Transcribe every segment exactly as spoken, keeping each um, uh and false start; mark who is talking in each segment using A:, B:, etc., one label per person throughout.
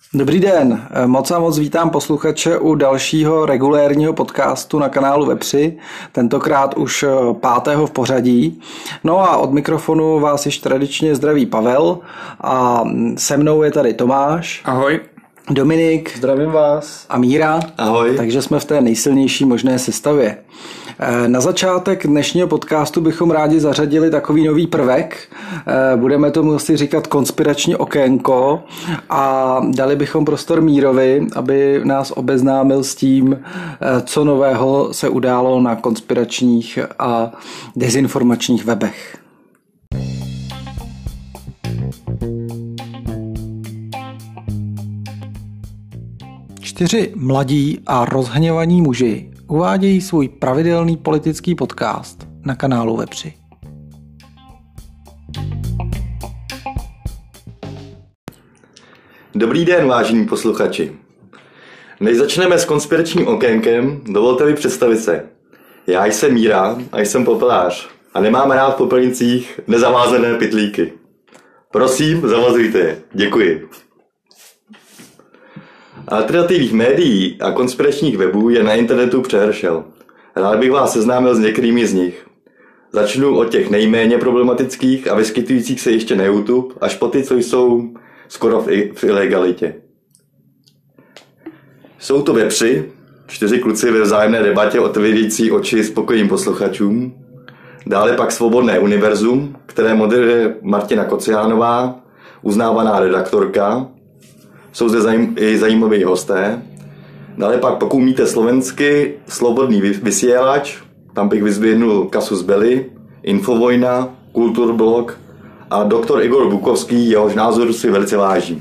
A: Dobrý den, moc a moc vítám posluchače u dalšího regulérního podcastu na kanálu Vepři, tentokrát už pátého v pořadí. No a od mikrofonu vás již tradičně zdraví Pavel a se mnou je tady Tomáš.
B: Ahoj.
A: Dominik.
C: Zdravím vás.
A: A Míra.
C: Ahoj.
A: Takže jsme v té nejsilnější možné sestavě. Na začátek dnešního podcastu bychom rádi zařadili takový nový prvek. Budeme tomu asi říkat konspirační okénko a dali bychom prostor Mírovi, aby nás obeznámil s tím, co nového se událo na konspiračních a dezinformačních webech. Čtyři mladí a rozhněvaní muži uvádějí svůj pravidelný politický podcast na kanálu Vepři.
C: Dobrý den, vážení posluchači. Než začneme s konspiračním okénkem, dovolte mi představit se. Já jsem Míra a jsem popelář a nemám rád v popelnicích nezavázané pytlíky. Prosím, zavazujte je. Děkuji. Alternativních médií a konspiračních webů je na internetu přehršel. Rád bych vás seznámil s některými z nich. Začnu od těch nejméně problematických a vyskytujících se ještě na YouTube, až po ty, co jsou skoro v ilegalitě. Jsou to Vepři, čtyři kluci ve vzájemné debatě otevírající oči spokojným posluchačům. Dále pak Svobodné univerzum, které moderuje Martina Kociánová, uznávaná redaktorka. Jsou zde zajím, i zajímaví hosté. Dále pak, pokud umíte slovensky, Slobodný vysílač, tam bych vyzvědnul Kasus Belli, Infovojna, Kulturblog a doktor Igor Bukovský, jehož názor si velice vážím.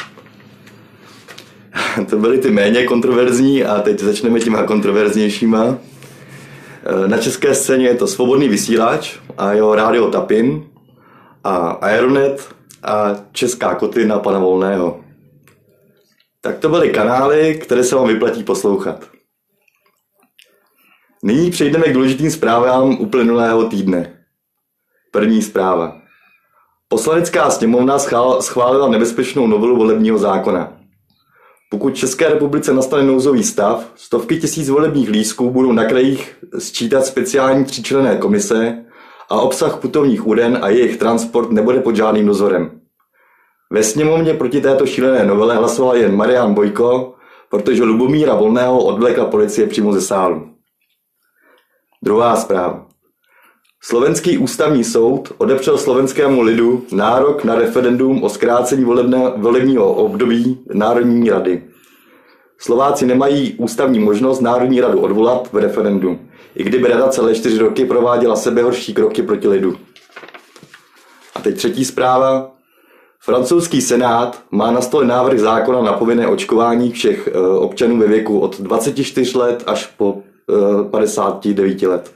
C: To byly ty méně kontroverzní a teď začneme těma kontroverznějšíma. Na české scéně je to Svobodný vysílač a jeho rádio Tapin a Aeronet a Česká kotlina pana Volného. Tak to byly kanály, které se vám vyplatí poslouchat. Nyní přejdeme k důležitým zprávám uplynulého týdne. První zpráva. Poslanecká sněmovna schválila nebezpečnou novelu volebního zákona. Pokud v České republice nastane nouzový stav, stovky tisíc volebních lístků budou na krajích sčítat speciální tříčlenné komise a obsah putovních uren a jejich transport nebude pod žádným dozorem. Ve sněmovně proti této šílené novele hlasoval jen Marian Bojko, protože Lubomíra Volného odvlekla policie přímo ze sálu. Druhá zpráva. Slovenský ústavní soud odepřel slovenskému lidu nárok na referendum o zkrácení volebního období Národní rady. Slováci nemají ústavní možnost Národní radu odvolat v referendu, i kdyby rada celé čtyři roky prováděla sebehorší kroky proti lidu. A teď třetí zpráva. Francouzský senát má na stole návrh zákona na povinné očkování všech občanů ve věku od dvaceti čtyř let až po padesáti devíti let.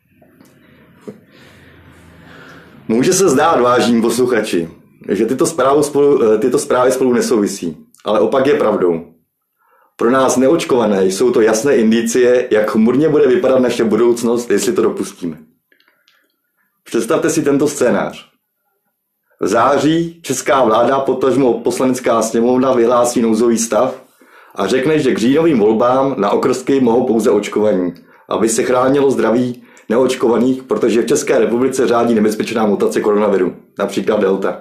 C: Může se zdát, vážení posluchači, že tyto zprávy, spolu, tyto zprávy spolu nesouvisí, ale opak je pravdou. Pro nás neočkované jsou to jasné indicie, jak chmurně bude vypadat naše budoucnost, jestli to dopustíme. Představte si tento scénář. V září česká vláda, potažmo poslanecká sněmovna, vyhlásí nouzový stav a řekne, že k říjnovým volbám na okrsky mohou pouze očkovaní, aby se chránilo zdraví neočkovaných, protože v České republice řádí nebezpečná mutace koronaviru, například delta.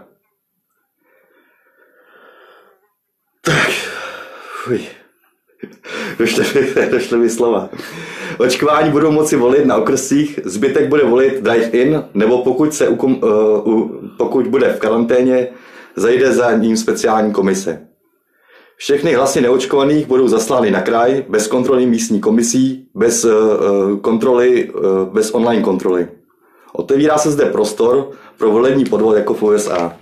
C: Tak, fuj. Došly mi, došly mi slova. Očkování budou moci volit na okrscích, zbytek bude volit drive-in, nebo pokud, se ukom, uh, pokud bude v karanténě, zajde za ním speciální komise. Všechny hlasy neočkovaných budou zaslány na kraj, bez kontroly místní komisí, bez, uh, kontroly, uh, bez online kontroly. Otevírá se zde prostor pro volební podvod jako v U S A.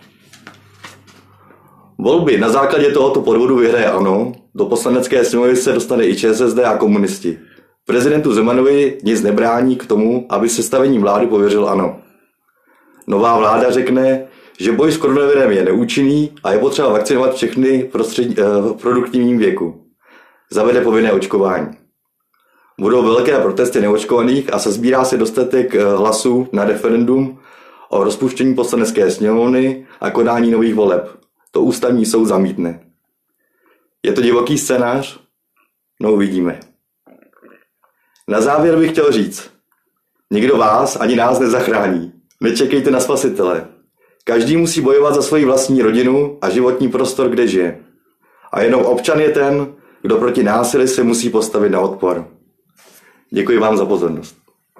C: Volby na základě tohoto podvodu vyhraje ANO, do poslanecké sněmovny se dostane i ČSSD a komunisti. Prezidentu Zemanovi nic nebrání k tomu, aby sestavení vlády pověřil ANO. Nová vláda řekne, že boj s koronavirem je neúčinný a je potřeba vakcinovat všechny v produktivním věku. Zavede povinné očkování. Budou velké protesty neočkovaných a sesbírá se dostatek hlasů na referendum o rozpuštění poslanecké sněmovny a konání nových voleb. To ústavní soud zamítne. Je to divoký scénář? No uvidíme. Na závěr bych chtěl říct, nikdo vás ani nás nezachrání. Nečekejte na spasitele. Každý musí bojovat za svoji vlastní rodinu a životní prostor, kde žije. A jenom občan je ten, kdo proti násilí se musí postavit na odpor. Děkuji vám za pozornost.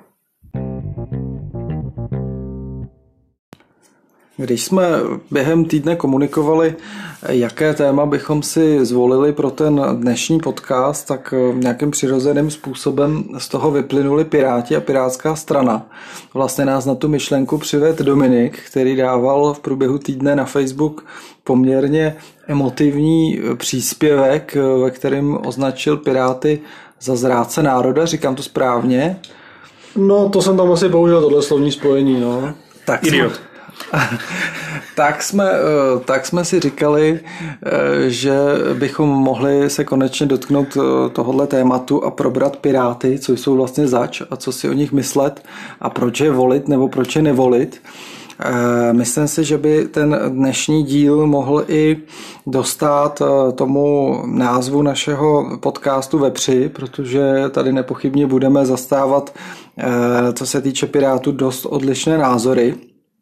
A: Když jsme během týdne komunikovali, jaké téma bychom si zvolili pro ten dnešní podcast, tak nějakým přirozeným způsobem z toho vyplynuli Piráti a Pirátská strana. Vlastně nás na tu myšlenku přivedl Dominik, který dával v průběhu týdne na Facebook poměrně emotivní příspěvek, ve kterém označil Piráty za zrádce národa. Říkám to správně?
B: No, to jsem tam asi použil, tohle slovní spojení, no.
A: Tak
B: Idiot.
A: Jsme... tak, jsme, tak jsme si říkali, že bychom mohli se konečně dotknout tohohle tématu a probrat Piráty, co jsou vlastně zač a co si o nich myslet a proč je volit nebo proč je nevolit. Myslím si, že by ten dnešní díl mohl i dostat tomu názvu našeho podcastu Vepři, protože tady nepochybně budeme zastávat, co se týče Pirátů, dost odlišné názory.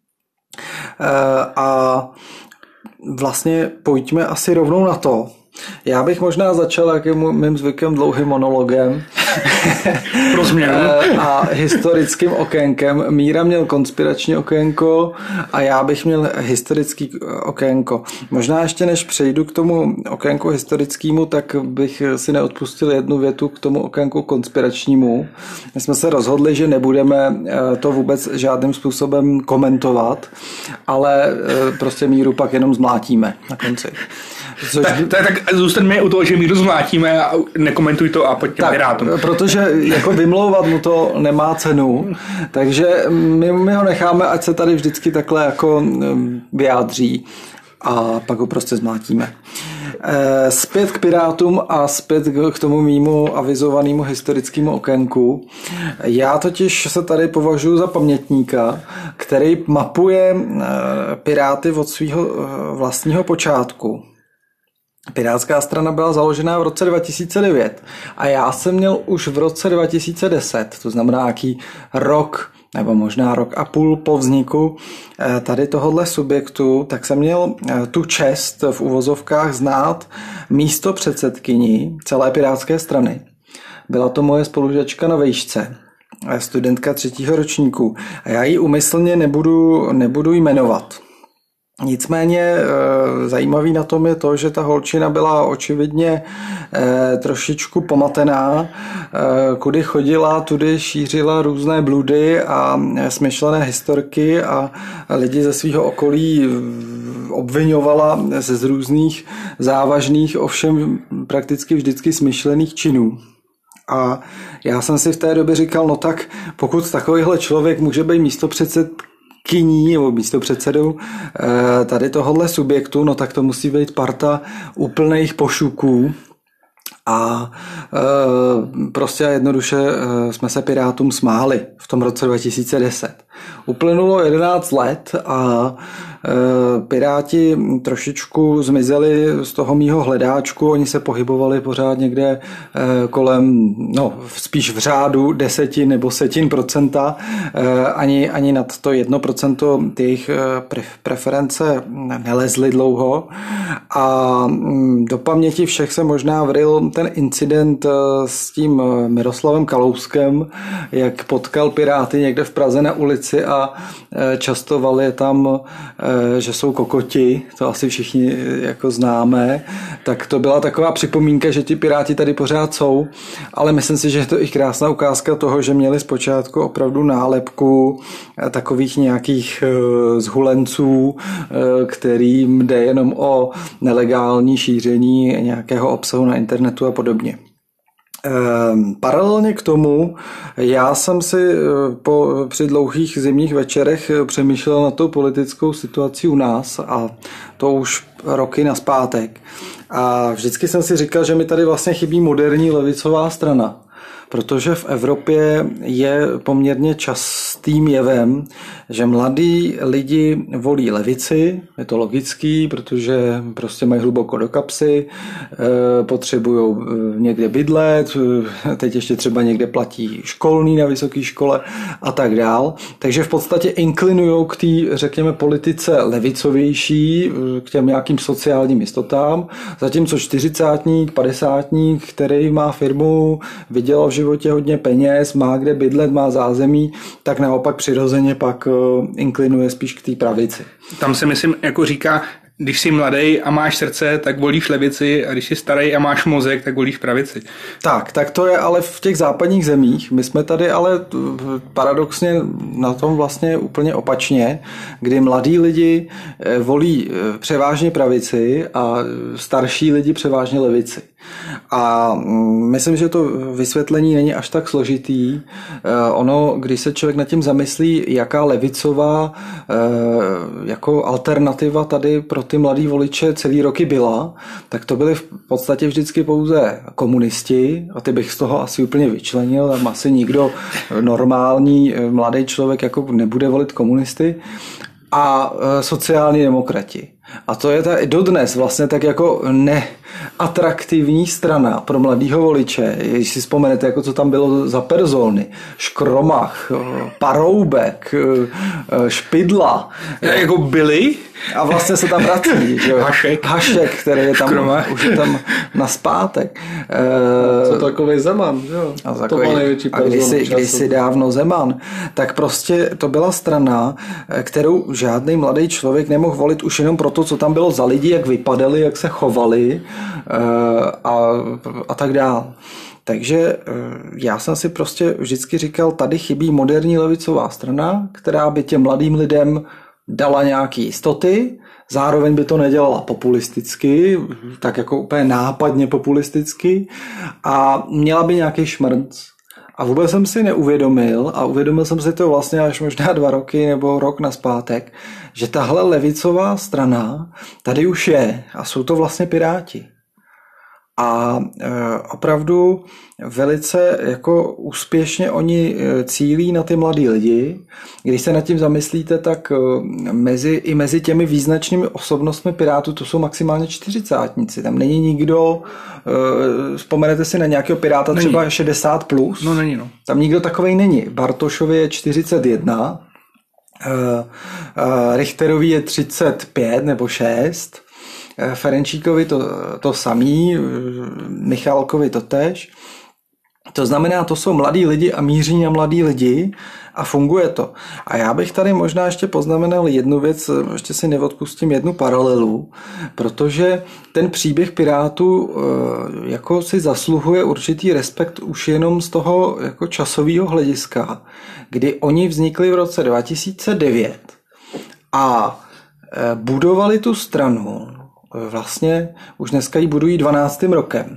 A: A vlastně pojďme asi rovnou na to. Já bych možná začal, jak je mým zvykem, dlouhým monologem a historickým okénkem. Míra měl konspirační okénko a já bych měl historický okénko. Možná ještě než přejdu k tomu okénku historickému, tak bych si neodpustil jednu větu k tomu okénku konspiračnímu. My jsme se rozhodli, že nebudeme to vůbec žádným způsobem komentovat, ale prostě Míru pak jenom zmlátíme na konci.
B: Což... Tak, tak, tak zůstaňme u toho, že Míru zmlátíme a nekomentuj to a pojďme Pirátům.
A: Protože jako vymlouvat mu to nemá cenu, takže my, my ho necháme, ať se tady vždycky takhle jako vyjádří a pak ho prostě zmlátíme. Zpět k Pirátům a zpět k tomu mýmu avizovanému historickému okénku. Já totiž se tady považuji za pamětníka, který mapuje Piráty od svého vlastního počátku. Pirátská strana byla založena v roce dva tisíce devět a já jsem měl už v roce dva tisíce deset, to znamená nějaký rok nebo možná rok a půl po vzniku tady tohohle subjektu, tak jsem měl tu čest v uvozovkách znát místo předsedkyni celé Pirátské strany. Byla to moje spolužačka na vejšce, studentka třetího ročníku a já ji úmyslně nebudu, nebudu jmenovat. Nicméně zajímavý na tom je to, že ta holčina byla očividně trošičku pomatená, kudy chodila, tudy šířila různé bludy a smyšlené historky a lidi ze svého okolí obvinovala ze různých závažných, ovšem prakticky vždycky smyšlených činů. A já jsem si v té době říkal, no tak pokud takovýhle člověk může být místopředsed kyní nebo místopředsedou tady tohohle subjektu, no tak to musí být parta úplných pošuků a e, prostě jednoduše e, jsme se Pirátům smáli v tom roce dva tisíce deset. Uplynulo jedenáct let a e, Piráti trošičku zmizeli z toho mýho hledáčku, oni se pohybovali pořád někde e, kolem, no spíš v řádu desetin nebo setin procenta, e, ani, ani nad to jedno procento jejich preference nelezly dlouho a do paměti všech se možná vril ten incident s tím Miroslavem Kalouskem, jak potkal Piráty někde v Praze na ulici a častoval je tam, že jsou kokoti, to asi všichni jako známe, tak to byla taková připomínka, že ti Piráti tady pořád jsou, ale myslím si, že je to i krásná ukázka toho, že měli zpočátku opravdu nálepku takových nějakých zhulenců, kterým jde jenom o nelegální šíření nějakého obsahu na internetu a podobně. Paralelně k tomu, já jsem si po, při dlouhých zimních večerech přemýšlel nad tou politickou situací u nás a to už roky nazpátek. A vždycky jsem si říkal, že mi tady vlastně chybí moderní levicová strana. protože v Evropě je poměrně častým jevem, že mladí lidi volí levici, je to logický, protože prostě mají hluboko do kapsy, potřebují někde bydlet, teď ještě třeba někde platí školný na vysoké škole a tak dál. Takže v podstatě inklinují k té, řekněme, politice levicovější, k těm nějakým sociálním jistotám, zatímco čtyřicátník, padesátník, který má firmu, vydělal v životě hodně peněz, má kde bydlet, má zázemí, tak naopak přirozeně pak inklinuje spíš k té pravici.
B: Tam se myslím, jako říká, když jsi mladý a máš srdce, tak volíš levici, a když jsi starý a máš mozek, tak volíš pravici.
A: Tak, tak to je ale v těch západních zemích. My jsme tady ale paradoxně na tom vlastně úplně opačně, kdy mladí lidi volí převážně pravici a starší lidi převážně levici. A myslím, že to vysvětlení není až tak složitý. Ono, když se člověk nad tím zamyslí, jaká levicová jako alternativa tady pro ty mladý voliče celý roky byla, tak to byly v podstatě vždycky pouze komunisti a ty bych z toho asi úplně vyčlenil. Tam asi nikdo normální mladý člověk jako nebude volit komunisty. A sociální demokrati. A to je ta, dodnes vlastně tak jako neatraktivní strana pro mladýho voliče. Když si vzpomenete, jako co tam bylo za persony. Škromach, Paroubek, Špidla.
B: Já jako byli?
A: A vlastně se tam vrací. Že?
B: Hašek.
A: Hašek, který je tam,
B: Škromach.
A: už je tam naspátek.
D: Co takový Zeman, jo?
A: A,
D: to byl největší
A: a kdysi, kdysi dávno Zeman. Tak prostě to byla strana, kterou žádný mladý člověk nemohl volit už jenom proto, co tam bylo za lidi, jak vypadali, jak se chovali a, a tak dál. Takže já jsem si prostě vždycky říkal, tady chybí moderní levicová strana, která by těm mladým lidem dala nějaké jistoty, zároveň by to nedělala populisticky, tak jako úplně nápadně populisticky a měla by nějaký šmrnc. A vůbec jsem si neuvědomil, a uvědomil jsem si to vlastně až možná dva roky nebo rok nazpátek, že tahle levicová strana tady už je a jsou to vlastně Piráti. A e, opravdu velice jako úspěšně oni cílí na ty mladý lidi. Když se nad tím zamyslíte, tak mezi, i mezi těmi význačnými osobnostmi Pirátů to jsou maximálně čtyřicátníci. Tam není nikdo, e, vzpomenete si na nějakého Piráta není. Třeba šedesát plus.
B: No není, no.
A: Tam nikdo takovej není. Bartošovi je čtyřicet jedna, e, e, Richterovi je třicet pět nebo šest, Ferenčíkovi to, to samý, Michálkovi to tež. To znamená, to jsou mladí lidi a míří na mladí lidi a funguje to. A já bych tady možná ještě poznamenal jednu věc, ještě si neodpustím jednu paralelu, protože ten příběh Pirátů jako si zasluhuje určitý respekt už jenom z toho jako časového hlediska, kdy oni vznikli v roce dva tisíce devět a budovali tu stranu. Vlastně už dneska ji budují dvanáctým rokem.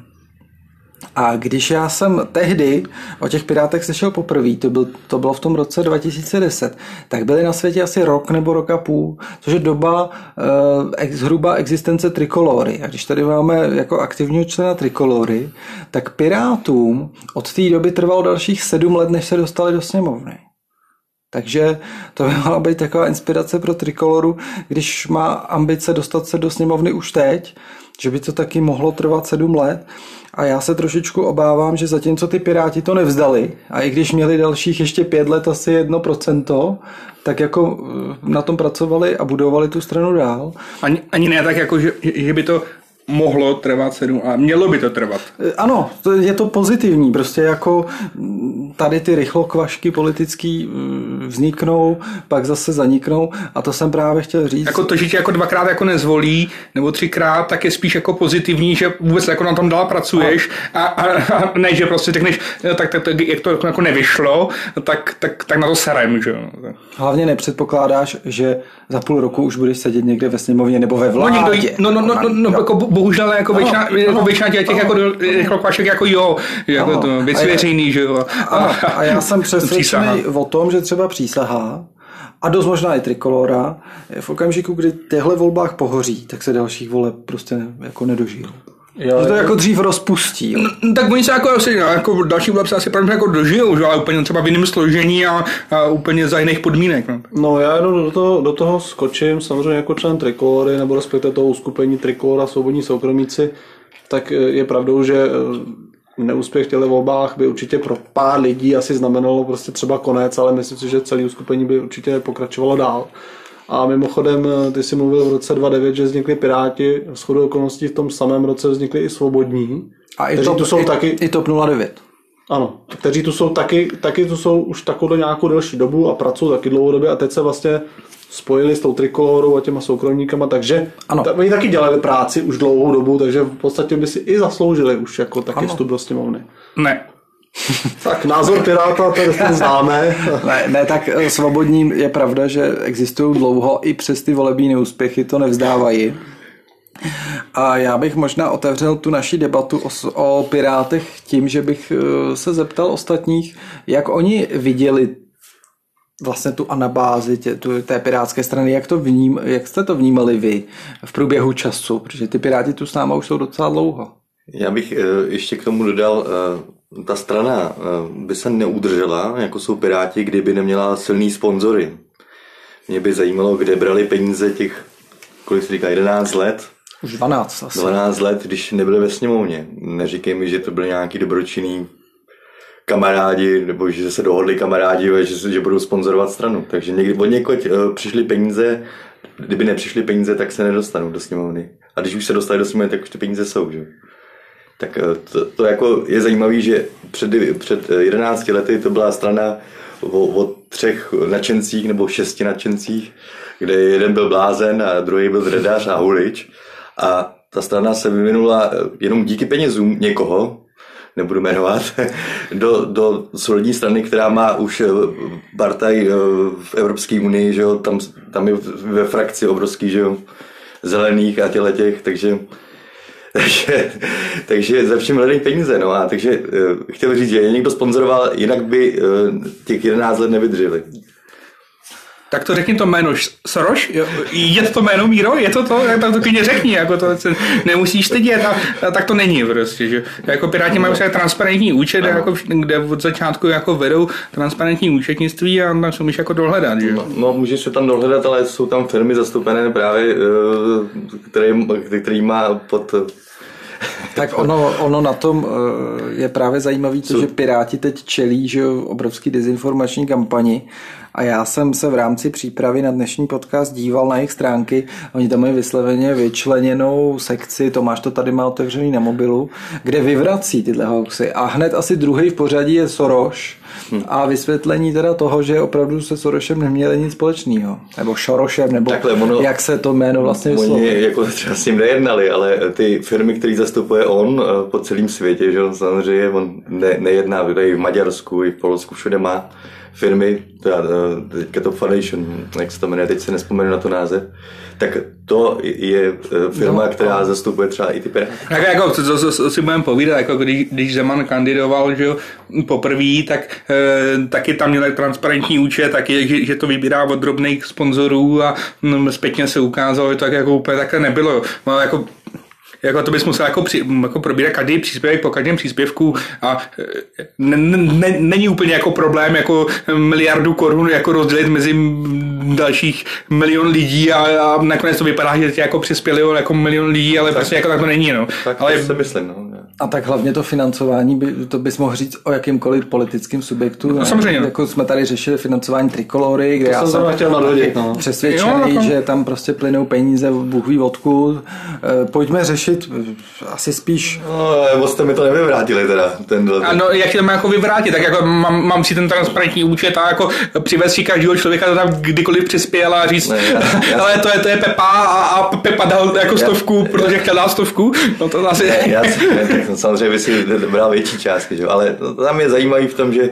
A: A když já jsem tehdy o těch Pirátech slyšel poprvé, to, byl, to bylo v tom roce dva tisíce deset, tak byly na světě asi rok nebo rok a půl, což je doba eh, zhruba existence Trikolory. A když tady máme jako aktivního člena Trikolory, tak Pirátům od té doby trvalo dalších sedm let, než se dostali do sněmovny. Takže to by mohla být taková inspirace pro Trikoloru, když má ambice dostat se do sněmovny už teď, že by to taky mohlo trvat sedm let. A já se trošičku obávám, že zatímco ty Piráti to nevzdali, a i když měli dalších ještě pět let asi jedno procento, tak jako na tom pracovali a budovali tu stranu dál.
B: Ani, ani ne tak jako, že, že by to mohlo trvat sedm a mělo by to trvat.
A: Ano, je to pozitivní, prostě jako tady ty rychlokvašky politický vzniknou, pak zase zaniknou a to jsem právě chtěl říct.
B: Jako to, že tě jako dvakrát jako nezvolí, nebo třikrát, tak je spíš jako pozitivní, že vůbec jako na tom dál pracuješ a, a, a ne, že prostě řekneš, tak, tak, tak jak to jako nevyšlo, tak, tak, tak na to serem, že jo.
A: Hlavně nepředpokládáš, že za půl roku už budeš sedět někde ve sněmovně nebo ve vládě.
B: No, někdo, no, no, no, no, no, jako bohužel jako většina, ano, jako většina těch ano, jako rychlokvašek jako jo, jako ano, to věc veřejný, že jo.
A: A, a já jsem přesvědčený o tom, že třeba přísaha a dost možná i Trikolora v okamžiku, kdy těchto volbách pohoří, tak se dalších voleb prostě jako nedožijou. Jo, že to jako dřív rozpustí. Jo.
B: No, tak oni se jako, asi, jako další voleb se asi pravděpodobně jako dožijou, že? Ale úplně třeba v jiném složení a, a úplně za jiných podmínek. No,
D: no já jenom do toho, do toho skočím, samozřejmě jako člen Trikolory, nebo respektive toho uskupení Trikolora Svobodní soukromíci, tak je pravdou, že neúspěch v těchto volbách by určitě pro pár lidí asi znamenalo prostě třeba konec, ale myslím si, že celé uskupení by určitě pokračovalo dál. A mimochodem, ty jsi mluvil v roce dva tisíce devět, že vznikly Piráti, shodou okolností v tom samém roce vznikly i Svobodní.
A: A i top, tu jsou i, taky, i top nula devět.
D: Ano, kteří tu jsou taky, taky tu jsou už takovou nějakou delší dobu a pracují taky dlouhodobě a teď se vlastně spojili s tou Trikolorou a těma soukromníkama, takže ta, oni taky dělali práci už dlouhou dobu, takže v podstatě by si i zasloužili už jako taky vstup do sněmovny.
B: Ne.
D: Tak názor Piráta tady známe.
A: Ne, ne, tak Svobodní je pravda, že existují dlouho, i přes ty volební neúspěchy to nevzdávají. A já bych možná otevřel tu naši debatu o, o Pirátech tím, že bych se zeptal ostatních, jak oni viděli vlastně tu anabázi tě, tu, té pirátské strany, jak, to vním, jak jste to vnímali vy v průběhu času, protože ty Piráti tu s náma už jsou docela dlouho.
C: Já bych ještě k tomu dodal, ta strana by se neudržela, jako jsou Piráti, kdyby neměla silný sponzory. Mě by zajímalo, kde brali peníze těch, kolik se říká, jedenáct let.
A: Už dvanáct asi.
C: dvanáct let, když nebyli ve sněmovně. Neříkej mi, že to byly nějaký dobročinný kamarádi, nebo že se dohodli kamarádi, že, že budou sponzorovat stranu. Takže někdy od někoť přišly peníze, kdyby nepřišly peníze, tak se nedostanou do sněmovny. A když už se dostali do sněmovny, tak už ty peníze jsou, že? Tak to, to jako je zajímavé, že před, před jedenácti lety to byla strana o, o třech nadšencích nebo šesti nadšencích, kde jeden byl blázen a druhý byl dredař a hulič. A ta strana se vyvinula jenom díky penězům někoho, nebudu jmenovat, do, do solidní strany, která má už partaj v Evropské unii, že jo, tam, tam je ve frakci obrovský, že jo, zelených a těletěch, takže Takže, takže za všem hledají peníze, no a takže uh, chtěl říct, že je někdo sponzoroval, jinak by uh, těch jedenáct let nevydrželi.
B: Tak to řekni to jméno Soros, je to jméno Míro, je to to, tak to klidně řekni, jako to nemusíš stydět a, a tak to není prostě, že jako Piráti mají vlastně transparentní účet, jako, kde od začátku jako vedou transparentní účetnictví a tam se můžeš jako dohledat, že?
C: No, no můžeš se tam dohledat, ale jsou tam firmy zastoupené právě, který, který má pod...
A: Tak ono, ono na tom je právě zajímavé to, že Piráti teď čelí, že obrovský dezinformační kampani. A já jsem se v rámci přípravy na dnešní podcast díval na jejich stránky. Oni tam mají vysloveně vyčleněnou sekci, Tomáš to tady má otevřený na mobilu, kde vyvrací tyhle hoaxy. A hned asi druhý v pořadí je Soros a vysvětlení teda toho, že opravdu se Sorosem neměli nic společného. Nebo Šorošem, nebo takhle, ono, jak se to jméno vlastně vyslovuje.
C: Oni jako třeba s ním nejednali, ale ty firmy, které zastupuje on po celém světě, že samozřejmě on ne, nejedná v Maďarsku, i v Polsku, všude má firmy, teda teďka to Foundation, jak se to jmenuje, teď se nespomenu na to název, tak to je firma, no, která a... zastupuje třeba i ty Piráty.
B: Tak jako, co, co, co si budeme povídat, jako když, když Zeman kandidoval, že poprvé, tak e, taky tam měl transparentní účet, taky, že, že to vybírá od drobných sponzorů a m, zpětně se ukázalo, že to tak jako úplně takhle nebylo. No, jako Jako to bys musel jako, při, jako probírat každý příspěvek po každém příspěvku a ne, ne, není úplně jako problém jako miliardu korun jako rozdělit mezi dalších milion lidí a, a nakonec to vypadá, že tě jako přispěli jako milion lidí, ale tak, prostě jako tak to není. No.
C: Tak
B: ale,
C: to si myslím. No.
A: A tak hlavně to financování, by, to bys mohl říct o jakýmkoliv politickým subjektu.
B: No, samozřejmě.
A: Jako jsme tady řešili financování Trikolory, kde
D: to
A: já jsem
D: nadhodit, no.
A: přesvědčený, jo, jako... že tam prostě plynou peníze, Bůh ví odkud. Pojďme řešit asi spíš...
C: No, moc jste mi to nevyvrátili teda. Ten
B: ano, jak to má jako vyvrátit, tak jako mám, mám si ten transparentní účet a jako přivez si každého člověka, to tam kdykoliv přispěl a říct, ne, já, já, ale to je, to je Pepa a, a Pepa dal jako stovku, já, protože chtěl dát stovku. No to asi...
C: Ne, já si, ne, tak no, samozřejmě by si bral větší částky, že? Ale tam je zajímavý v tom, že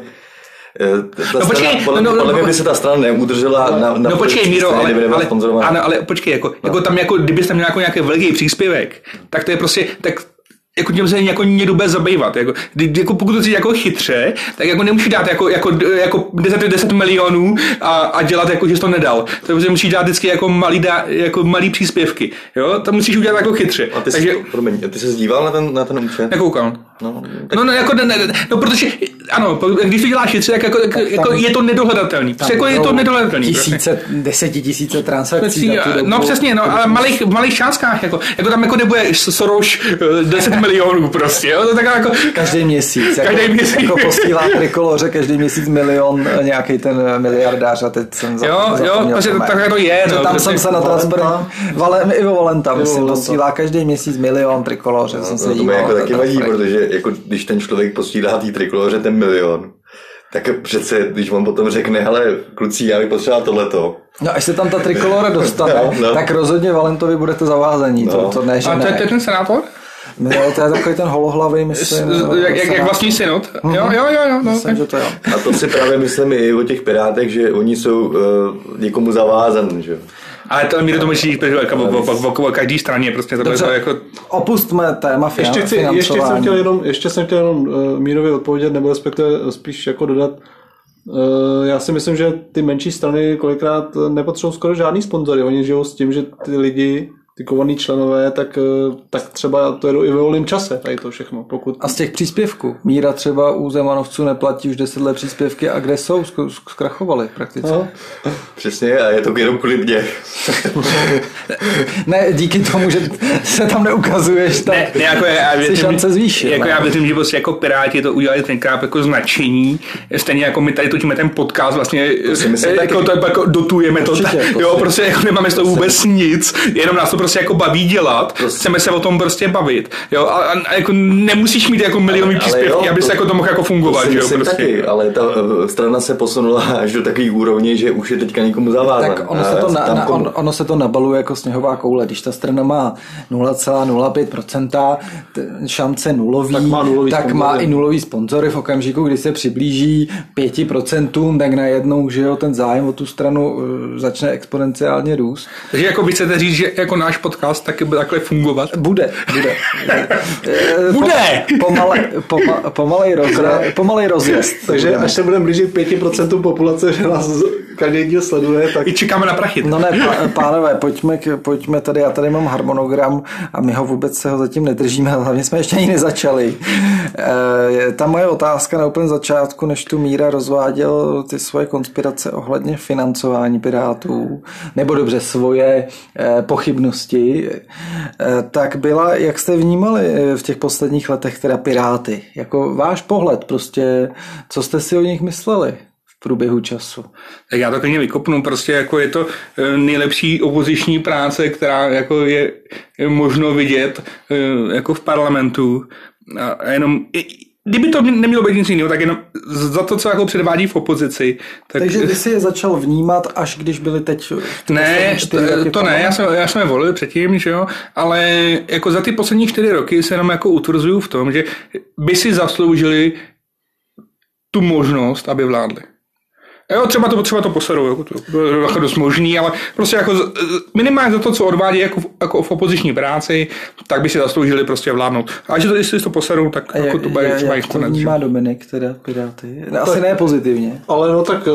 C: ta
B: no, počkej,
C: podle,
B: no, no,
C: podle
B: no,
C: mě by se ta strana neudržela
B: no,
C: na, na
B: no počkej, Míro, ale, ale,
C: ale,
B: ano, ale počkej, jako, no. jako tam jako, kdybyste měl jako nějaký velký příspěvek, tak to je prostě, tak jako tím se jako někdo bude zabývat. Jako, jako pokud to cítíš jako chytře, tak jako nemůžeš dát jako, jako, jako deset milionů a, a dělat jako, že jsi to nedal. To musíš dát vždycky jako malý, dá, jako malý příspěvky. Jo? To musíš udělat jako chytře.
C: A ty,
B: Takže,
C: jsi, promiň, ty jsi zdíval na ten, na ten účet?
B: Nekoukal.
C: No,
B: tak... no, no, jako, ne, ne, no, protože, ano, když to děláš chytře, tak, jako, tak jako je to nedohledatelný. Jako je to nedohledatelný.
A: Tisíce, desetitisíce transakcí.
B: No přesně, no, ale v malých, v malých částkách, jako, jako tam jako nebude Soros deset milionů prostě, jo, to tak jako...
A: Každý měsíc,
B: každý
A: jako,
B: měsíc.
A: jako posílá Trikoloře každý měsíc milion, nějaký ten miliardář a teď jsem za,
B: jo, jo, protože takhle to je, no.
A: Tam jsem se na transparent, Valem, Ivo Valenta, myslím, posílá každý měsíc milion Trikoloře,
C: no,
A: jsem se
C: no,
A: díval.
C: To mi jako taky vadí, protože jako, když ten člověk posílá tý Trikoloře ten milion, tak přece, když on potom řekne, hele, kluci, já bych potřeboval tohleto.
A: No, až se tam ta Trikolora dostane, no, no. tak rozhodně Valentovi budete zavázaní. No. To, to ne, že
B: a to je
A: ne.
B: ten senátor?
A: No, to je takový ten holohlavý, myslím.
B: Jak, jak, jak vlastní synod? Mm-hmm. Jo, jo, jo. jo no,
A: myslím, že to jo.
C: A to si právě myslím i o těch Pirátech, že oni jsou uh, někomu zavázaní, že?
B: Ale to mi to myslí, že o každý straně prostě takhle to jako...
A: Opustme téma finan-
D: ještě, chci, ještě jsem chtěl jenom, ještě jsem chtěl jenom uh, Mírovi odpovědět, nebo respektive spíš jako dodat. Uh, já si myslím, že ty menší strany kolikrát nepotřebují skoro žádný sponzory. Oni žijou s tím, že ty lidi, ty kovaný členové, tak, tak třeba to jedou i ve volném čase, tady to všechno. Pokud...
A: A z těch příspěvků? Míra třeba u Zemanovců neplatí už deset let příspěvky a kde jsou? Zkrachovali prakticky. No.
C: Přesně, a je to jenom kvůli mně.
A: Ne, díky tomu, že se tam neukazuješ, tak
B: ne, ne, jako já věřím,
A: si šance zvýšit.
B: Jako já věřím, že prostě jako Piráti to udělali tenkrát jako značení, stejně jako my tady točíme ten podcast, vlastně jako, to, jako dotujeme to, určitě, ta, jo, prostě jako nemáme z toho vůbec nic, jenom nás to prostě jako baví dělat, prostě. Chceme se o tom prostě bavit, jo, a, a jako nemusíš mít jako milionový příspěvky, aby se jako to mohl jako fungovat,
C: to
B: jo, prostě.
C: Taky, ale ta strana se posunula až do takové úrovně, že už je teďka někomu zavázaná.
A: Tak ono se, to na, na, on, ono se to nabaluje jako sněhová koule, když ta strana má nula celá nula pět procenta šance nulový, tak má, nulový tak má i nulový sponzory v okamžiku, kdy se přiblíží pět procent, tak najednou, že jo, ten zájem o tu stranu začne exponenciálně růst.
B: Takže jako vy chcete říct, že jako náš podcast taky bude takhle fungovat?
A: Bude, bude.
B: Bude!
A: Pomale, poma, pomalej, rozje, pomalej rozjezd.
D: Takže až se budeme blížit pět procent populace, že nás každý díl sleduje, tak...
B: I čekáme na prachy.
A: No ne, pánové, pojďme, pojďme tady, já tady mám harmonogram a my ho vůbec se ho zatím nedržíme, hlavně jsme ještě ani nezačali. E, ta moje otázka na úplném začátku, než tu Míra rozváděl ty svoje konspirace ohledně financování Pirátů, nebo dobře svoje e, pochybnosti, e, tak byla, jak jste vnímali v těch posledních letech teda Piráty? Jako váš pohled prostě, co jste si o nich mysleli v průběhu času?
B: Tak já to klidně vykopnu, prostě jako je to nejlepší opoziční práce, která jako je možno vidět jako v parlamentu a jenom kdyby to nemělo být nic jiného, tak jenom za to, co jako předvádí v opozici. Tak...
A: Takže ty si je začal vnímat, až když byli teď...
B: Ne, to, to ne, já jsem, já jsem je volil předtím, že jo, ale jako za ty poslední čtyři roky se nám jako utvrzuju v tom, že by si zasloužili tu možnost, aby vládli. Jo, třeba to, třeba to poserou, jako to, to je jako dost možný, ale prostě jako minimálně za to, co odvádí jako, jako v opoziční práci, tak by si zasloužili prostě vládnout. A že to, jestli to poserou, tak a jako je, to bude třeba jich konec.
A: Jak to Dominik, teda Piráty? Asi tak, ne pozitivně.
D: Ale no tak,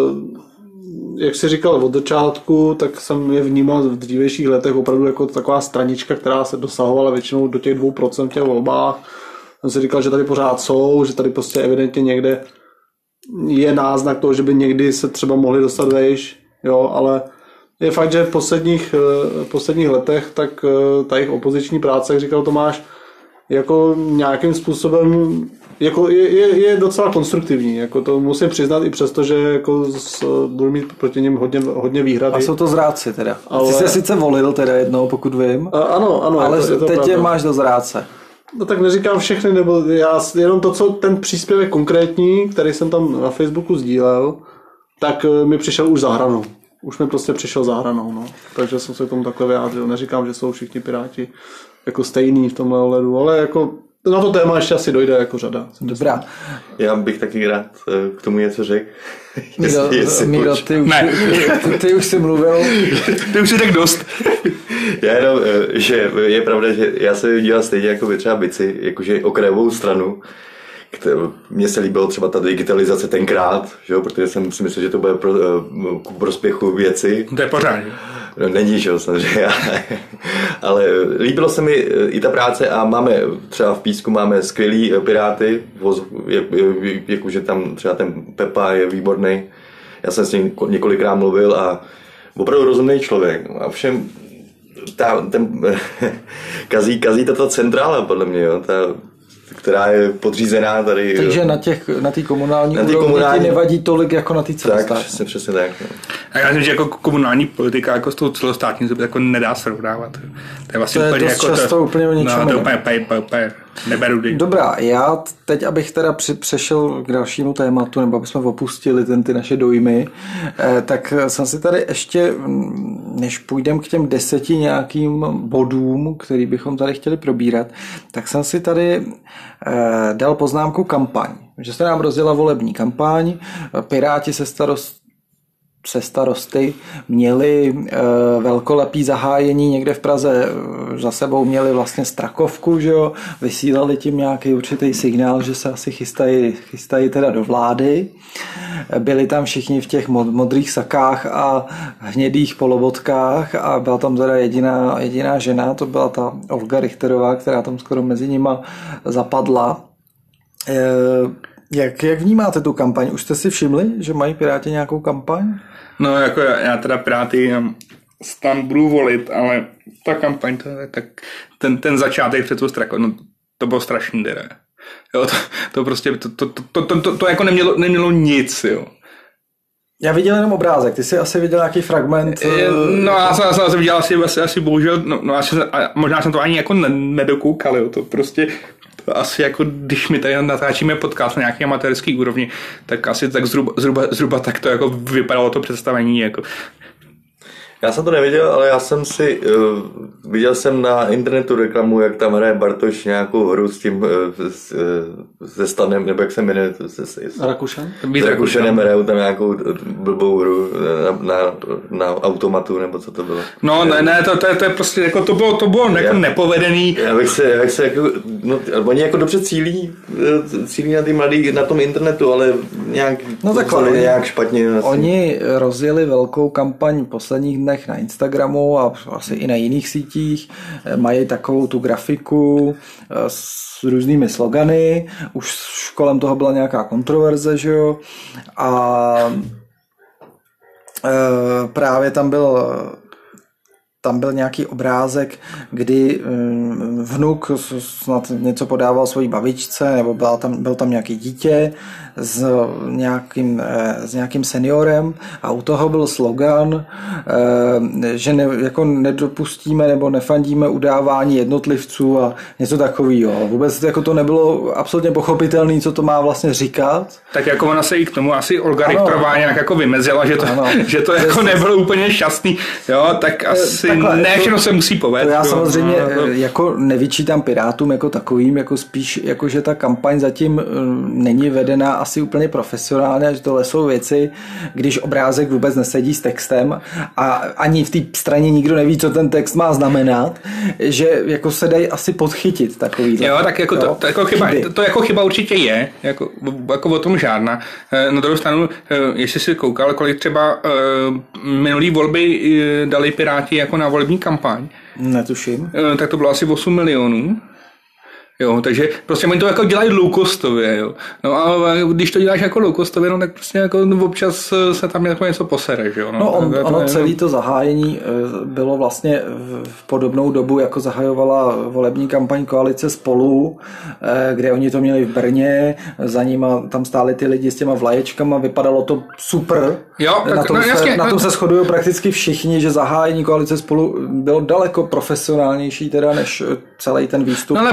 D: jak jsi říkal od začátku, tak jsem je vnímal v dřívějších letech opravdu jako taková stranička, která se dosahovala většinou do těch dvou procent v těch volbách. Jsem si říkal, že tady pořád jsou, že tady prostě evidentně někde je náznak toho, že by někdy se třeba mohli dostat vejš, jo, ale je fakt, že v posledních, v posledních letech tak ta jejich opoziční práce, jak říkal Tomáš, jako nějakým způsobem jako je, je, je docela konstruktivní, jako to musím přiznat i přesto, že jako s, budu mít proti něm hodně, hodně výhrady.
A: A jsou to zráci teda.
D: Ale...
A: Ty jsi sice volil teda jednou, pokud vím,
D: a, ano, ano,
A: ale
D: je to, je to
A: teď
D: pravda.
A: je máš do zráce.
D: No tak neříkám všechny, nebo já jenom to, co ten příspěvek konkrétní, který jsem tam na Facebooku sdílel, tak mi přišel už za hranou. Už mi prostě přišel za hranou, no. Takže jsem se k tomu takhle vyjádřil. Neříkám, že jsou všichni Piráti jako stejný v tomhle ohledu, ale jako Na to téma ještě asi dojde jako řada.
A: Dobrá.
C: Já bych taky rád k tomu něco řekl.
A: Míro, Míro ty, už, ty, ty už jsi mluvil.
B: Ty už jsi tak dost.
C: Já jenom, že je pravda, že já se dělal stejně jako by třeba Bici, jakože okrajovou stranu. Mně se líbilo třeba ta digitalizace tenkrát, že jo, protože jsem si myslel, že to bude pro, ku prospěchu věci.
B: To je pořád.
C: No, není, že jo, samozřejmě. Ale líbilo se mi i ta práce a máme třeba v Písku máme skvělý piráty, jakože tam třeba ten Pepa je výborný. Já jsem s ním několikrát mluvil a opravdu rozumný člověk. A všem ta, ten, kazí, kazí ta centrála, podle mě, jo, ta, která je podřízená tady.
A: Takže na těch na té komunální
C: na
A: úrovni
C: komunální...
A: ti nevadí tolik jako na té celostátní.
C: Tak, přesně, přesně tak. No.
B: A já myslím, že jako komunální politika jako s tou celostátní to jako nedá srovnávat. To je vlastně
A: to je
B: úplně
A: dost
B: jako
A: často
B: to,
A: úplně o něčem.
B: No, to úplně, úplně, úplně, úplně neberu. Dej.
A: Dobrá, já teď, abych teda při, přešel k dalšímu tématu, nebo aby jsme opustili ten, ty naše dojmy, eh, tak jsem si tady ještě, než půjdem k těm deseti nějakým bodům, který bychom tady chtěli probírat, tak jsem si tady eh, dal poznámku kampaň. Že se nám rozdělila volební kampaň, Piráti se starost se starosty měli e, velkolepý zahájení někde v Praze, e, za sebou měli vlastně Strakovku, že jo, vysílali tím nějaký určitý signál, že se asi chystají, chystají teda do vlády. Byli tam všichni v těch mod, modrých sakách a hnědých polobotkách a byla tam teda jediná, jediná žena, to byla ta Olga Richterová, která tam skoro mezi nima zapadla. E, jak, jak vnímáte tu kampaň? Už jste si všimli, že mají Piráti nějakou kampaň?
B: No jako já, já teda Piráty tam budu volit, ale ta kampaň, to, tak ten, ten začátek před tou Strakou, no to bylo strašný teda. Jo, to, to prostě, to, to, to, to, to, to jako nemělo, nemělo nic, jo.
A: Já viděl jenom obrázek, ty jsi asi viděl nějaký fragment.
B: No já jsem, já jsem viděl asi, asi, asi bohužel, no, no asi, možná jsem to ani jako nedokoukal, jo, to prostě to asi jako, když my tady natáčíme podcast na nějaký amatérský úrovni, tak asi tak zhruba, zhruba, zhruba tak to jako vypadalo to představení, jako.
C: Já jsem to neviděl, ale já jsem si, uh, viděl jsem na internetu reklamu, jak tam hraje Bartoš nějakou hru s tím, uh, s, uh, se Stanem, nebo jak se jmenuje?
A: Rakušan?
C: S Rakušanem hrajou tam nějakou blbou hru na, na, na automatu, nebo co to bylo.
B: No ne, ne, to, to, to je prostě, jako to bylo, to bylo jako já, nepovedený.
C: Já bych se, já bych se jako, no, oni jako dobře cílí, cílí na ty mladý, na tom internetu, ale nějak,
A: no takhle,
C: nějak špatně. Asi.
A: Oni rozjeli velkou kampaň posledních dnech na Instagramu a asi i na jiných sítích. Mají takovou tu grafiku s různými slogany. Už kolem toho byla nějaká kontroverze, že jo? A e, právě tam byl tam byl nějaký obrázek, kdy vnuk snad něco podával svojí babičce, nebo byl tam, byl tam nějaký dítě s nějakým, s nějakým seniorem a u toho byl slogan, že ne, jako nedopustíme nebo nefandíme udávání jednotlivců a něco takového. Vůbec jako to nebylo absolutně pochopitelné, co to má vlastně říkat.
B: Tak jako ona se i k tomu asi Olga Richterová nějak jako vymezila, že to, že to jako nebylo úplně šťastný. Jo, tak asi takhle, ne, všechno se musí povést.
A: To já
B: jo,
A: samozřejmě
B: no, no.
A: jako nevyčítám Pirátům jako takovým, jako spíš, jako že ta kampaň zatím není vedená asi úplně profesionálně, že tohle jsou věci, když obrázek vůbec nesedí s textem a ani v té straně nikdo neví, co ten text má znamenat, že jako se dají asi podchytit takový.
B: Jo, tak jako, jo, to, to, jako chyba, to, to jako chyba určitě je, jako, jako o tom žádná. Na druhou stranu, jestli si koukal, kolik třeba minulý volby dali Piráti jako na volební kampaň.
A: Netuším.
B: Tak to bylo asi osm milionů. Jo, takže prostě oni to jako dělají low-costově, jo. No a když to děláš jako low-costově, no tak prostě jako občas se tam jako něco posere, jo. No,
A: no on,
B: to,
A: ono
B: to,
A: celé to zahájení bylo vlastně v podobnou dobu, jako zahajovala volební kampaň koalice Spolu, kde oni to měli v Brně, za nima tam stáli ty lidi s těma vlaječkama, vypadalo to super.
B: Jo, tak,
A: na tom,
B: no,
A: se,
B: jasně,
A: na tom
B: no.
A: se shodují prakticky všichni, že zahájení koalice Spolu bylo daleko profesionálnější teda než celý ten výstup.
B: No ale pak se jako můžeš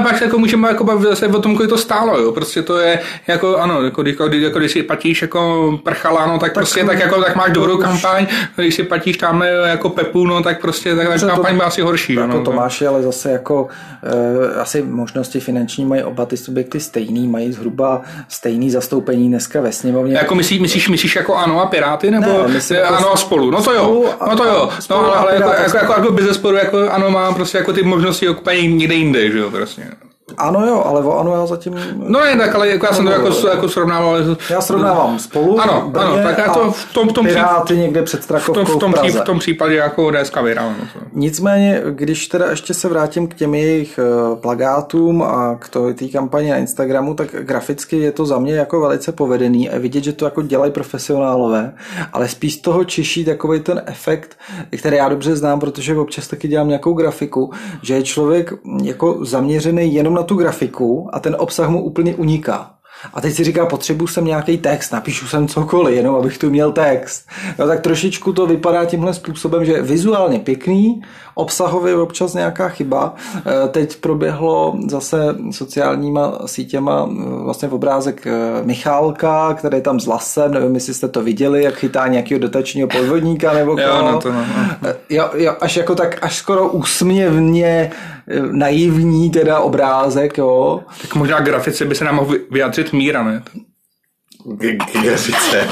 B: něčem jako zase o tom, kolik to stálo, jo. Prostě to je jako, ano, jako, jako, jako když si platíš jako prchala, no, tak, tak prostě tak, jako, tak máš dobrou kampaň, když si platíš tam jako Pepu, no, tak prostě tak, tak kampaň má asi horší.
A: To,
B: no,
A: to, to máš, ale zase jako e, asi možnosti finanční mají oba ty subjekty stejný, mají zhruba stejný zastoupení dneska ve sněmovně.
B: Jako myslíš, myslíš, myslíš jako ANO a Piráty, nebo
A: ne, jako
B: ANO a Spolu? No to jo, no to jo, no, ale, ale jako, jako, jako, jako bez zesporu, jako ANO má prostě jako ty možnosti okupají někde jinde, že jo, prostě.
A: Ano jo, ale o ANO já zatím...
B: No ne, tak, ale jako já jsem to jako, jako srovnával.
A: Já srovnávám Spolu,
B: ano,
A: Brně
B: ano, tak já to v tom, v tom
A: Piráty někde před Strakovkou
B: v tom, v tom,
A: v Praze.
B: v tom případě jako D S K vyhrál.
A: Nicméně, když teda ještě se vrátím k těm jejich plakátům a k té kampani na Instagramu, tak graficky je to za mě jako velice povedený a vidět, že to jako dělají profesionálové, ale spíš z toho čiší takový ten efekt, který já dobře znám, protože občas taky dělám nějakou grafiku, že je člověk jako zaměřený jenom na tu grafiku a ten obsah mu úplně uniká. A teď si říká, potřebuji sem nějaký text, napíšu sem cokoliv, jenom abych tu měl text. No, tak trošičku to vypadá tímhle způsobem, že vizuálně pěkný, obsahově občas nějaká chyba. Teď proběhlo zase sociálníma sítěma vlastně v obrázek Michálka, který je tam s lasem, nevím, jestli jste to viděli, jak chytá nějakého dotačního podvodníka nebo koho.
B: Jo, no to, no, no.
A: Jo, jo, až jako tak, až skoro úsměvně naivní teda obrázek, jo.
B: Tak možná grafice by se nám mohl vyjádřit Míra, ne?
C: Grafice.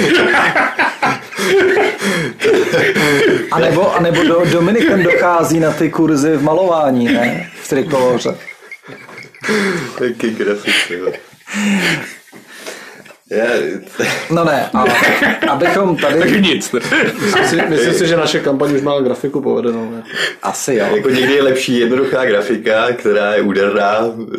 A: A nebo, a nebo do, Dominikem dochází na ty kurzy v malování, ne? V trikoloře.
C: Taky grafice, jo.
A: No ne, ale abychom tady...
B: Takže nic.
D: Myslím si, myslím si, že naše kampaň už má grafiku povedenou. Ne?
A: Asi jo.
C: Jako někdy je lepší jednoduchá grafika, která je úderná.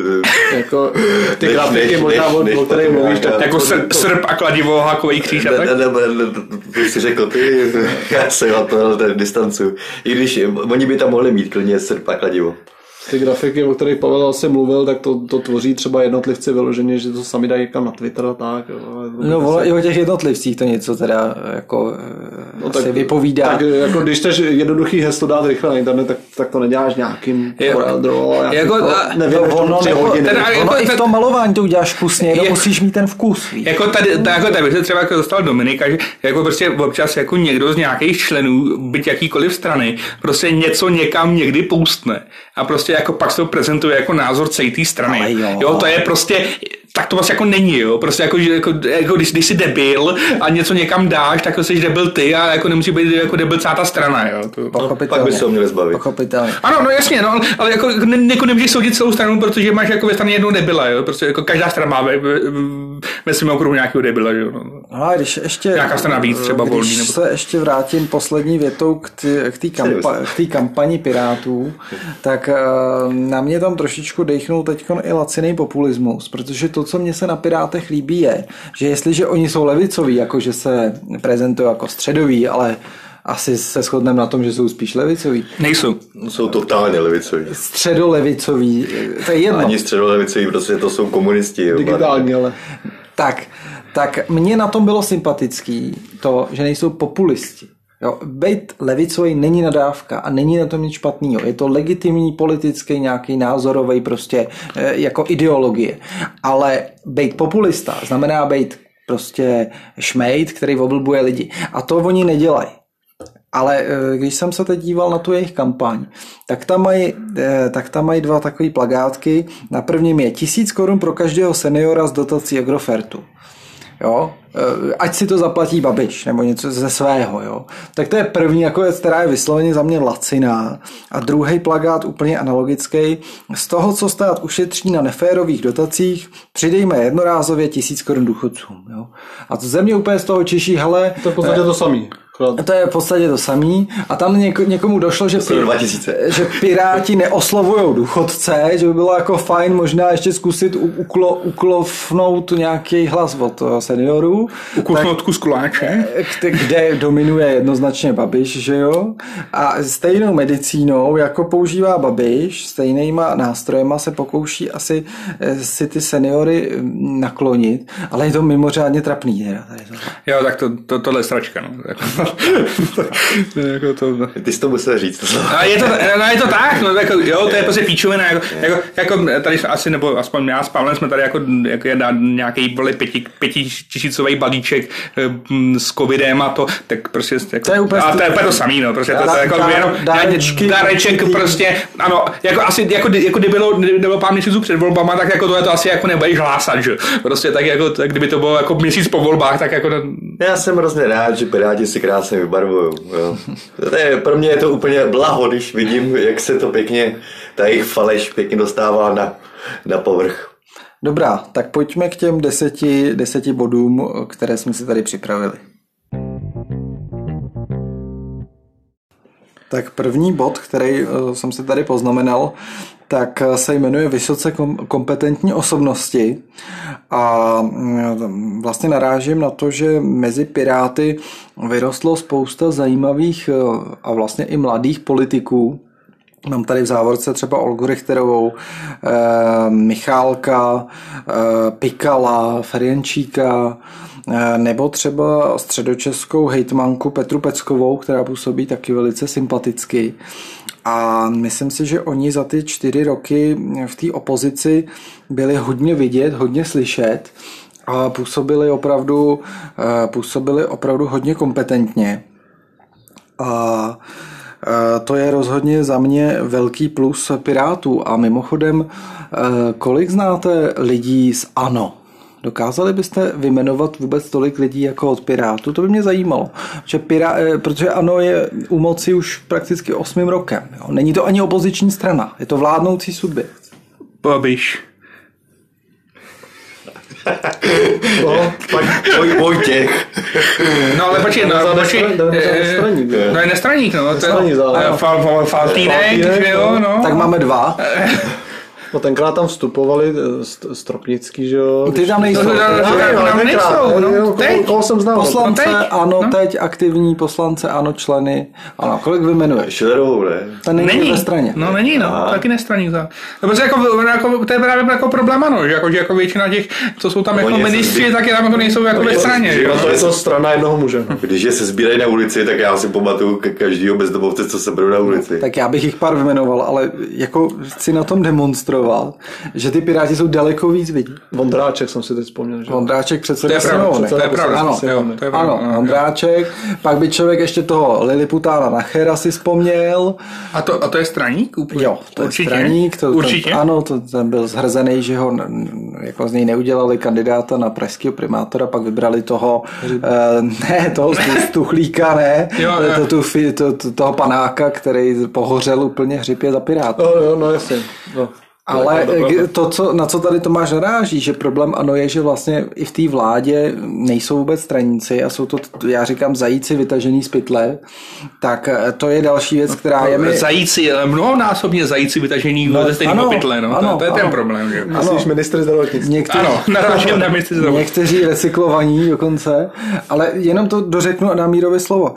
D: Jako ty grafiky možná, o které mluvíš, tak...
B: Jako srp, srp a kladivo, hákový kříž a tak?
C: Ne, ne, ne, ty jsi řekl ty, já se od toho distancu. I když oni by tam mohli mít klidně srp a kladivo.
D: Ty grafiky, o kterých Pavel asi mluvil, tak to, to tvoří třeba jednotlivci vyloženě, že to sami dají někam na Twitter a tak. Jo.
A: No vole, i o těch jednotlivcích to něco teda jako no, asi tak, vypovídá.
D: Tak jako když chceš jednoduchý heslo dát rychle na internet, tak, tak to neděláš nějakým CorelDRAW.
B: Jako,
D: nevím,
A: no, ono,
D: tři
A: nebo,
D: hodiny.
A: teda, ono jako, i v tom malování to uděláš vkusně, jenom musíš mít ten vkus. Víc.
B: Jako tady, jako tady se třeba jako dostal Dominik, že jako prostě občas jako někdo z nějakých členů, byť jakýkoliv strany, prostě něco někam někdy poustne a prostě jako pak se to prezentuje jako názor celé té strany. Jo. jo, to je prostě, tak to vlastně jako není, jo, prostě jako, jako, jako když, když jsi debil a něco někam dáš, tak jsi debil ty a jako nemusí být jako debil celá ta strana, jo. To,
C: to, pak by se ho měli zbavit.
A: Pochopitelně.
B: Ano, no jasně, no, ale jako, ne, jako nemůžeš soudit celou stranu, protože máš jako ve straně jednou debila, jo, prostě jako každá strana má ve, ve, ve svém okruhu nějakého debila, jo.
A: No a když ještě,
B: nějaká strana víc, třeba
A: když
B: volný, nebo...
A: se ještě vrátím poslední větou k té kampa, kampani Pirátů, tak na mě tam trošičku dejchnul teďkon i laciný populismus, protože to, co mě se na Pirátech líbí, je, že jestliže oni jsou levicoví, jakože se prezentují jako středoví, ale asi se shodneme na tom, že jsou spíš levicoví.
B: Nejsou.
C: Jsou totálně levicoví.
A: Středolevicoví, to je jedno.
C: Ani středolevicoví, protože to jsou komunisti.
D: Digitální, ale...
A: Tak, tak mně na tom bylo sympatický to, že nejsou populisti. Jo, bejt levicový není nadávka a není na tom nic špatného. Je to legitimní politický nějaký názorový prostě e, jako ideologie. Ale bejt populista znamená bejt prostě šmejt, který oblbuje lidi. A to oni nedělají. Ale e, když jsem se teď díval na tu jejich kampaň, tak tam mají, e, tak tam mají dva takové plakátky. Na prvním je tisíc korun pro každého seniora z dotací Agrofertu. Jo, ať si to zaplatí Babiš nebo něco ze svého, jo. Tak to je první jako věc, která je vysloveně za mě laciná. A druhý plakát úplně analogický. Z toho, co stát ušetří na neférových dotacích, přidejme jednorázově tisíc korun důchodcům, jo. A to ze mě úplně z toho čiší, hele...
D: To je v podstatě to samý.
A: To je v podstatě to samý. A tam něko, někomu došlo, že, pir, že Piráti neoslovujou důchodce, že by bylo jako fajn možná ještě zkusit uklo, uklofnout nějaký hlas od seniorů.
B: Uklofnout kus koláče.
A: Kde dominuje jednoznačně Babiš, že jo? A stejnou medicínou, jako používá Babiš, stejnýma nástrojema se pokouší asi si ty seniory naklonit, ale je to mimořádně trapný. Teda,
B: jo, tak to, to, tohle je sračka, no. jako to,
C: Ty jsi to musel říct.
B: a je to, no, je to tak, no, jako, jo, to je prostě píčovina, jako, jako, jako, tady asi, nebo aspoň já s Pavlem jsme tady jako, jako je nějaký vole pěti, pětitisícový balíček hm, s covidem a to, tak prostě, jako,
A: to je úplně,
B: a to je úplně to samý, no, prostě, to, to je jako
A: dá,
B: jenom
A: dárečky,
B: dáreček, prostě, ano, jako asi, jako, jako kdyby bylo, bylo pár měsíců před volbama, tak jako to je to asi jako nebudeš hlásat, že? Prostě tak jako, tak kdyby to bylo jako měsíc po volbách, tak jako...
C: Já jsem hrozně rád, že Piráti si krásně vybarvují. To je, pro mě je to úplně blaho, když vidím, jak se to pěkně, ta jejich faleš pěkně dostává na, na povrch.
A: Dobrá, tak pojďme k těm deseti, deseti bodům, které jsme si tady připravili. Tak první bod, který jsem si tady poznamenal, tak se jmenuje vysoce kompetentní osobnosti a vlastně narážím na to, že mezi Piráty vyrostlo spousta zajímavých a vlastně i mladých politiků. Mám tady v závorce třeba Olgu Richterovou, eh, Michálka, eh, Pikala, Ferjenčíka, eh, nebo třeba středočeskou hejtmanku Petru Peckovou, která působí taky velice sympaticky. A myslím si, že oni za ty čtyři roky v té opozici byli hodně vidět, hodně slyšet a působili opravdu, eh, působili opravdu hodně kompetentně. A to je rozhodně za mě velký plus Pirátů. A mimochodem, kolik znáte lidí z ANO? Dokázali byste vyjmenovat vůbec tolik lidí jako od Pirátů? To by mě zajímalo. Že Pirá, protože ANO je u moci už prakticky osmým rokem. Jo? Není to ani opoziční strana. Je to vládnoucí subjekt.
B: Babiš.
C: No, pak Vojtěch.
B: No ale počkej, no, počkej, no je nestraník, no, Faltýnek, že jo, no.
A: Tak máme dva.
D: No tenkrát tam vstupovali Stropnický, že jo?
A: Ty tam nejsou.
B: Tam nejsou, no. Teď?
D: Koho jsem znal?
A: Poslance, ano, teď aktivní poslance, ano, členy. Ano, kolik vyjmenuješ?
C: Šilerovou, ne?
A: Ten není,
B: není
A: ve straně.
B: No není, no, a. taky nestraník. No, protože jako, jako, to je právě jako problém, ano, že jako, že jako většina těch, co jsou tam jako ministři, tak je tam to nejsou jako ve straně. Že,
D: to je to strana jednoho muže.
C: Když je se sbírají na ulici, tak já si pamatuju každýho bezdomovce, co se berou na ulici.
A: Tak já bych jich pár vyjmenoval, ale jako chci na tom demonstrovat, že ty Piráti jsou daleko víc vidí.
D: Vondráček jsem si teď vzpomněl. Že?
A: Vondráček předseda
B: Sněmovny. To je pravda.
A: Ano,
B: jo, to je pravda.
A: Ano, Vondráček. Pak by člověk ještě toho Liliputána Nachera si vzpomněl.
B: A to, a to je straník? Úplně?
A: Jo, to
B: Určitě.
A: je straník. To,
B: Určitě.
A: Ten, ano, to, ten byl zhrzený, že ho jako z něj neudělali kandidáta na pražského primátora, pak vybrali toho, uh, ne, toho Stuchlíka, ne,
B: jo, jo.
A: To, tu, to, to, toho panáka, který pohořel úplně hřipě za Pirát.
D: No, jo, no jasně. No.
A: Ale to, co, na co tady Tomáš naráží, že problém ano je, že vlastně i v té vládě nejsou vůbec straníci a jsou to, já říkám, zajíci vytažený z pytle, tak to je další věc, která je mi...
B: Zajíci, mnohonásobně zajíci vytažený no, ze stejného pytle, no.
A: Ano,
B: to, to je
A: ano.
B: ten problém. Že?
D: Myslíš ministr zdravotnictví?
A: Někteří,
B: ano, narážím na ministr zdravotnictví.
A: Někteří recyklovaní dokonce, ale jenom to dořeknu na Mírově slovo.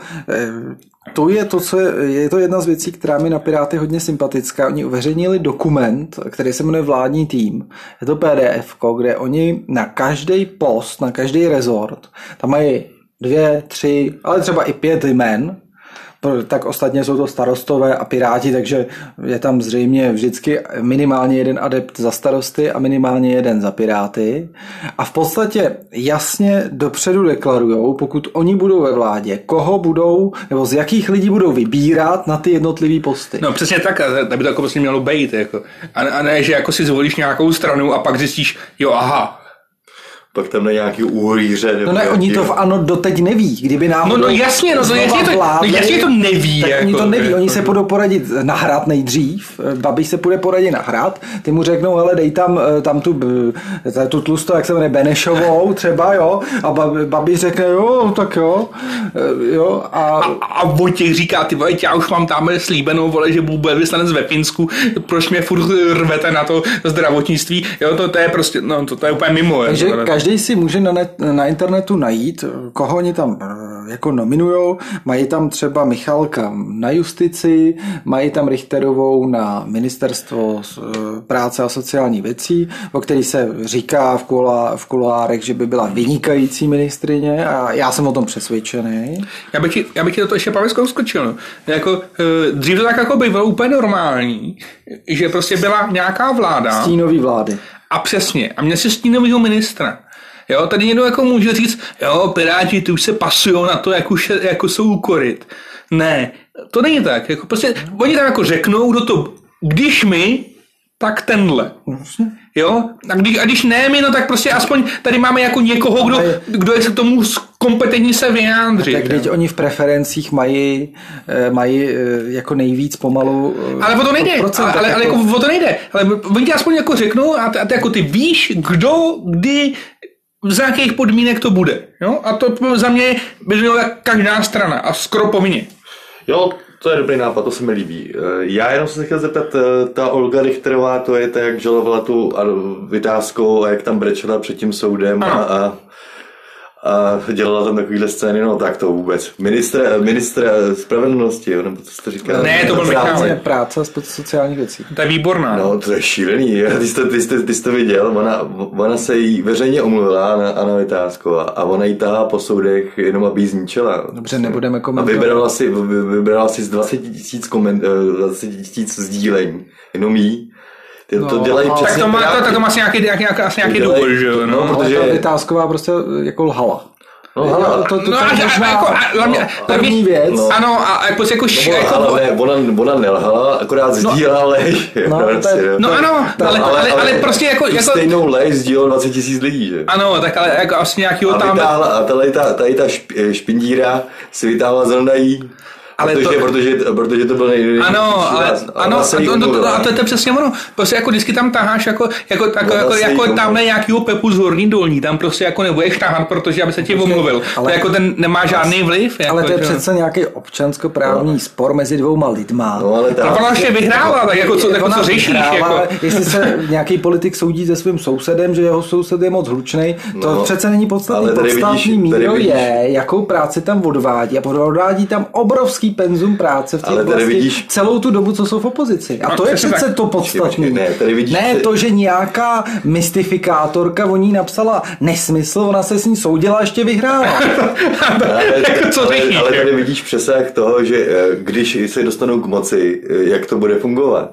A: To je to, co je, je to jedna z věcí, která mi na Piráty hodně sympatická. Oni uveřejnili dokument, který se jmenuje Vládní tým. Je to P D F, kde oni na každý post, na každý rezort, tam mají dvě, tři, ale třeba i pět jmen, tak ostatně jsou to starostové a Piráti, takže je tam zřejmě vždycky minimálně jeden adept za starosty a minimálně jeden za Piráty. A v podstatě jasně dopředu deklarujou, pokud oni budou ve vládě, koho budou, nebo z jakých lidí budou vybírat na ty jednotlivý posty.
B: No přesně tak, aby to jako prostě mělo být. Jako. A, a ne, že jako si zvolíš nějakou stranu a pak zjistíš, jo aha,
C: pak tam na nějaký úhlíře.
A: No ne, oni to v ANO doteď neví, kdyby nám...
B: No, no jasně, no, to jasně, to, no jasně to neví.
A: Tak
B: jako,
A: oni to neví,
B: je,
A: oni
B: to...
A: se budou poradit na hrad nejdřív, Babiš se půjde poradit na hrad, ty mu řeknou, hele, dej tam, tam tu, tu tlustou, jak se jmenuje, Benešovou třeba, jo, a Babiš řekne, jo, tak jo, jo, a...
B: A, a Vojtěch říká, ty vole, já už mám tam slíbenou, vole, že bude vyslanec ve Finsku, proč mě furt rvete na to zdravotnictví, jo, to, to je prostě, no, to, to je úplně mimo.
A: Takže
B: je,
A: každý každý si může na, net, na internetu najít, koho oni tam jako nominujou. Mají tam třeba Michalka na justici, mají tam Richterovou na ministerstvo práce a sociální věcí, o který se říká v, kulá, v kuloárech, že by byla vynikající ministryně a já jsem o tom přesvědčený.
B: Já bych ti, já bych ti to ještě právě skočil. No. Jako, dřív to tak jako bylo úplně normální, že prostě byla nějaká vláda.
A: Stínový vlády.
B: A přesně. A měl si stínovýho ministra. Jo, tady někdo jako může říct, jo, Piráti, ty už se pasujou na to, jak, už, jako jsou koryt. Ne, to není tak. Jako prostě, oni tam jako řeknou, kdo to, když my, tak tenhle. Jo? A když, a když ne my, no tak prostě aspoň tady máme jako někoho, kdo, kdo je se tomu kompetentní se vyjádřit.
A: Tak teď oni v preferencích mají, mají jako nejvíc pomalu.
B: Ale o to nejde. Ale, ale, ale jako o to nejde. Ale oni ti aspoň jako řeknou a ty, a ty jako ty víš, kdo, kdy, za jakých podmínek to bude. Jo? A to za mě by měla každá strana a skoro povinně.
C: Jo, to je dobrý nápad, to se mi líbí. Já jenom jsem se chtěl zeptat, ta Olga Richterová, to je ta, jak žalovala tu Vitáskou a jak tam brečela před tím soudem a, a, a dělala tam takovýhle scény, no tak to vůbec. Ministr, ministr spravedlnosti, jo, nebo co jste říkal?
B: Ne, to byl Michal.
A: Práce a sociálních věcí.
B: To je výborná.
C: No, to je šílený, ty jste, ty jste, ty jste viděl, ona, ona se jí veřejně omluvila na Anna Vitásková a ona jí tahá po soudech jenom, aby jí zničila.
A: Dobře, nebudeme komentovat.
C: A vybrala si, vybrala si z dvacet tisíc koment, dvacet tisíc sdílení, jenom jí. To,
A: no,
C: to dělají přesně.
B: Tak to má, to, to má asi nějaký, nějaký, asi nějaký důvod, že jo?
C: No,
A: no,
C: protože...
A: ta Vitásková prostě jako lhala.
C: No, hala.
A: To, to, to,
B: no,
A: to
B: a,
A: možná
B: a, jako, a,
A: no, první věc.
B: No. Ano, a jako, jako,
C: no,
B: jako
C: ale ne, ona, ona nelhala, akorát sdílela no, lež.
B: No,
C: prostě,
B: no, no ano,
C: no,
B: ale, ale, ale, ale prostě jako...
C: Tu
B: jako
C: stejnou lež sdílelo dvacet tisíc lidí, že?
B: Ano, tak ale jako asi nějakýho tam...
C: Vytáhla, a tady ta, tady ta špindíra si vytáhla zrovna jí. Ale protože, to, protože, protože to byl nejlepší.
B: Ano, ale, ano, a, to, to, to, a to je přesně ono. Prostě jako vždycky tam taháš jako, jako, jako, jako, jako tamhle nějakýho Pepu z Horní Dolní, tam prostě jako nebudeš tahat, protože aby se ti omluvil. Ale, to jako ten nemá žádný vliv. Jako,
A: ale to je
B: že?
A: přece nějaký občanskoprávní no. spor mezi dvouma lidma.
C: No, ale
B: ta, ona ještě vyhrála, tak jako co, jako co řešíš? Jako.
A: Jestli se nějaký politik soudí se svým sousedem, že jeho soused je moc hlučnej, to no, přece není podstatný. Podstatný míro je, jakou práci tam odvádí a odvádí tam obrovský penzum práce v té oblasti vidíš... celou tu dobu, co jsou v opozici. A to je přece tak... to podstatné.
C: Ne, vidíš...
A: ne to, že nějaká mystifikátorka o ní napsala nesmysl, ona se s ní soudila a ještě vyhrála.
C: ale, ale, ale tady vidíš přesah toho, že když se dostanou k moci, jak to bude fungovat.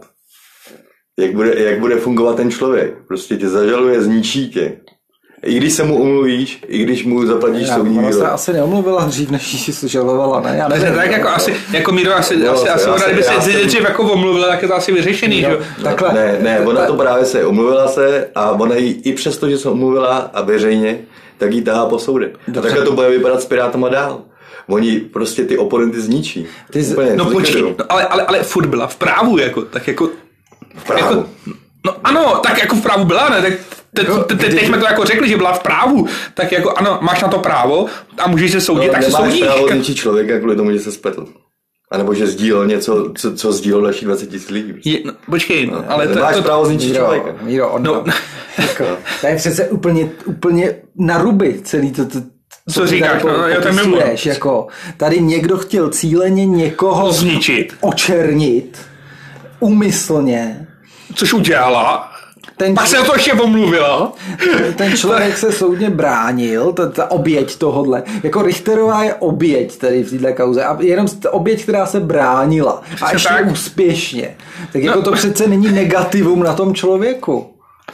C: Jak bude, jak bude fungovat ten člověk. Prostě tě zažaluje, zničí tě. I když se mu umluvíš, i když mu zaplatíš soudní výrok.
A: Ona se asi neomluvila dřív, než ji si žalovala, ne? Já nevím,
B: tak jako asi, jako Míro, asi, no, asi, asi, asi ona, kdyby se dřív jako omluvila, tak je to asi vyřešený, no, že?
A: Takhle.
C: Ne, ne, ona to právě se omluvila se a ona jí, i přesto, že se omluvila a veřejně, tak jí tahá po soudech. A takhle to bude vypadat s Pirátama dál. Oni prostě ty oponenty zničí.
A: Ty z...
B: Úplně, no počkej, no, ale, ale, ale furt byla v právu, jako, tak jako...
C: V právu?
B: Jako, no ano, tak jako v právu byla, ne? Tak Te, te, te, teď jsme to jako řekli, že byla v právu, tak jako ano, máš na to právo a můžeš se soudit, no, tak se soudíš.
C: Nemáš právo zničit člověka kvůli tomu, že se spletl. A nebo že sdílel něco, co, co sdílel další dvacet tisíc lidí.
B: Je, no, počkej, no, ale...
C: Nemáš
B: to, to,
C: právo zničit
A: Míro,
C: člověka.
A: Míro, on, no. jako, to je přece úplně, úplně na ruby celý to, to
B: co, co říkáš, no, no, to je mimo.
A: Jako, tady někdo chtěl cíleně někoho
B: zničit,
A: očernit, úmyslně.
B: Což udělala. Ten Pak se to ještě omluvila.
A: Ten člověk se soudně bránil, ta, ta oběť tohodle. Jako Richterová je oběť tady v této kauze. A jenom oběť, která se bránila. A ještě tak? úspěšně. Tak jako no. to přece není negativum na tom člověku.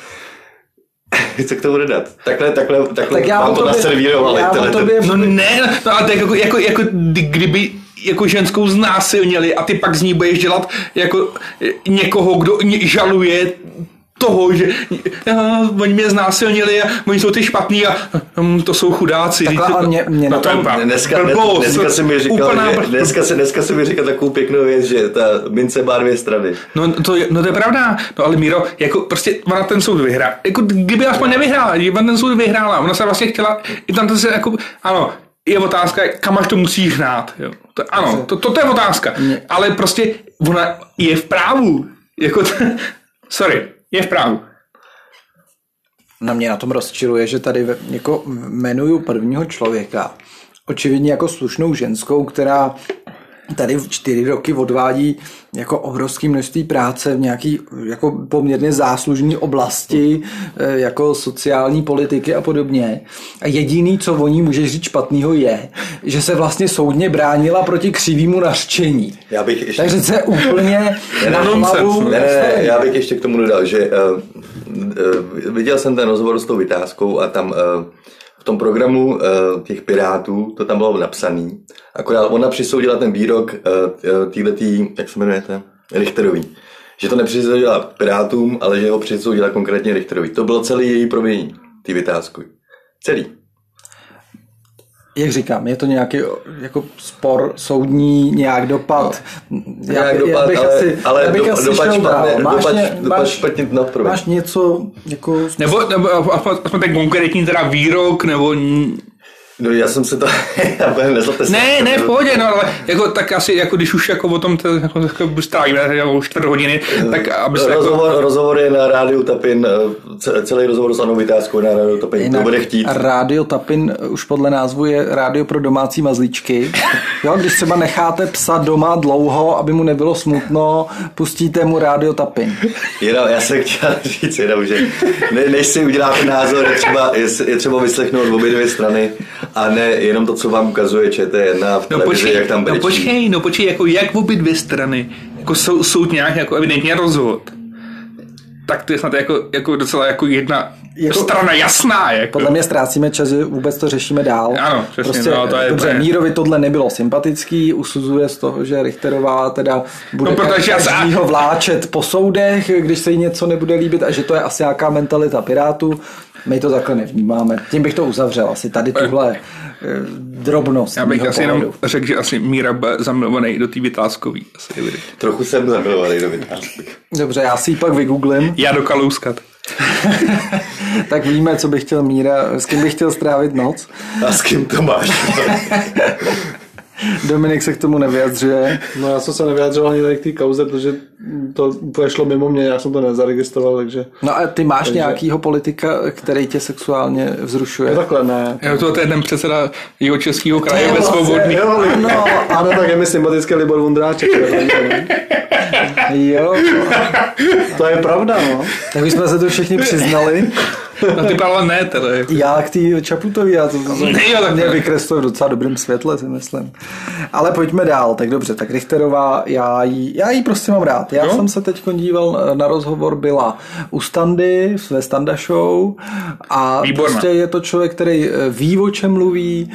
C: Co k tomu dodat? Takhle, takhle, takhle
A: tak
C: vám to naservírovali.
B: Tobě... No ne, no ale tak jako, jako, jako kdyby jako ženskou znásilnili a ty pak z ní budeš dělat jako někoho, kdo žaluje toho, že já, oni mě znásilnili a oni jsou ty špatný a um, to jsou chudáci.
A: Takhle,
B: to,
A: mě, mě
C: no, to dneska, dneska, dneska, se mi říkal, že, dneska, se, dneska se mi říkal takovou pěknou věc, že ta mince má dvě strany.
B: No to, no to je pravda. No ale Míro, jako prostě ona ten soud vyhrá. Jako kdyby aspoň nevyhrála, ona ten soud vyhrála. Ona se vlastně chtěla, i tam to se jako, ano, je otázka, kam až to musíš hnát. Jo. To, ano, to, to, to je otázka. Ale prostě ona je v právu. Jako to, sorry. Je v právu.
A: Na mě na tom rozčiluje, že tady jako jmenuju prvního člověka, očividně jako slušnou ženskou, která tady v čtyři roky odvádí jako obrovské množství práce v nějaký jako poměrně záslužné oblasti, jako sociální politiky a podobně. A jediný, co o ní můžeš říct špatného, je, že se vlastně soudně bránila proti křivýmu nařčení.
C: Já bych ještě...
A: Takže se úplně na hlavu...
C: Ne, ne, já bych ještě k tomu dodal, že uh, uh, viděl jsem ten rozhovor s tou Vytázkou a tam uh, v tom programu uh, těch Pirátů to tam bylo napsaný. Akorát ona přisoudila ten výrok uh, týhletý, jak se jmenujete? Richterový. Že to nepřisoudila Pirátům, ale že ho přisoudila konkrétně Richterový. To bylo celý její provinění, ty Vytázky. Celý.
A: Jak říkám, je to nějaký jako spor soudní, nějak dopad.
C: No,
A: já,
C: nějak dopad,
A: já bych
C: ale,
A: asi,
C: ale
A: já bych
C: do,
A: asi
C: dopad špatně,
A: máš,
C: dopad,
A: ně,
C: dopad
A: máš,
C: špatně, no,
A: máš něco jako...
B: Nebo, nebo aspoň ten konkrétní teda výrok, nebo...
C: No já jsem se to... nezlobte se.
B: Ne, ne, v pohodě, no ale jako, tak asi, jako když už jako o tom to, jako, jako strávíme jako čtvrt hodiny, tak aby se
C: rozhovor,
B: jako...
C: rozhovor je na rádiu Tapin, celý rozhovor s Anou Vytázkou je na rádiu Tapin, to bude chtít.
A: Rádio Tapin už podle názvu je rádio pro domácí mazlíčky. Jo, když třeba necháte psa doma dlouho, aby mu nebylo smutno, pustíte mu rádio Tapin.
C: Jenom, já jsem chtěl říct jenom, že ne, než si uděláte názor, je třeba, je, je třeba vyslechnout obě dvě strany a ne jenom to, co vám ukazuje ČT jedna v televizi, no počkej, jak tam brečí.
B: No počkej, no počkej, jako jak obě dvě strany, jako sou, soud nějak jako evidentně rozhod, tak to je snad jako, jako docela jako jedna jako, strana jasná. Jako.
A: Podle mě ztrácíme čas, že vůbec to řešíme dál.
B: Ano, přesně.
A: Prostě,
B: no, to je
A: dobře,
B: úplně...
A: Mírovi tohle nebylo sympatický, usuzuje z toho, že Richterová teda bude
B: no,
A: každýho vláčet po soudech, když se jí něco nebude líbit a že to je asi nějaká mentalita Pirátů. My to takhle nevnímáme. Tím bych to uzavřel. Asi tady tuhle eh, drobnost.
B: Já bych asi
A: pohledu.
B: jenom řekl, že asi Míra bude zamilovaný do té Vytázkový.
C: Trochu jsem zamilovaný do Vytázky.
A: Dobře, já si ji pak vygooglím.
B: Já do Kalouska.
A: Tak víme, co by chtěl Míra, s kým by chtěl strávit noc.
C: A s kým to máš?
A: Dominik se k tomu nevyjadřuje.
D: No já jsem se nevyjadřoval ani tady k té kauze, protože to úplně šlo mimo mě, já jsem to nezaregistroval, takže...
A: No a ty máš
D: takže...
A: nějakýho politika, který tě sexuálně vzrušuje?
D: No takhle ne.
B: Já to je ten předseda Jihočeského kraje ve Svobodný.
D: Jo, no, ano, tak je mi sympatický Libor Vondráček.
A: Jo.
D: To je pravda, no.
A: Tak už jsme se to všichni přiznali.
B: No ty ale ne, teda.
A: Já k té Čaputový, já to, to
B: ne, jo,
A: mě vykresluje v docela dobrým světle, si myslím. Ale pojďme dál, tak dobře, tak Richterová, já jí, já jí prostě mám rád. Já jo? jsem se teď díval na rozhovor, byla u Standy, ve Standa Show a Výborná. Prostě je to člověk, který ví, o čem mluví,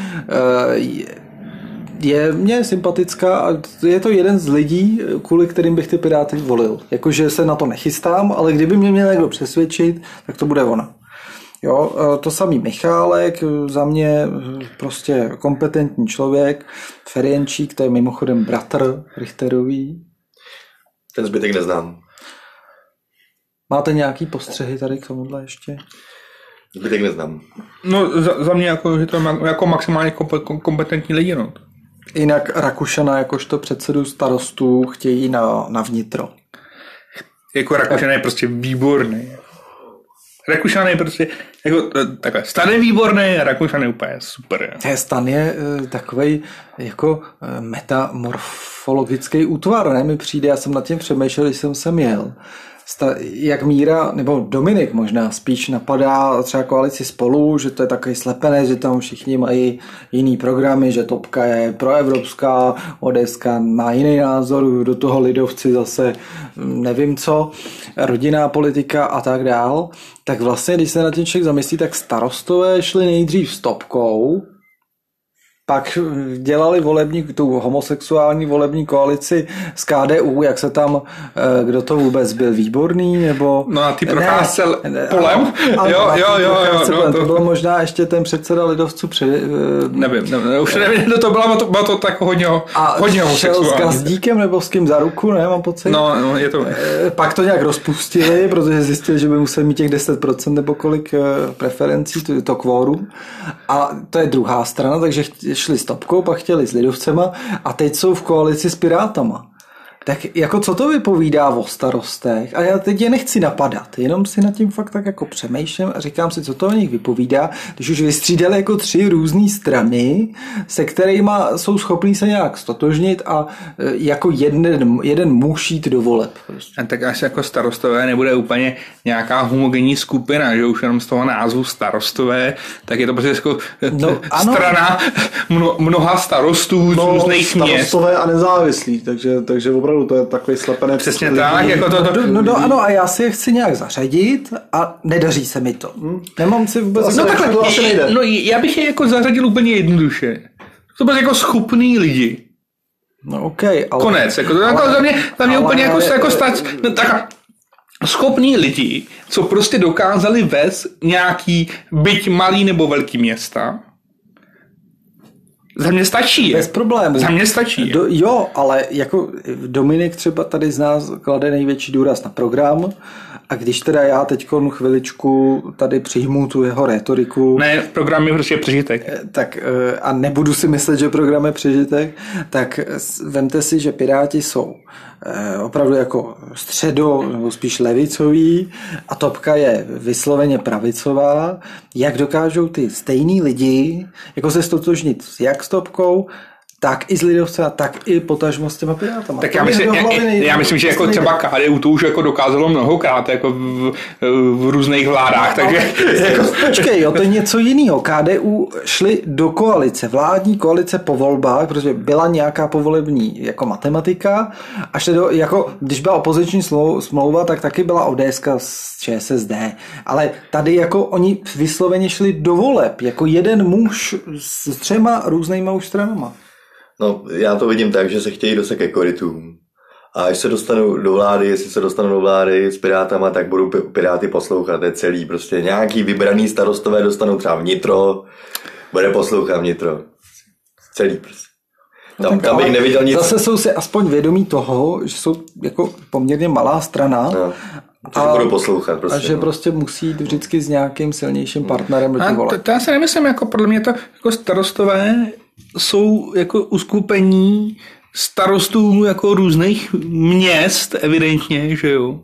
A: je mně sympatická a je to jeden z lidí, kvůli kterým bych ty Piráty volil. Jakože se na to nechystám, ale kdyby mě měl někdo přesvědčit, tak to bude ona. Jo, to samý Michálek, za mě prostě kompetentní člověk, Ferjenčík, to je mimochodem bratr Richterový.
C: Ten zbytek neznám.
A: Máte nějaký postřehy tady k tomuhle ještě?
C: Zbytek neznám.
B: No za, za mě jako, že to je jako maximálně kompetentní lidi, no.
A: Jinak Rakušana jakožto předsedu starostů chtějí na, na vnitro.
B: Jako Rakušan je prostě výborný. Rakušan je prostě, jako takhle, Stan je výborný a Rakušan je úplně super.
A: Je. Stan je e, takovej jako e, metamorfologický útvar, ne? Mi přijde, já jsem nad tím přemýšlel, když jsem sem jel. Sta, jak Míra, nebo Dominik možná spíš napadá třeba koalici Spolu, že to je takový slepené, že tam všichni mají jiný programy, že Topka je proevropská, Odeska má jiný názor, do toho lidovci zase nevím co, rodinná politika a tak dál. Tak vlastně, když se na tím člověk zamyslí, tak starostové šli nejdřív s Topkou, pak dělali volební, tu homosexuální volební koalici s K D U, jak se tam, kdo to vůbec byl, Výborný, nebo...
B: No a ty procházce polem?
A: Ano,
B: jo, jo, jo, jo.
A: No,
B: to...
A: to byl možná ještě ten předseda lidovců při...
B: Nevím, nevím, už nevím, kdo to bylo, bylo to tak hodně,
A: a
B: hodně homosexuální.
A: A šel s Gazdíkem nebo s kým za ruku, ne, mám pocit?
B: No, no, je to...
A: Pak to nějak rozpustili, protože zjistili, že by museli mít těch deset procent nebo kolik preferencí, to, to kvórum. A to je druhá strana, takže šli s Topkou, pak chtěli s lidovcema a teď jsou v koalici s Pirátama. Tak jako co to vypovídá o starostech? A já teď je nechci napadat, jenom si nad tím fakt tak jako přemýšlím a říkám si, co to o nich vypovídá, když už vystřídali jako tři různé strany, se kterými jsou schopní se nějak stotožnit a jako jeden, jeden muž jít do voleb. Prostě.
B: A tak až jako starostové nebude úplně nějaká homogenní skupina, že už jenom z toho názvu starostové, tak je to prostě jako no, strana mno, mnoha starostů
D: no,
B: z různých měst.
D: Starostové a nezávislí, takže, takže opravdu to je takový slepené.
B: Přesně tak. Jako to, to...
A: No, no, no ano, a já si je chci nějak zařadit a nedaří se mi to. Hmm. Nemám si vůbec...
B: No takhle, to asi nejde. No já bych je jako zařadil úplně jednoduše. To byly jako schopný lidi.
A: No okej, okay, ale...
B: Konec. Jako, to jako ale, za mě, za mě ale, úplně jako, jako stát... No, tak, schopní lidi, co prostě dokázali vést nějaký byť malý nebo velký města. Za mě stačí.
A: Bez problémů.
B: Za mě stačí.
A: Do, jo, ale jako Dominik třeba tady z nás klade největší důraz na program a když teda já teď chviličku tady přijmu tu jeho rétoriku...
B: Ne, program je prostě přežitek.
A: Tak a nebudu si myslet, že program je přežitek, tak vemte si, že Piráti jsou opravdu jako středo, nebo spíš levicový a Topka je vysloveně pravicová. Jak dokážou ty stejný lidi jako se stotožnit jak s Topkou, tak i s lidovcema, tak i potažmo s těma Pirátama.
B: Tak já myslím, já, já myslím, že jako třeba K D U to už jako dokázalo mnohokrát jako v, v různých vládách, takže...
A: Jako, počkej, jo, to je něco jiného. K D U šli do koalice, vládní koalice po volbách, protože byla nějaká povolební jako matematika a šli do, jako, když byla opoziční smlouva, tak taky byla O D S z Č S S D, ale tady jako oni vysloveně šli do voleb, jako jeden muž s třema různýma už stranama.
C: No, já to vidím tak, že se chtějí dostat ke korytům. A až se dostanou do vlády, jestli se dostanou do vlády s Pirátama, tak budou Piráty poslouchat. To je celý. Prostě nějaký vybraný starostové dostanou třeba vnitro, bude poslouchat vnitro. Celý prostě. Tam, no, tam bych neviděl nic.
A: Zase jsou si aspoň vědomí toho, že jsou jako poměrně malá strana.
C: No. A, budou poslouchat, prostě,
A: a že
C: no.
A: prostě musí jít vždycky s nějakým silnějším partnerem do těch voleb.
B: To, to já si nemyslím, jako podle mě to jako starostové jsou jako uskupení starostů jako různých měst, evidentně, že jo.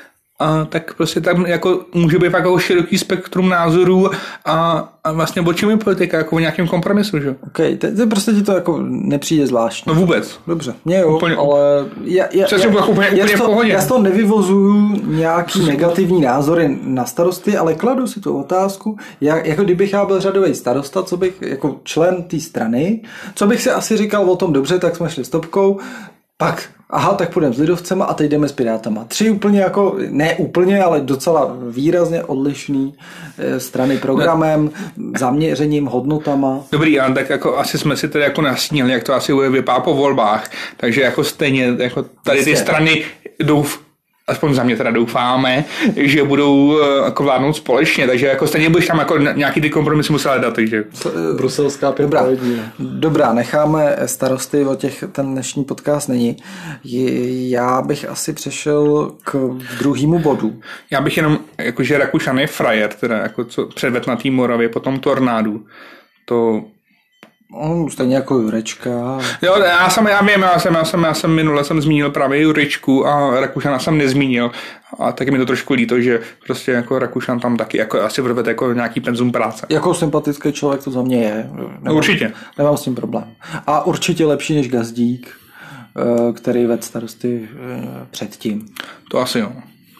B: A tak prostě tam jako může být jako široký spektrum názorů a, a vlastně o čem je politika, jako o nějakém kompromisu, že jo.
A: Okej, okay, to prostě ti to jako nepřijde zvláštní.
B: No vůbec.
A: Dobře, mě jo,
B: úplně,
A: ale já, já,
B: já, já, úplně,
A: já,
B: úplně
A: to,
B: v pohodě.
A: Já z toho nevyvozuju nějaký negativní názory na starosty, ale kladu si tu otázku, jak, jako kdybych já byl řadový starosta, co bych jako člen té strany, co bych si asi říkal o tom, dobře, tak jsme šli s Topkou, pak, aha, tak půjdeme s lidovcema a teď jdeme s Pirátama. Tři úplně jako, ne úplně, ale docela výrazně odlišný strany programem, zaměřením, hodnotama.
B: Dobrý, ale tak jako asi jsme si tady jako nasnili, jak to asi bude vypadá po volbách, takže jako stejně, jako tady ty strany jdou v aspoň za mě teda doufáme, že budou jako vládnout společně, takže jako stejně budeš tam jako nějaký ty kompromisy musel dát, takže...
D: Bruselská
A: dobrá, dobrá, necháme starosty, o těch ten dnešní podcast není. Já bych asi přešel k druhému bodu.
B: Já bych jenom, jakože Rakušan je frajer, teda jako co předved na té Moravě, potom tornádu. To...
A: On stejně jako Jurečka.
B: Jo, já jsem, já vím, já jsem, já jsem, já jsem minule jsem zmínil právě Jurečku a Rakušana jsem nezmínil. A taky mi to trošku líto, že prostě jako Rakušan tam taky jako asi vrvete jako nějaký penzum práce.
A: Jako sympatický člověk to za mě je. Nemám,
B: no, určitě.
A: Nemám s tím problém. A určitě lepší než Gazdík, který vedl starosty předtím.
B: To asi jo.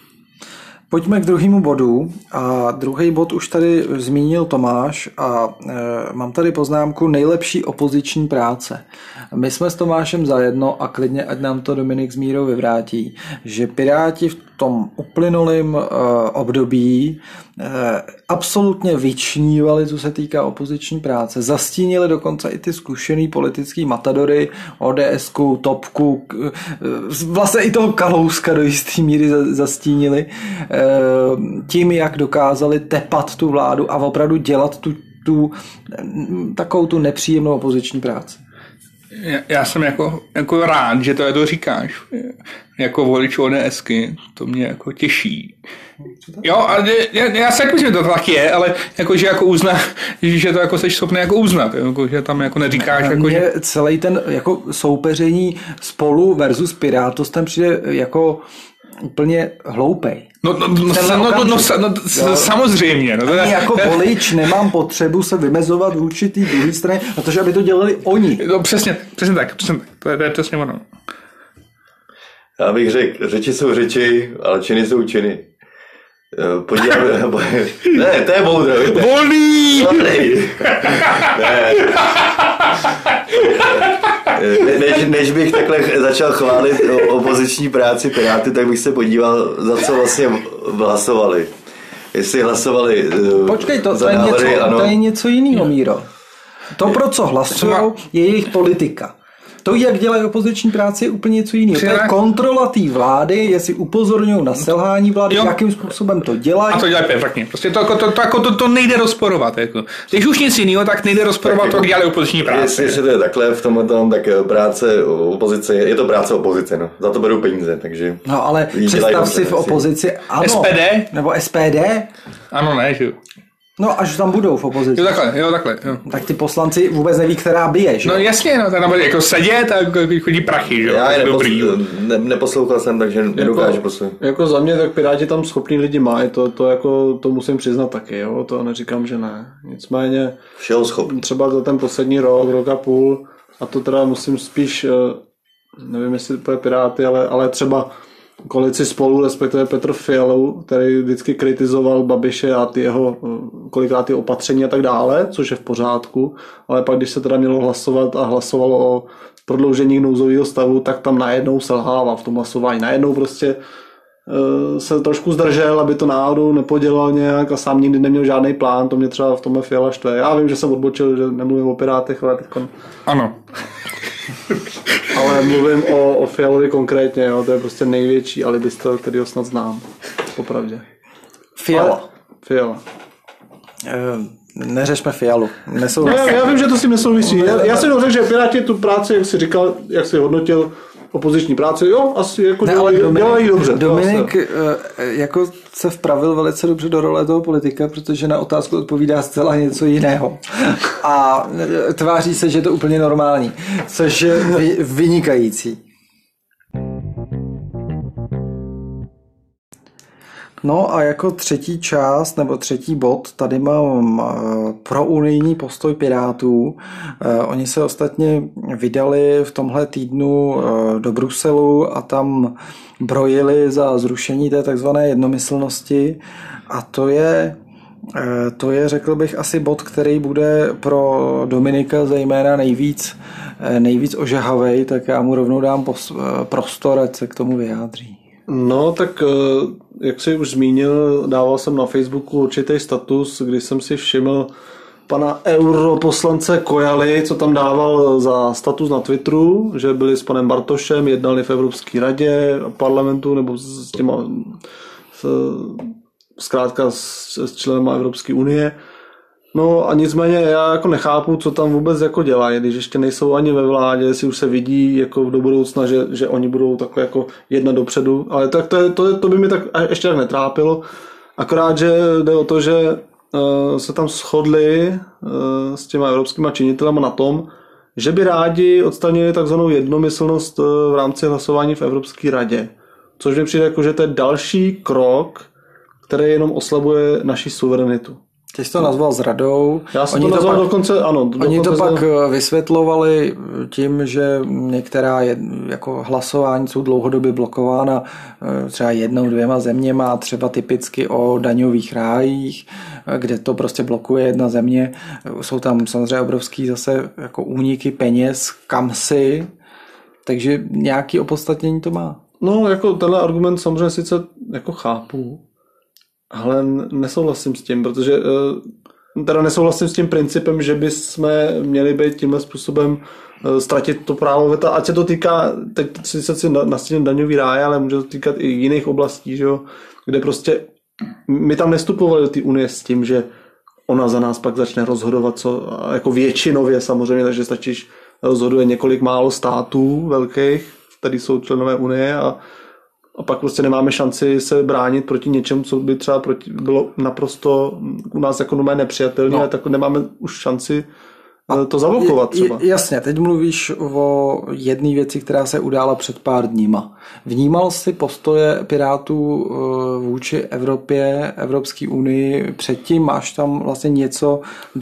A: Pojďme k druhému bodu a druhý bod už tady zmínil Tomáš a e, mám tady poznámku nejlepší opoziční práce. My jsme s Tomášem zajedno a klidně, ať nám to Dominik s Mírou vyvrátí, že Piráti v tom uplynulém e, období e, absolutně vyčnívali, co se týká opoziční práce. Zastínili dokonce i ty zkušený politický matadory, ODSku, Topku, e, vlastně i toho Kalouska do jisté míry zastínili e, tím, jak dokázali tepat tu vládu a opravdu dělat tu, tu takovou tu nepříjemnou opoziční práci.
B: Já, já jsem jako, jako rád, že to, to říkáš. Jako volič ODSky, to mě jako těší. Jo, ale já, já se myslím, že to tak je, ale jako, že jako uzná, že to jako seš schopný jako uznat, jako, že tam jako neříkáš. Jako,
A: mě
B: že...
A: celý ten jako soupeření Spolu versus Pirátům ten přijde jako úplně hloupej.
B: No, no, no, no, no, no, no, no samozřejmě. No,
A: Ani jako volič nemám potřebu se vymezovat v určitý druhý straně, protože aby to dělali oni.
B: No přesně, přesně tak, přesně tak. To je, to je přesně ono.
C: Já bych řekl, řeči jsou řeči, ale činy jsou činy. Podíváme, ne, to je moudro.
B: Volný!
C: Ne. Než, než bych takhle začal chválit opoziční práci Piráty, tak bych se podíval, za co vlastně hlasovali. Jestli hlasovali
A: Počkej, to,
C: za
A: to, je,
C: návrhy,
A: něco,
C: ano.
A: to je něco jiného, Míro. To, pro co hlasují, je jejich politika. To, jak dělají opoziční práci, je úplně něco jiného. To je kontrola té vlády, jestli upozorňují na selhání vlády, jo. Jakým způsobem to dělají.
B: A to dělají perfektně. Prostě to, to, to, to, to, to nejde rozporovat. Jako. Když už nic jiného, tak nejde rozporovat tak, to, jak dělají opoziční práci.
C: Jestli, jestli to je takhle v tomhle tom, tak práce opozice, je to práce opozice, no. Za to berou peníze, takže...
A: No ale představ si v opozici, ano.
B: S P D?
A: Nebo S P D?
B: Ano, ne, že jo.
A: No, až tam budou v opozici.
B: Jo, takhle, jo, takhle. Jo.
A: Tak ty poslanci vůbec neví, která bije, že?
B: No jasně, no, tam jako sedět a chodí prachy, že jo.
C: Já je
B: dobrý.
C: Nepos, ne, neposlouchal jsem, takže nedokážu poslouchat.
D: Jako za mě, tak Piráti tam schopný lidi mají, to, to, jako, to musím přiznat taky, jo, to neříkám, že ne. Nicméně,
C: všeho schopný.
D: Třeba za ten poslední rok, rok a půl, a to teda musím spíš, nevím, jestli to je Piráty, ale, ale třeba koalici Spolu, respektive Petr Fialu, který vždycky kritizoval Babiše a ty jeho kolikrát ty opatření a tak dále, což je v pořádku, ale pak když se teda mělo hlasovat a hlasovalo o prodloužení nouzového stavu, tak tam najednou selhával v tom hlasování. Najednou prostě uh, se trošku zdržel, aby to náhodou nepodělal nějak a sám nikdy neměl žádný plán, to mě třeba v tomhle Fiala štve. Já vím, že jsem odbočil, že nemluvím o Pirátech, ale teďkon...
B: Ano.
D: Ale mluvím o, o Fialovi konkrétně, jo, to je prostě největší alibista, který ho snad znám, popravdě.
A: Fiala.
D: Fiala.
A: E, neřešme Fialu.
D: No, já, já vím, že to s tím nesouvisí. Já, já jsem řekl, že Piráti tu práci, jak jsi říkal, jak jsi hodnotil opoziční práci, jo, asi jako ne, dělají, Dominik, dělají dobře.
A: Dominik jako se vpravil velice dobře do role toho politika, protože na otázku odpovídá zcela něco jiného. A tváří se, že je to úplně normální, což je vynikající. No a jako třetí část nebo třetí bod, tady mám pro unijní postoj Pirátů. Oni se ostatně vydali v tomhle týdnu do Bruselu a tam brojili za zrušení té takzvané jednomyslnosti a to je, to je, řekl bych, asi bod, který bude pro Dominika zejména nejvíc, nejvíc ožahavej, tak já mu rovnou dám prostor, ať se k tomu vyjádří.
D: No, tak jak jsi už zmínil, dával jsem na Facebooku určitý status, kdy jsem si všiml pana europoslance Kojaly, co tam dával za status na Twitteru, že byli s panem Bartošem, jednali v Evropské radě, parlamentu, nebo s těma, s, zkrátka s, s členem Evropské unie. No a nicméně já jako nechápu, co tam vůbec jako dělají, když ještě nejsou ani ve vládě, jestli už se vidí jako do budoucna, že, že oni budou takhle jako jednat dopředu, ale tak to, je, to, to by mi tak ještě tak netrápilo, akorát, že jde o to, že uh, se tam shodli uh, s těma evropskýma činitelama na tom, že by rádi odstranili takzvanou jednomyslnost uh, v rámci hlasování v Evropské radě, což mi přijde jako, že to je další krok, který jenom oslabuje naši suverenitu.
A: Ty jsi to nazval zradou.
D: Já jsem oni to nazval to pak, dokonce, ano.
A: Oni
D: dokonce
A: to pak
D: zna...
A: vysvětlovali tím, že některá je, jako hlasování jsou dlouhodobě blokována třeba jednou, dvěma zeměma, třeba typicky o daňových rájích, kde to prostě blokuje jedna země. Jsou tam samozřejmě obrovský zase jako úniky peněz, kamsi, takže nějaký opodstatnění to má.
D: No, jako tenhle argument samozřejmě sice jako chápu, ale nesouhlasím s tím, protože teda nesouhlasím s tím principem, že bychom měli být tímhle způsobem ztratit to právo veta, ať se to týká, teď sice si nastíním daňový ráje, ale může to týkat i jiných oblastí, že jo, kde prostě my tam nestupovali do té unie s tím, že ona za nás pak začne rozhodovat, co jako většinově samozřejmě, takže stačíš rozhoduje několik málo států velkých, tady jsou členové Unie a, a pak prostě nemáme šanci se bránit proti něčemu, co by třeba proti, bylo naprosto u nás jako normálně nepřijatelné, no. Tak nemáme už šanci to zablokovat třeba.
A: Jasně, teď mluvíš o jedné věci, která se udála před pár dníma. Vnímal jsi postoje Pirátů vůči Evropě, Evropské unii předtím? Máš tam vlastně něco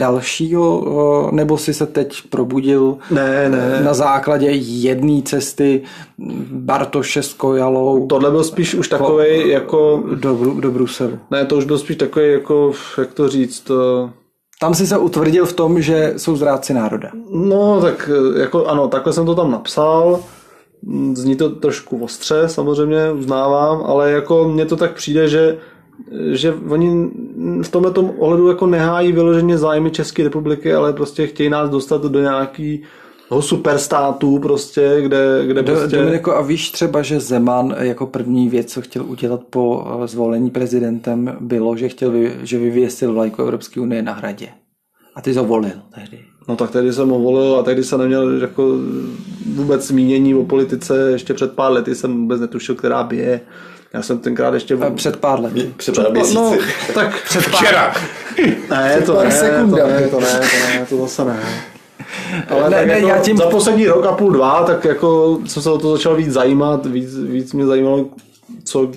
A: dalšího? Nebo jsi se teď probudil
D: ne, ne.
A: na základě jedné cesty Bartoše s Kojalou?
D: Tohle byl spíš už takovej jako...
A: Do, do Bruselu.
D: Ne, to už byl spíš takový jako, jak to říct, to...
A: Tam si se utvrdil v tom, že jsou zrádci národa.
D: No, tak jako ano, takhle jsem to tam napsal. Zní to trošku ostře, samozřejmě, uznávám, ale jako mně to tak přijde, že, že oni v tomhle tom ohledu jako nehájí vyloženě zájmy České republiky, ale prostě chtějí nás dostat do nějaký superstátů prostě, kde, kde
A: Do,
D: prostě...
A: Dominiko, a víš třeba, že Zeman jako první věc, co chtěl udělat po zvolení prezidentem, bylo, že chtěl, vy, že vyvěsil vlajku Evropské unie na hradě. A ty to volil tehdy.
D: No tak tehdy jsem ho volil a tehdy jsem neměl jako vůbec zmínění o politice. Ještě před pár lety jsem vůbec netušil, která bije. Já jsem tenkrát ještě...
A: A před pár lety.
C: Před pár měsíci.
D: No, tak
B: před včera.
D: Ne, to
A: pár
D: ne,
A: sekundami.
D: to ne, to ne, to ne, to zase ne. Ale
A: ne,
D: tak
A: ne,
D: jako
A: já tím...
D: za poslední rok a půl, dva, tak jako jsem se o to začal víc zajímat, víc, víc mě zajímalo, co,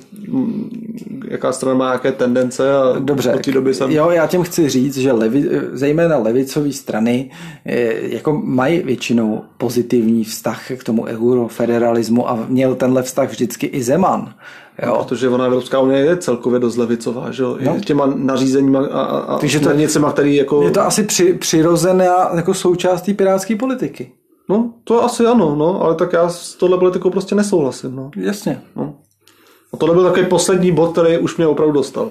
D: jaká strana má jaké tendence a
A: Dobře,
D: od té doby jsem...
A: Jo, já tím chci říct, že levi, zejména levicové strany jako mají většinou pozitivní vztah k tomu eurofederalismu a měl tenhle vztah vždycky i Zeman. Jo.
D: No, protože ona Evropská unie je celkově dost levicová, že jo? No. Těma nařízeníma a, a, a směrnicema, který jako...
A: Je to asi při, přirozená jako součást té pirátské politiky.
D: No, to asi ano, no, ale tak já s tohle politikou prostě nesouhlasím, no.
A: Jasně.
D: No. A tohle byl takový poslední bod, který už mě opravdu dostal.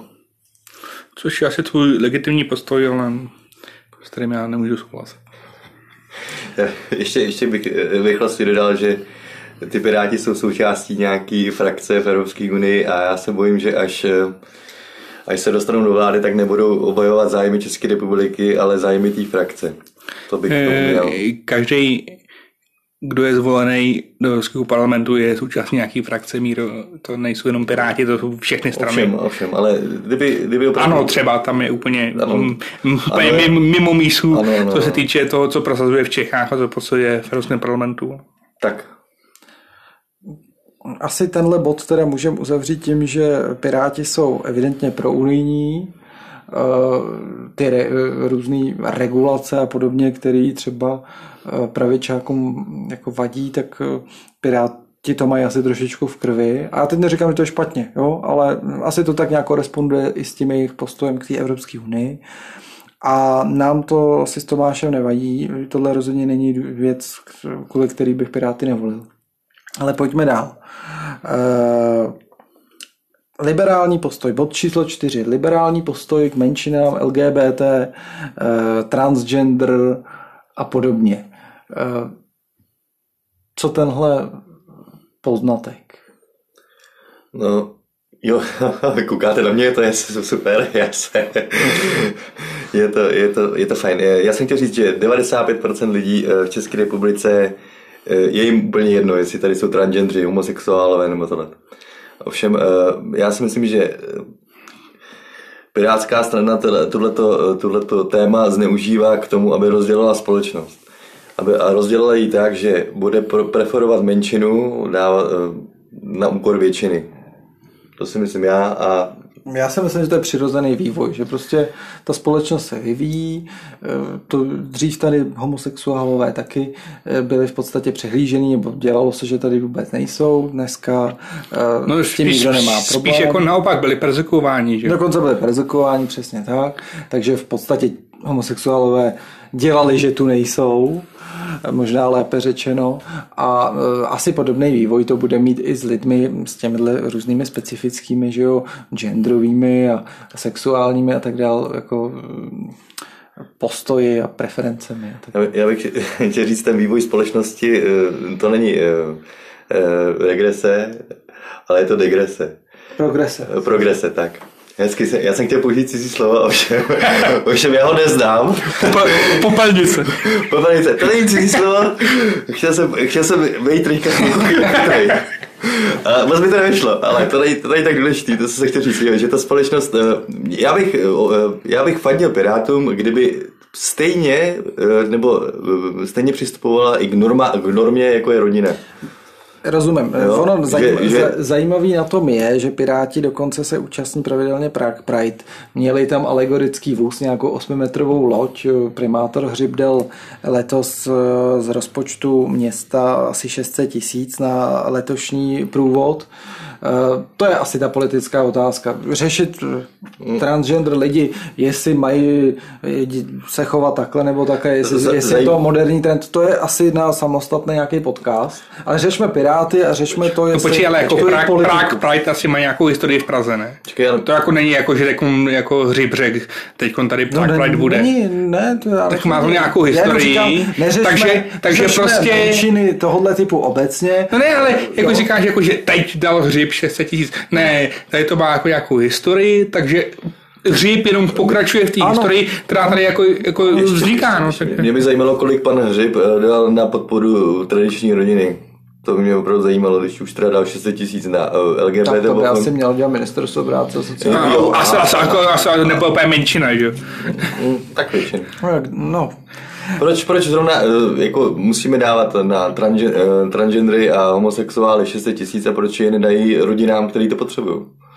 B: Což je asi tvůj legitimní postoj, ale s kterým já nemůžu souhlasit.
C: Ještě, ještě bych rychlosti dodal, že ty Piráti jsou součástí nějaký frakce v Evropské unii a já se bojím, že až, až se dostanou do vlády, tak nebudou obhajovat zájmy České republiky, ale zájmy té frakce. To bych to uměl.
B: Každý, kdo je zvolený do Evropského parlamentu, je součástí nějaký frakce, Míro. To nejsou jenom Piráti, to jsou všechny strany.
C: Ovšem, ovšem, ale kdyby, kdyby opravdu...
B: Ano, třeba tam je úplně,
C: ano,
B: m, m, úplně
C: ano,
B: mimo mísu,
C: ano, ano,
B: co se týče toho, co prosazuje v Čechách a co prosazuje v Evropském parlamentu.
C: Tak.
A: Asi tenhle bod teda můžeme uzavřít tím, že Piráti jsou evidentně prounijní, ty re, různé regulace a podobně, které třeba pravičákům jako vadí, tak Piráti to mají asi trošičku v krvi. A já teď neříkám, že to je špatně, jo? Ale asi to tak nějak koresponduje i s tím jejich postojem k té Evropské unii. A nám to asi s Tomášem nevadí. Tohle rozhodně není věc, kvůli který bych Piráty nevolil. Ale pojďme dál. Uh, liberální postoj, bod číslo čtyři. Liberální postoj k menšinám, L G B T, uh, transgender a podobně. Uh, co tenhle poznatek?
C: No, jo, koukáte na mě, to je super, já se, je, to, je, to, je to fajn. Já jsem chtěl říct, že devadesát pět procent lidí v České republice je jim úplně jedno, jestli tady jsou transgendři, homosexuálové nebo tohle. Ovšem, já si myslím, že Pirátská strana tohleto, tohleto téma zneužívá k tomu, aby rozdělila společnost. Aby, a rozdělila ji tak, že bude preferovat menšinu dávat na úkor většiny. To si myslím já a
A: Já si myslím, že to je přirozený vývoj, že prostě ta společnost se vyvíjí, to dřív tady homosexuálové taky byli v podstatě přehlížení, nebo dělalo se, že tady vůbec nejsou, dneska
B: no,
A: s tím
B: spíš,
A: nikdo nemá problém.
B: Spíš jako naopak byli perzekuováni, že?
A: Dokonce byli perzekuováni, přesně tak, takže v podstatě homosexuálové dělali, že tu nejsou, možná lépe řečeno, a e, asi podobný vývoj to bude mít i s lidmi s těmihle různými specifickými, že jo, genderovými a sexuálními a tak dál, jako postoji a preferencemi. A tak.
C: Já bych chtěl říct, ten vývoj společnosti, to není regrese, ale je to degrese.
A: Progrese.
C: Progrese, tak. Hezky se, já jsem chtěl použít cizí slovo, ovšem, ovšem já ho neznám.
B: Popelnice.
C: Popelnice, to není cizí slovo. Chtěl jsem, chtěl jsem vejít teďka chytrý. A moc mi to nevyšlo, ale to není, to není tak důležitý, to se chtěl říct, že ta společnost, já bych, já bych fandil Pirátům, kdyby stejně, nebo stejně přistupovala i k, norma, k normě, jako je rodina.
A: Rozumím.
C: Jo,
A: Ono zajím,
C: že, že...
A: zajímavý na tom je, že Piráti dokonce se účastní pravidelně Prague Pride. Měli tam alegorický vůz, nějakou osmimetrovou loď. Primátor Hřib dal letos z rozpočtu města asi šest set tisíc na letošní průvod. To je asi ta politická otázka. Řešit transgender lidi, jestli mají se chovat takhle nebo takhle, jestli, jestli je to moderní trend, to je asi na samostatný nějaký podcast. Ale řešme Piráty a řešme to, jestli...
B: No počkej, ale jako Prague,
A: Prague
B: Pride asi má nějakou historii v Praze, ne?
C: Čekaj, ale...
B: To jako není jako, že řeknu, jako Hřib řekl, teďkon tady Prague no, Pride bude.
A: Není, ne, to já
B: tak má to nějakou historii. Říkám,
A: neřešme,
B: takže, takže prostě...
A: menšiny tohohle typu obecně.
B: No ne, ale jako jo. Říkáš, jako, že teď dal Hřib šest set tisíc. Ne, tady to má jako nějakou historii, takže Hřib jenom pokračuje v té historii, která tady jako, jako vzniká. No.
C: Mě by zajímalo, kolik pan Hřib dal na podporu tradiční rodiny. To by mě opravdu zajímalo, když už teda dal šest set tisíc na L G B T.
A: Tak to by asi měl dělat ministerstvo práce a sociální.
B: No, asi, asi, asi, asi nebyl úplně menšina, že jo?
C: Tak většina.
A: No.
C: Proč, proč zrovna jako musíme dávat na transgen, transgendry a homosexuály šest set tisíc a proč je nedají rodinám, který to potřebují?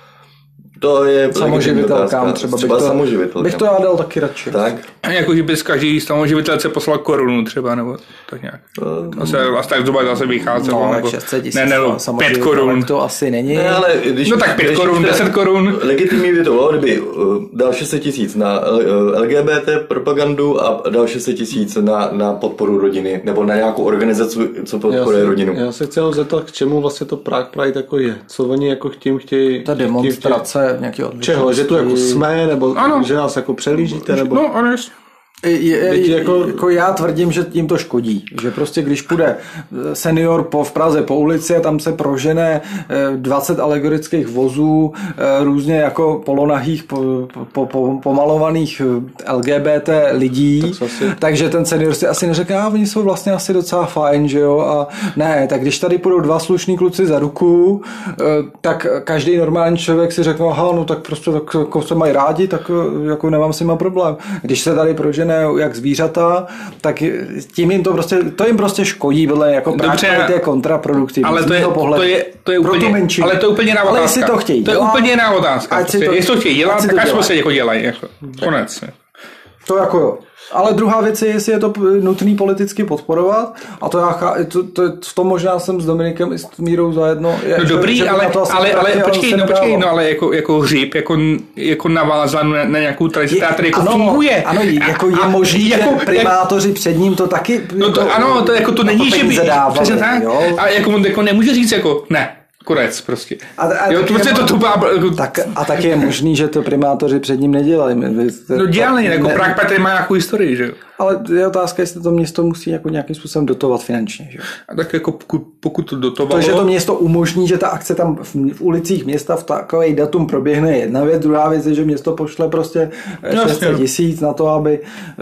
C: To je
A: samoživitelkám třeba,
C: třeba
A: bych, to, bych to já dal taky radši.
C: Tak.
B: A jako, že bys každý samoživitelce poslal korunu třeba, nebo tak nějak. No, asi, asi tak zhruba zase vycházelo.
A: No,
B: nebo,
A: šest set tisíc,
B: ne, ne, pět korun.
A: To asi není.
C: Ne, ale když,
B: no tak pět korun, deset korun.
C: Legitimní by to bylo, kdyby dal šest set tisíc na L G B T propagandu a dal šest set tisíc na, na podporu rodiny, nebo na nějakou organizaci, co podporuje
D: já
C: rodinu.
D: Já se chtěl zeptat, k čemu vlastně to Prague Pride jako je. Co oni jako tím chtějí...
A: Ta demonstrace nějaký odlišnosti.
D: Čeho? Že tu jako jsme, nebo ano. Že nás jako přelížíte, nebo...
B: No, ano.
A: Je, je, jako... jako já tvrdím, že tím to škodí. Že prostě když půjde senior po, v Praze po ulici a tam se prožene dvacet alegorických vozů, různě jako polonahých po, po, po, pomalovaných L G B T lidí, tak asi... takže ten senior si asi neřekne, a oni jsou vlastně asi docela fajn, že jo, a ne, tak když tady půjdou dva slušní kluci za ruku, tak každý normální člověk si řekne, aha, no tak prostě tak, jako se mají rádi, tak jako nemám s nima problém. Když se tady prožene jak zvířata, tak tím jim to prostě, to jim prostě škodí, protože jako právě je kontraproduktivní.
B: Ale to je, to je, to je úplně, ale to je úplně jiná otázka.
A: Ale jestli to chtějí
B: To je
A: dělat,
B: úplně jiná otázka. Prostě.
A: To,
B: jestli to chtějí dělat, tak až se jako dělají. Jako. Konec.
A: To jako jo. Ale druhá věc je, jestli je to nutný politicky podporovat, a to já to, to, v tom možná jsem s Dominikem i s Mírou zajedno.
B: No že, dobrý, že ale, ale, ale počkej, no počkej, no ale jako, jako Hřib, jako, jako navázan na, na nějakou tradici, která tady jako
A: ano,
B: funguje.
A: Ano, jako je možný, jako, že primátoři před ním to taky...
B: No to, jako, ano, to, jako, to není, že by...
A: Dávali,
B: přesně tak. A jako on jako nemůže říct jako, ne. Konec prostě.
A: A, a,
B: jo, to je to tupá...
A: tak, a tak je možný, že to primátoři před ním nedělali.
B: No dělali, jako Prague Pride má nějakou historii, že jo.
A: Ale je otázka, jestli to město musí jako nějakým způsobem dotovat finančně, že jo.
B: A tak jako pokud, pokud to dotovalo...
A: To, že to město umožní, že ta akce tam v, v ulicích města v takovej datum proběhne, je jedna věc, druhá věc je, že město pošle prostě šest set tisíc na to, aby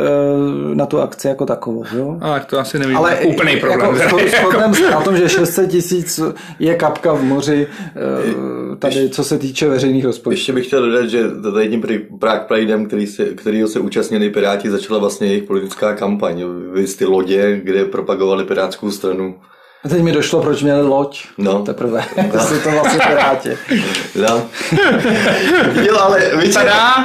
A: na tu akci jako takovou, jo.
B: Ale to asi nevím, ale úplný problém.
A: Jako shodneme se na tom, že šest set tisíc je kapka v moři tady, co se týče veřejných rozpočtů.
C: Ještě bych chtěl dodat, že tady tím Prague Pridem, který se, kterýho se účastnili Piráti, začala vlastně jejich politická kampaň. Vy ty lodě, kde propagovali pirátskou stranu.
A: A teď mi došlo, proč měli loď.
C: No.
A: Teprve. To jsou to vlastně Piráti.
C: No. Jo, ale víš,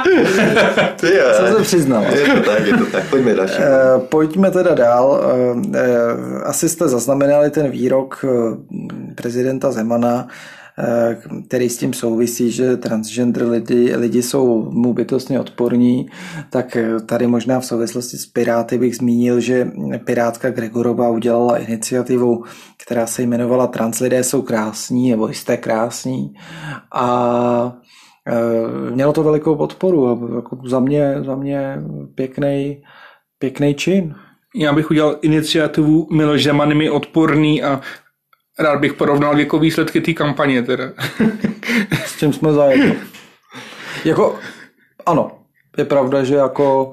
A: co se přiznal.
C: Je to tak, je to tak. Pojďme další.
A: Uh, pojďme teda dál. Uh, uh, asi jste zaznamenali ten výrok uh, prezidenta Zemana, který s tím souvisí, že transgender lidi, lidi jsou mu bytostně odporní, tak tady možná v souvislosti s Piráty bych zmínil, že pirátka Gregorová udělala iniciativu, která se jmenovala Trans lidé jsou krásní, nebo jste krásní, a mělo to velikou podporu a jako za mě, za mě pěkný, pěkný čin.
B: Já bych udělal iniciativu Miloš Zeman mi odporný a rád bych porovnal jako výsledky té kampaně teda.
A: S čím jsme zajedno. Jako, ano, je pravda, že jako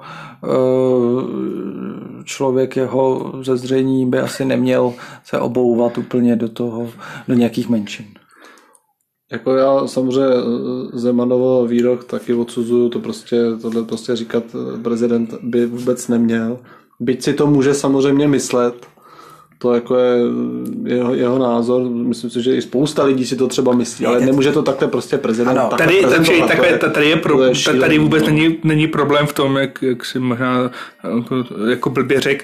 A: člověk jeho ze zřejmě by asi neměl se obouvat úplně do toho, do nějakých menšin.
D: Jako já samozřejmě Zemanovo výrok taky odsuzuju, to prostě, tohle prostě říkat prezident by vůbec neměl. Byť si to může samozřejmě myslet, to jako je jeho, jeho názor, myslím si, že i spousta lidí si to třeba myslí, ale nemůže to takhle prostě prezident
B: ano, tady, tady, takhle, tady, je pro, tady vůbec není, není problém v tom, jak, jak si možná jako blbě řek,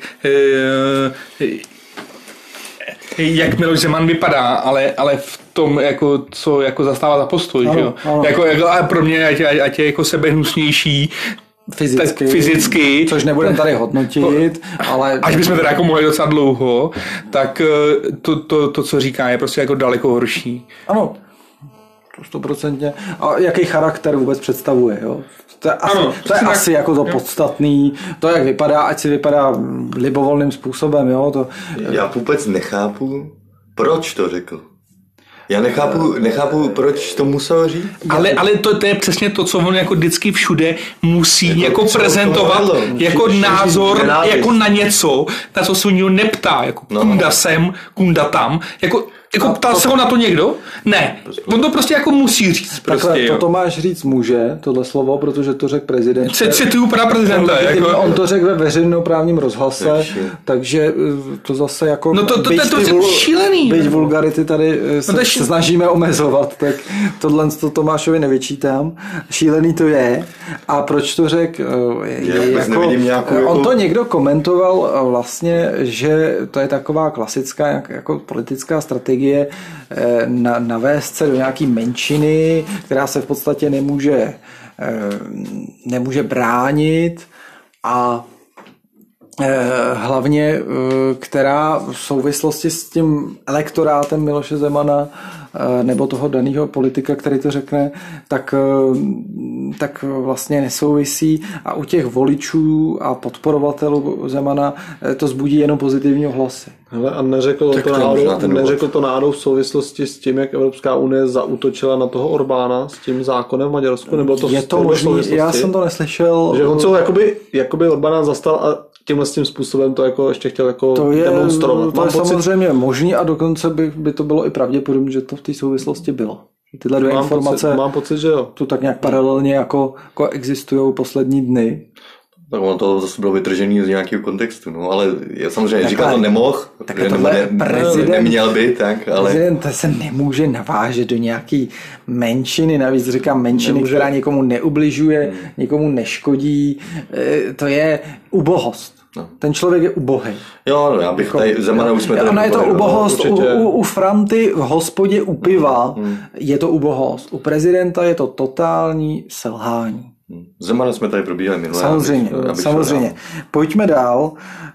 B: jak Miloš Zeman vypadá, ale, ale v tom, jako, co jako zastává za postoj. Ano, jo? Jako, jako, a pro mě, ať, ať je jako sebehnusnější,
A: Fyzicky,
B: fyzicky,
A: což nebudeme tady hodnotit, ale...
B: Až bychom teda jako mohli docela dlouho, tak to, to, to, co říká, je prostě jako daleko horší.
A: Ano, to stoprocentně. A jaký charakter vůbec představuje, jo? To je asi, ano, to je asi tak, jako to jo. podstatný. To, jak vypadá, ať si vypadá libovolným způsobem, jo? To...
C: Já vůbec nechápu, proč to řekl. Já nechápu, nechápu, proč to musel říct.
B: Ale, ale to, to je přesně to, co on jako vždycky všude musí jako, jako prezentovat jako názor jako na něco, na co se u něho neptá. Jako no. Kunda sem, kunda tam. Jako, jako ptal to, se ho na to někdo? Ne. On to prostě jako musí říct. Prostě,
A: takhle, to Tomáš říct může, tohle slovo, protože to řekl prezident.
B: Cituju pana prezidenta.
A: On,
B: jako...
A: on to řekl ve veřejnoprávním rozhlase, takže, takže to zase jako...
B: No to, to, to, to je
A: vul,
B: šílený.
A: Byť vulgarity tady se, no se snažíme omezovat, tak tohle to Tomášovi nevyčítám. Šílený to je. A proč to řekl? Jako,
C: nějakou,
A: on
C: jako...
A: to někdo komentoval vlastně, že to je taková klasická jako politická strategie na, navést se do nějaký menšiny, která se v podstatě nemůže, nemůže bránit a hlavně, která v souvislosti s tím elektorátem Miloše Zemana nebo toho daného politika, který to řekne, tak, tak vlastně nesouvisí a u těch voličů a podporovatelů Zemana to zbudí jenom pozitivní ohlasy.
D: Hele, a neřekl to, náhodou, neřekl to náhodou v souvislosti s tím, jak Evropská unie zaútočila na toho Orbána s tím zákonem v Maďarsku? Nebo to
A: je to možný, já jsem to neslyšel.
D: Že on se ho jakoby, jakoby Orbána zastal a tímhle tím způsobem to jako ještě chtěl jako
A: to je,
D: demonstrovat.
A: To je pocit... samozřejmě možný a dokonce by, by to bylo i pravděpodobné, že to v té souvislosti bylo. Tyhle dvě mám informace
D: pocit, mám pocit, že jo.
A: tu tak nějak paralelně jako, jako existují poslední dny.
C: Tak on to zase bylo vytržený z nějakého kontextu, no, ale já samozřejmě říkal to nemohl,
A: tak tohle
C: ne,
A: prezident,
C: neměl by, tak, ale...
A: Prezident se nemůže navážet do nějaký menšiny, navíc říkám menšiny, nemůže. Která někomu neubližuje, hmm. někomu neškodí, to je ubohost. No. Ten člověk je ubohý.
C: Jo, no, já bych jako, tady, Zemana už jsme tady...
A: Ona je to ubohost, u, u, u Franty v hospodě u piva hmm. je to ubohost, u prezidenta je to totální selhání.
C: Zemana jsme tady probíhali minulé.
A: Samozřejmě, abych, samozřejmě. Abych Pojďme dál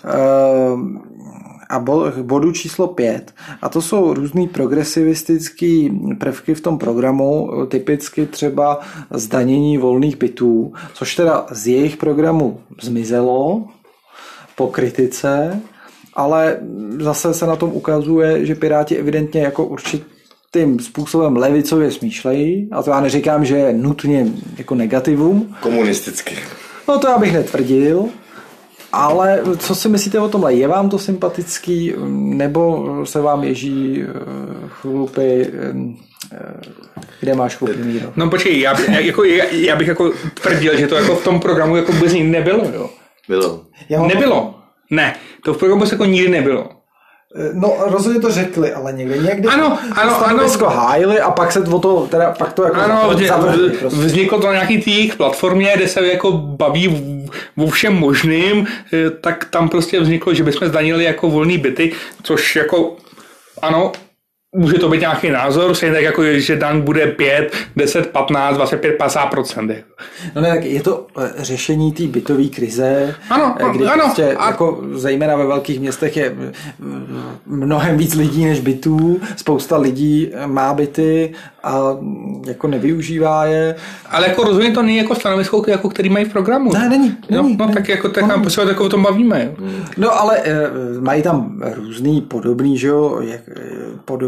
A: a k bodu číslo pět. A to jsou různý progresivistický prvky v tom programu, typicky třeba zdanění volných bytů, což teda z jejich programu zmizelo po kritice, ale zase se na tom ukazuje, že Piráti evidentně jako určitě tím způsobem levicově smýšlejí, a to já neříkám, že je nutně jako negativum.
C: Komunisticky.
A: No to já bych netvrdil, ale co si myslíte o tomhle? Je vám to sympatický, nebo se vám ježí chlupy, kde máš chlupy, Míro?
B: No počkej, já, jako, já, já bych jako tvrdil, že to jako v tom programu jako vůbec nikdy nebylo, jo?
C: Bylo.
B: Nebylo. Ne, to v programu se jako nikdy nebylo.
A: No, rozhodně to řekli, ale někde někdy
B: ano, ano, ano.
A: hájili a pak se o to, teda pak to jako
B: ano, zavrli, prostě. Vzniklo to na nějaký té jejich platformě, kde se jako baví o všem možným, tak tam prostě vzniklo, že bychom zdanili jako volný byty, což jako ano, může to být nějaký názor, stejně tak jako, že dan bude pět, deset, patnáct, dvacet pět, padesát procent.
A: No ne, tak je to řešení té bytové krize,
B: ano,
A: kdy
B: ano,
A: prostě
B: a...
A: jako zejména ve velkých městech je mnohem víc lidí než bytů, spousta lidí má byty a jako nevyužívá je.
B: Ale jako rozhodně to není jako stanovisko, jako který mají v programu.
A: Ne, není. není
B: no, no
A: není.
B: tak jako tak nám posledně tak o tom bavíme.
A: No ale e, mají tam různý podobný, že jo, jak, podobný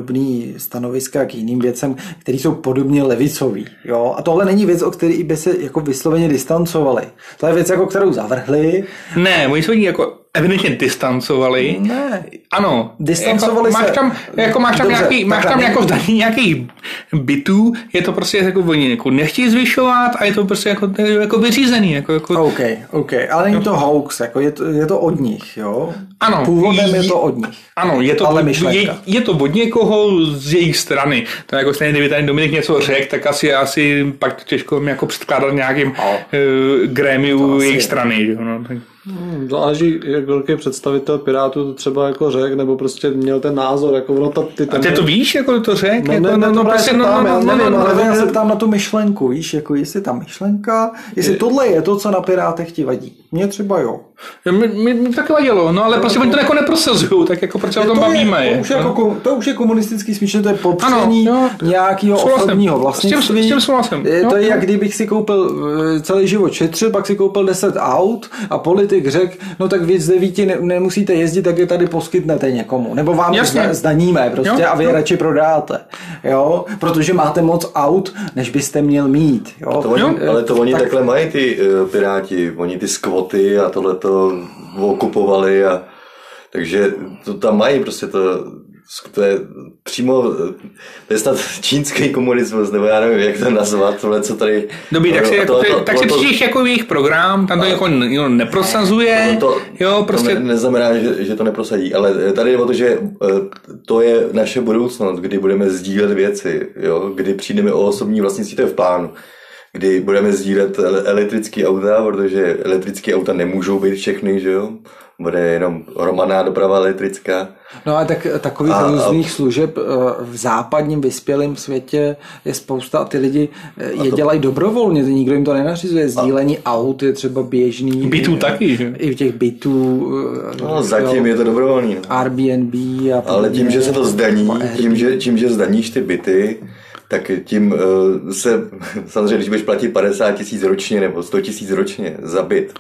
A: podobný stanoviska k jiným věcem, které jsou podobně levicový. Jo? A tohle není věc, o které by se jako vysloveně distancovali. To je věc, jako kterou zavrhli.
B: Ne, oni se jako evidentně distancovali.
A: Ne.
B: Ano.
A: Distancovali
B: jako,
A: se.
B: Máš tam, jako máš tam
A: Dobře,
B: nějaký, máš tam jako zdaní nějakých bytů, je to prostě jako oni jako nechtějí zvyšovat a je to prostě jako, jako vyřízený. Jako, jako...
A: OK, OK, ale není to hoax, jako je, to, je to od nich, jo?
B: Ano.
A: Původem je,
B: je
A: to od nich.
B: Ano, je to,
A: ale
B: od, je, je to od někoho z jejich strany. To jako stejně, kdyby tady Dominik něco řekl, tak asi, asi pak těžko mi jako předkládat nějakým no. uh, grémiu jejich strany. Že? No, tak...
D: Hmm, záleží, jak velký představitel Pirátů to třeba jako řekl, nebo prostě měl ten názor, jako ono ta, ty
B: A ty to víš, jako to řekl?
D: No,
B: jako,
D: ne,
B: no, no, prostě, no,
A: ptám,
B: no,
A: já
B: no,
A: nevím,
B: no,
A: ale
B: no,
A: já
B: no,
A: se ptám na tu myšlenku, víš, jako jestli ta myšlenka, jestli je, tohle je to, co na Pirátech ti vadí. Mně třeba jo.
B: Mi, mi, mi taky vadilo, no ale no, prostě oni to jako neprosazují, tak jako proč se o tom
A: to
B: bavíme.
A: Je, to, už
B: je,
A: jako,
B: no?
A: to už je komunistický smýšlení, to je popření nějakého osobního vlastnictví.
B: S tím souhlasím.
A: Je, to
B: jo,
A: je
B: jo.
A: jak kdybych si koupil celý život šetřil, pak si koupil deset aut a politik řekl, no tak vy z devíti ne, nemusíte jezdit, tak je tady poskytnete někomu. Nebo vám Jasně. zdaníme prostě jo, a vy jo. radši prodáte. Jo? Protože máte moc aut, než byste měl mít. Jo?
C: To oni, ale to oni tak... takhle mají ty uh, Piráti. Oni ty skvoty a tohleto okupovali a takže to tam mají prostě to, to je přímo, to je snad čínský komunismus, nebo já nevím, jak to nazvat, tohle, co tady...
B: Dobrý, tak si, jako,
C: to, to,
B: tak si přijde jako jejich program, tam to jako neprosazuje,
C: to,
B: jo, prostě...
C: To ne, neznamená, že, že to neprosadí, ale tady je o to, že to je naše budoucnost, kdy budeme sdílet věci, jo, kdy přijdeme o osobní vlastnictví, to je v plánu. Kdy budeme sdílet elektrické auta, protože elektrické auta nemůžou být všechny, že jo? Bude jenom hromadná doprava elektrická.
A: No a tak takových a, různých a... služeb v západním vyspělém světě je spousta a ty lidi je to... dělají dobrovolně, nikdo jim to nenařizuje. Sdílení a... aut je třeba běžný.
B: Bytů taky, že?
A: I v těch bytů.
C: No zatím jo, je to dobrovolný.
A: Airbnb a podobně.
C: Ale tím, že se to zdaní, tím, že, tím, že zdaníš ty byty, tak tím uh, se, samozřejmě, když budeš platit padesát tisíc ročně nebo sto tisíc ročně za byt,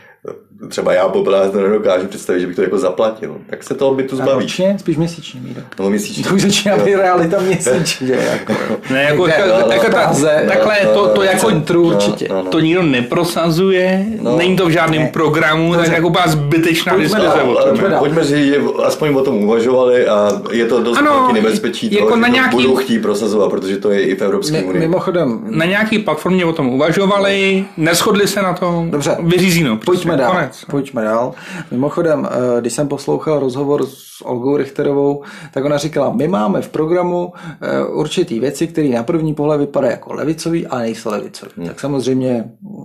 C: třeba já poprvé to nedokážu představit, že bych to jako zaplatil, tak se toho bytu zbavíš.
A: Ročně? Spíš měsíčně, Míro.
C: No měsíčně.
A: To už začíná být realita měsíčně. Jako.
B: Ne, jako, jako,
C: no,
B: jako
C: no,
B: ta,
C: no,
B: takhle
C: no,
B: to, to
C: no,
B: jako
A: centru určitě.
C: No, no.
B: To nikdo neprosazuje, no, není to v žádném ne. programu, tak jako byla zbytečná diskuze o tom.
C: Pojďme říct, že aspoň o tom uvažovali a je to dost velký nebezpečí
B: jako
C: toho,
B: na
C: že
B: nějaký...
C: to budou chtít prosazovat, protože to je i v Evropské unii.
A: Mimochodem.
B: Na nějaký platformě o tom uvažovali, neshodli se na tom,
A: dobře,
B: vyřízíno.
A: Pojďme dál. Pojďme dál. Mimochodem, když jsem poslouchal rozhovor s Olgou Richterovou, tak ona říkala, my máme v programu určitý věci, které na první pohled vypadají jako levicový, ale nejsou levicový. Hmm. Tak samozřejmě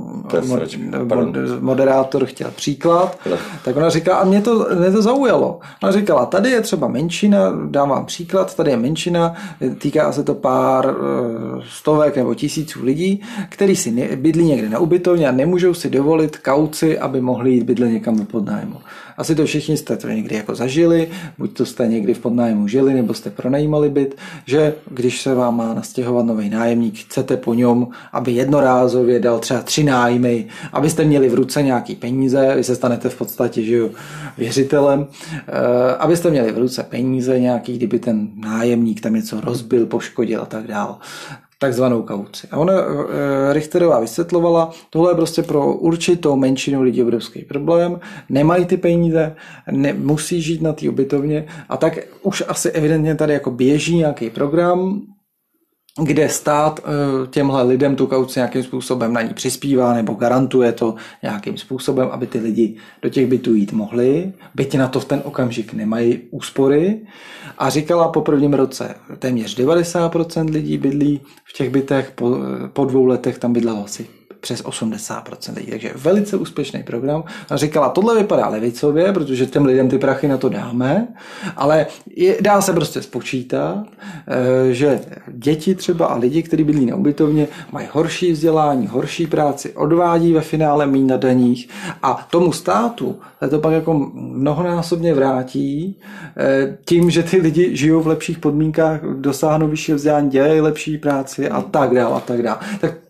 A: mod, moderátor chtěl příklad, no. Tak ona říkala, a mě to, mě to zaujalo. Ona říkala, tady je třeba menšina, dám vám příklad, tady je menšina, týká se to pár stovek nebo tisíců lidí, kteří si ne, bydlí někde na ubytovně a nemůžou si dovolit kauci, aby mohli jít bydlet někam do podnájmu. Asi to všichni jste to někdy jako zažili, buď to jste někdy v podnájmu žili, nebo jste pronajímali byt, že když se vám má nastěhovat nový nájemník, chcete po něm, aby jednorázově dal třeba tři nájmy, abyste měli v ruce nějaký peníze, vy se stanete v podstatě, že jo, věřitelem, e, abyste měli v ruce peníze nějaký, kdyby ten nájemník tam něco rozbil, poškodil a tak dál. Takzvanou kauci. A ona e, Richterová vysvětlovala, tohle je prostě pro určitou menšinu lidí obrovský problém, nemají ty peníze, ne, musí žít na té ubytovně a tak už asi evidentně tady jako běží nějaký program, kde stát těmhle lidem tu kauci nějakým způsobem na ní přispívá nebo garantuje to nějakým způsobem, aby ty lidi do těch bytů jít mohli, byť na to v ten okamžik nemají úspory. A říkala, po prvním roce téměř devadesát procent lidí bydlí v těch bytech, po, po dvou letech tam bydlelo asi přes osmdesát procent lidí, takže velice úspěšný program. A říkala, tohle vypadá levicově, protože těm lidem ty prachy na to dáme, ale je, dá se prostě spočítat, že děti třeba a lidi, kteří bydlí na ubytovně, mají horší vzdělání, horší práci, odvádí ve finále méně na daních a tomu státu se to pak jako mnohonásobně vrátí tím, že ty lidi žijou v lepších podmínkách, dosáhnou vyššího vzdělání, dělají lepší práci a tak dále a tak dále. Tak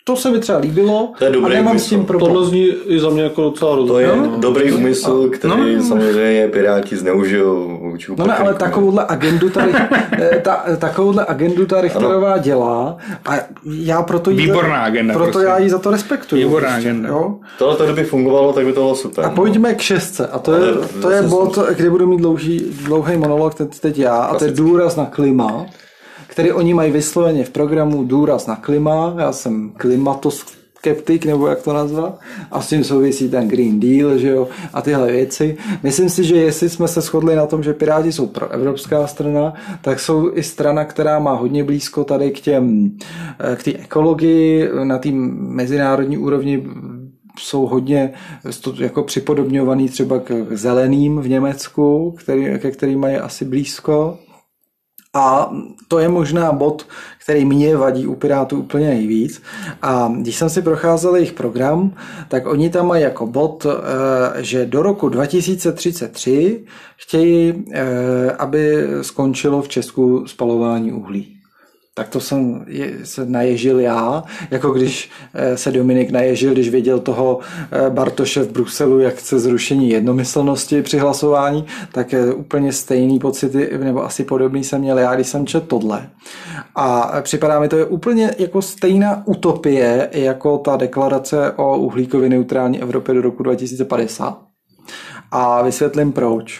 A: to se mi třeba líbilo
C: to je
A: a nemám
C: úmysl.
A: s tím problém.
D: Tohle zní i za mě jako docela rozumí.
C: To je
A: no,
C: dobrý úmysl, který no, samozřejmě Piráti zneužijou.
A: No ne, ale takovouhle agendu ta, ta, takovouhle agendu ta Richterová dělá a já proto jí,
B: Výborná agenda,
A: proto
B: prosím.
A: já jí za to respektuju.
B: Výborná
A: prostě,
B: agenda.
A: Jo?
C: Tohle to kdyby fungovalo, tak by to bylo super.
A: A pojďme k šestce. A to
C: Ale
A: je, to je
C: zase
A: bod,
C: jsem-
A: kde budu mít dlouhý, dlouhý monolog teď, teď já. A to je důraz na klima, který oni mají vysloveně v programu důraz na klima. Já jsem klimatoskeptik, nebo jak to nazvat. A s tím souvisí ten Green Deal, že jo, a tyhle věci. Myslím si, že jestli jsme se shodli na tom, že Piráti jsou pro evropská strana, tak jsou i strana, která má hodně blízko tady k těm, k té ekologii, na té mezinárodní úrovni jsou hodně jako připodobňovaný třeba k zeleným v Německu, který, ke kterým mají asi blízko. A to je možná bod, který mě vadí u Pirátů úplně nejvíc. A když jsem si procházel jejich program, tak oni tam mají jako bod, že do roku dva tisíce třicet tři chtějí, aby skončilo v Česku spalování uhlí. Tak to jsem se naježil já, jako když se Dominik naježil, když viděl toho Bartoše v Bruselu, jak chce zrušení jednomyslnosti při hlasování, tak úplně stejný pocity, nebo asi podobný jsem měl já, když jsem četl tohle. A připadá mi to je úplně jako stejná utopie, jako ta deklarace o uhlíkově neutrální Evropě do roku dva tisíce padesát. A vysvětlím proč.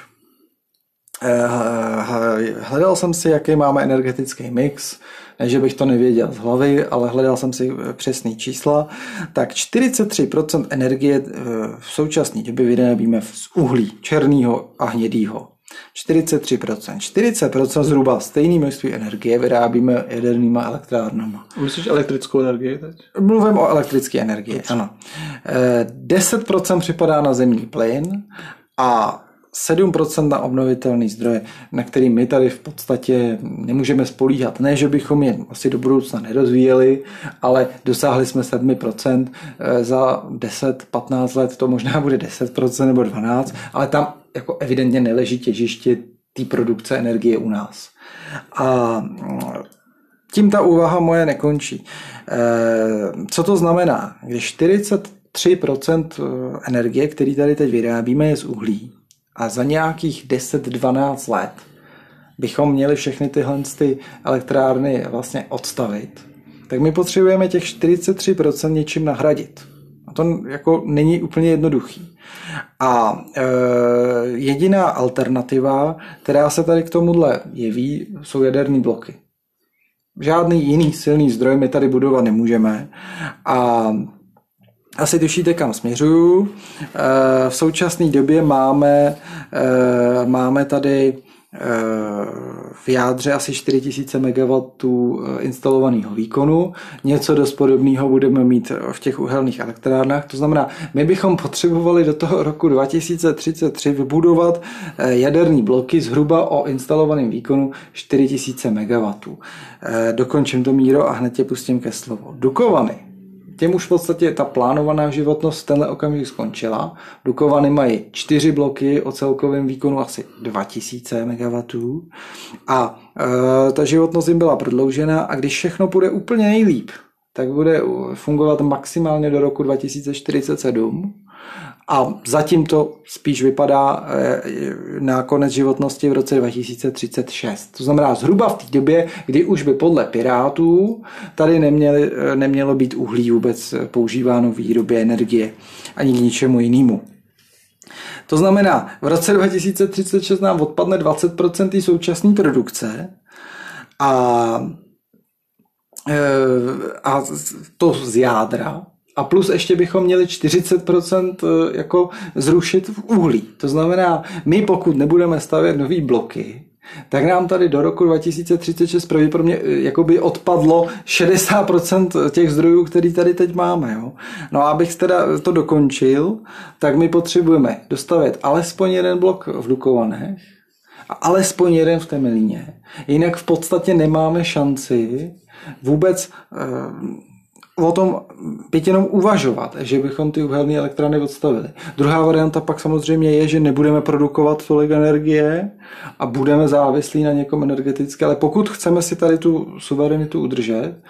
A: Hledal jsem si, jaký máme energetický mix, ne, že bych to nevěděl z hlavy, ale hledal jsem si přesný čísla. Tak čtyřicet tři procent energie v současné době vyrábíme z uhlí, černého a hnědého. čtyřicet tři procent. čtyřicet procent zhruba stejné množství energie vyrábíme jadernýma elektrárnama.
D: Myslíš elektrickou energii teď?
A: Mluvím o elektrické energii, ano. deset procent připadá na zemní plyn a sedm procent na obnovitelné zdroje, na který my tady v podstatě nemůžeme spolíhat. Ne, že bychom je asi do budoucna nerozvíjeli, ale dosáhli jsme sedm procent. Za deset patnáct let to možná bude deset procent nebo dvanáct procent, ale tam jako evidentně neleží těžiště té produkce energie u nás. A tím ta úvaha moje nekončí. Co to znamená? Když čtyřicet tři procent energie, který tady teď vyrábíme, je z uhlí, a za nějakých deset dvanáct let bychom měli všechny tyhle ty elektrárny vlastně odstavit, tak my potřebujeme těch čtyřicet tři procent něčím nahradit. A to jako není úplně jednoduchý. A e, jediná alternativa, která se tady k tomuhle jeví, jsou jaderní bloky. Žádný jiný silný zdroj my tady budovat nemůžeme. A asi tušíte, kam směřuju. V současné době máme, máme tady v jádře asi čtyři tisíce megawattů instalovaného výkonu. Něco dost podobného budeme mít v těch uhelných elektrárnách. To znamená, my bychom potřebovali do toho roku dva tisíce třicet tři vybudovat jaderní bloky zhruba o instalovaném výkonu čtyři tisíce megawattů. Dokončím to, Míro, a hned tě pustím ke slovu. Dukovany. Těm už v podstatě ta plánovaná životnost v tenhle okamžik skončila. Dukovany mají čtyři bloky o celkovém výkonu asi dva tisíce megawattů a e, ta životnost jim byla prodloužena a když všechno půjde úplně nejlíp, tak bude fungovat maximálně do roku dva tisíce čtyřicet sedm a zatím to spíš vypadá na konec životnosti v roce dva tisíce třicet šest. To znamená zhruba v té době, kdy už by podle Pirátů tady neměli, nemělo být uhlí vůbec používáno v výrobě energie ani k ničemu jinému. To znamená, v roce dva tisíce třicet šest nám odpadne dvacet procent současné produkce a, a to z jádra. A plus ještě bychom měli čtyřicet procent jako zrušit v uhlí. To znamená, my pokud nebudeme stavět nový bloky, tak nám tady do roku dva tisíce třicet šest pravděpodobně jakoby odpadlo šedesát procent těch zdrojů, který tady teď máme. Jo? No a abych teda to dokončil, tak my potřebujeme dostavět alespoň jeden blok v Dukovanech a alespoň jeden v Temelíně. Jinak v podstatě nemáme šanci vůbec o tom být jenom uvažovat, že bychom ty uhelné elektrárny odstavili. Druhá varianta pak samozřejmě je, že nebudeme produkovat tolik energie a budeme závislí na někom energetické, ale pokud chceme si tady tu suverenitu udržet,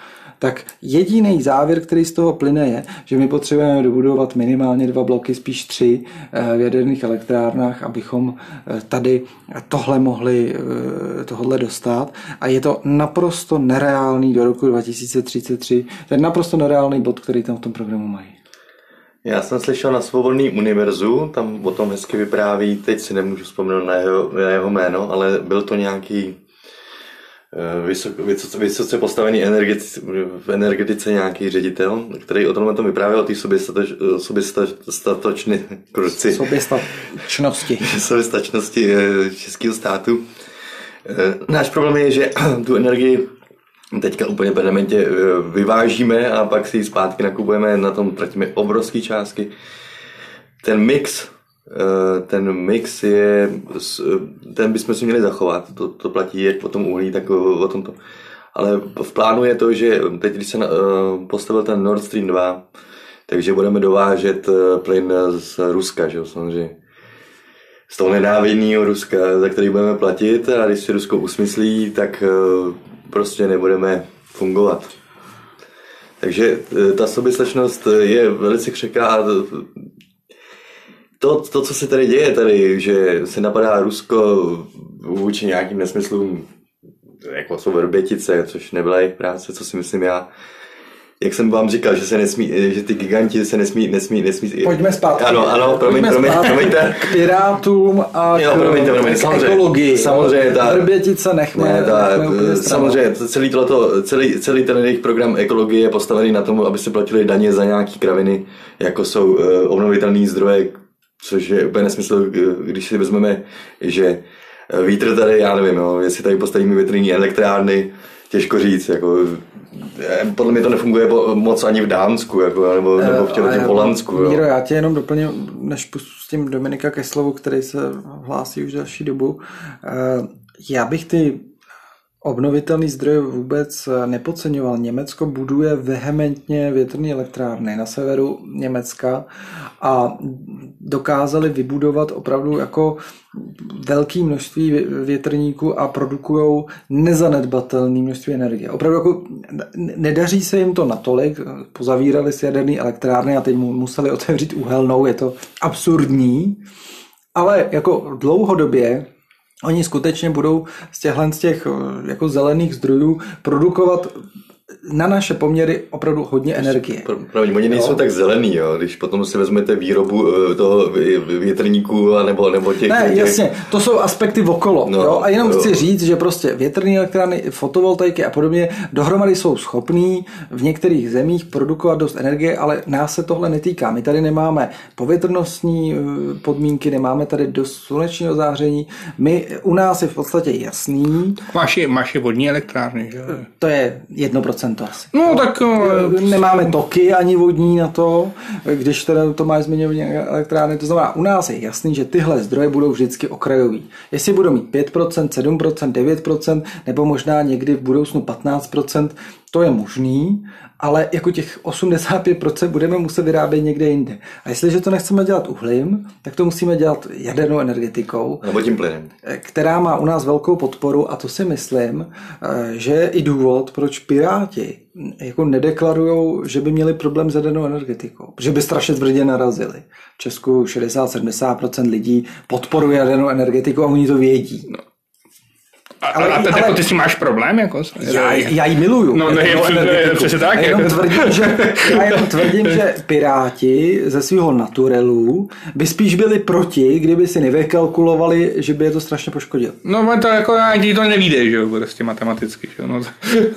A: tak jediný závěr, který z toho plyne, je, že my potřebujeme dobudovat minimálně dva bloky, spíš tři v jaderných elektrárnách, abychom tady tohle mohli tohle dostat. A je to naprosto nereálný do roku dva tisíce třicet tři. To je naprosto nereálný bod, který tam v tom programu mají.
C: Já jsem slyšel na Svobodný univerzu, tam o tom hezky vypráví, teď si nemůžu vzpomenout na jeho, na jeho jméno, ale byl to nějaký vysok, vysoce, vysoce postavený energetice, v energetice nějaký ředitel, který o tomhle tom vyprávěl, o té soběstačnosti
A: soběstačnosti
C: soběstačnosti českého státu. Náš problém je, že tu energii teďka úplně permanentně vyvážíme a pak si ji zpátky nakupujeme, na tom tratíme obrovské částky. Ten mix, ten mix je, ten bychom si měli zachovat, to, to platí jak o tom uhlí, tak o, o tomto. Ale v plánu je to, že teď, když se postavil ten Nord Stream dva, takže budeme dovážet plyn z Ruska, že jo, samozřejmě. Z toho nenávidného Ruska, za který budeme platit, a když si Rusko usmyslí, tak prostě nebudeme fungovat. Takže ta soběstačnost je velice křehká a to, to, co se tady děje tady, že se napadá Rusko vůči nějakým nesmyslům, jako jsou Vrbětice, což nebyla jejich práce, co si myslím já. Jak jsem vám říkal, že se nesmí, že ty giganti se nesmí, nesmí, nesmí...
A: Pojďme zpátky.
C: Ano, ano, promiň,
A: Pojďme
C: promiň,
A: zpátky
C: promiňte.
A: K pirátům a
C: jo,
A: k,
C: promiňte, promiňte,
A: k
C: samozřejmě,
A: ekologii.
C: Samozřejmě, ta,
A: Vrbětice nechme,
C: ne, ta,
A: nechme
C: samozřejmě, celý, tohleto, celý, celý ten jejich program ekologie je postavený na tom, aby se platili daně za nějaký kraviny, jako jsou uh, obnovitelné zdroje, což je úplně nesmysl, když si vezmeme, že vítr tady, já nevím, jo, jestli tady postavíme větrné elektrárny, těžko říct, jako, podle mě to nefunguje moc ani v Dánsku, jako, nebo, nebo v těm Holandsku.
A: Míro, já tě jenom doplním, než pustím Dominika ke slovu, který se hlásí už další dobu. Já bych ty obnovitelný zdroje vůbec nepodceňoval. Německo buduje vehementně větrné elektrárny na severu Německa a dokázali vybudovat opravdu jako velké množství větrníků a produkují nezanedbatelné množství energie. Opravdu jako nedaří se jim to natolik, pozavírali si jaderné elektrárny a teď museli otevřít uhelnou, je to absurdní, ale jako dlouhodobě oni skutečně budou z těchhle z těch jako zelených zdrojů produkovat na naše poměry opravdu hodně energie.
C: Pravdě, oni nejsou jo. tak zelený, jo. Když potom si vezmete výrobu toho větrníku nebo, nebo těch...
A: Ne,
C: těch...
A: jasně, to jsou aspekty okolo. No, jo. A jenom jo. chci říct, že prostě větrné elektrárny, fotovoltaiky a podobně dohromady jsou schopný v některých zemích produkovat dost energie, ale nás se tohle netýká. My tady nemáme povětrnostní podmínky, nemáme tady dost slunečního záření. My, u nás je v podstatě jasný.
B: Máš je, máš je vodní elektrárny, že?
A: To je jedno procento asi.
B: No tak...
A: Nemáme toky ani vodní na to, když teda to máš zmiňovat elektrárny. To znamená, u nás je jasný, že tyhle zdroje budou vždycky okrajový. Jestli budou mít pět procent, sedm procent, devět procent nebo možná někdy v budoucnu patnáct procent, to je možný, ale jako těch osmdesát pět procent budeme muset vyrábět někde jinde. A jestliže to nechceme dělat uhlím, tak to musíme dělat jadernou energetikou,
C: nebo tím plynem,
A: která má u nás velkou podporu a to si myslím, že je i důvod, proč Piráti jako nedeklarujou, že by měli problém s jadernou energetikou, že by strašně tvrdě narazili. V Česku šedesát až sedmdesát procent lidí podporuje jadernou energetiku a oni to vědí. No.
B: Ale, a teď jako ty si máš problém? Jako,
A: já, já ji miluju.
B: No, ne, přesně tak.
A: Já jenom, tvrdím, že, já jenom tvrdím, že Piráti ze svého naturelu by spíš byli proti, kdyby si nevykalkulovali, že by je to strašně poškodilo.
B: No to jako ani to nevíde, že jo, prostě matematicky. Že? No.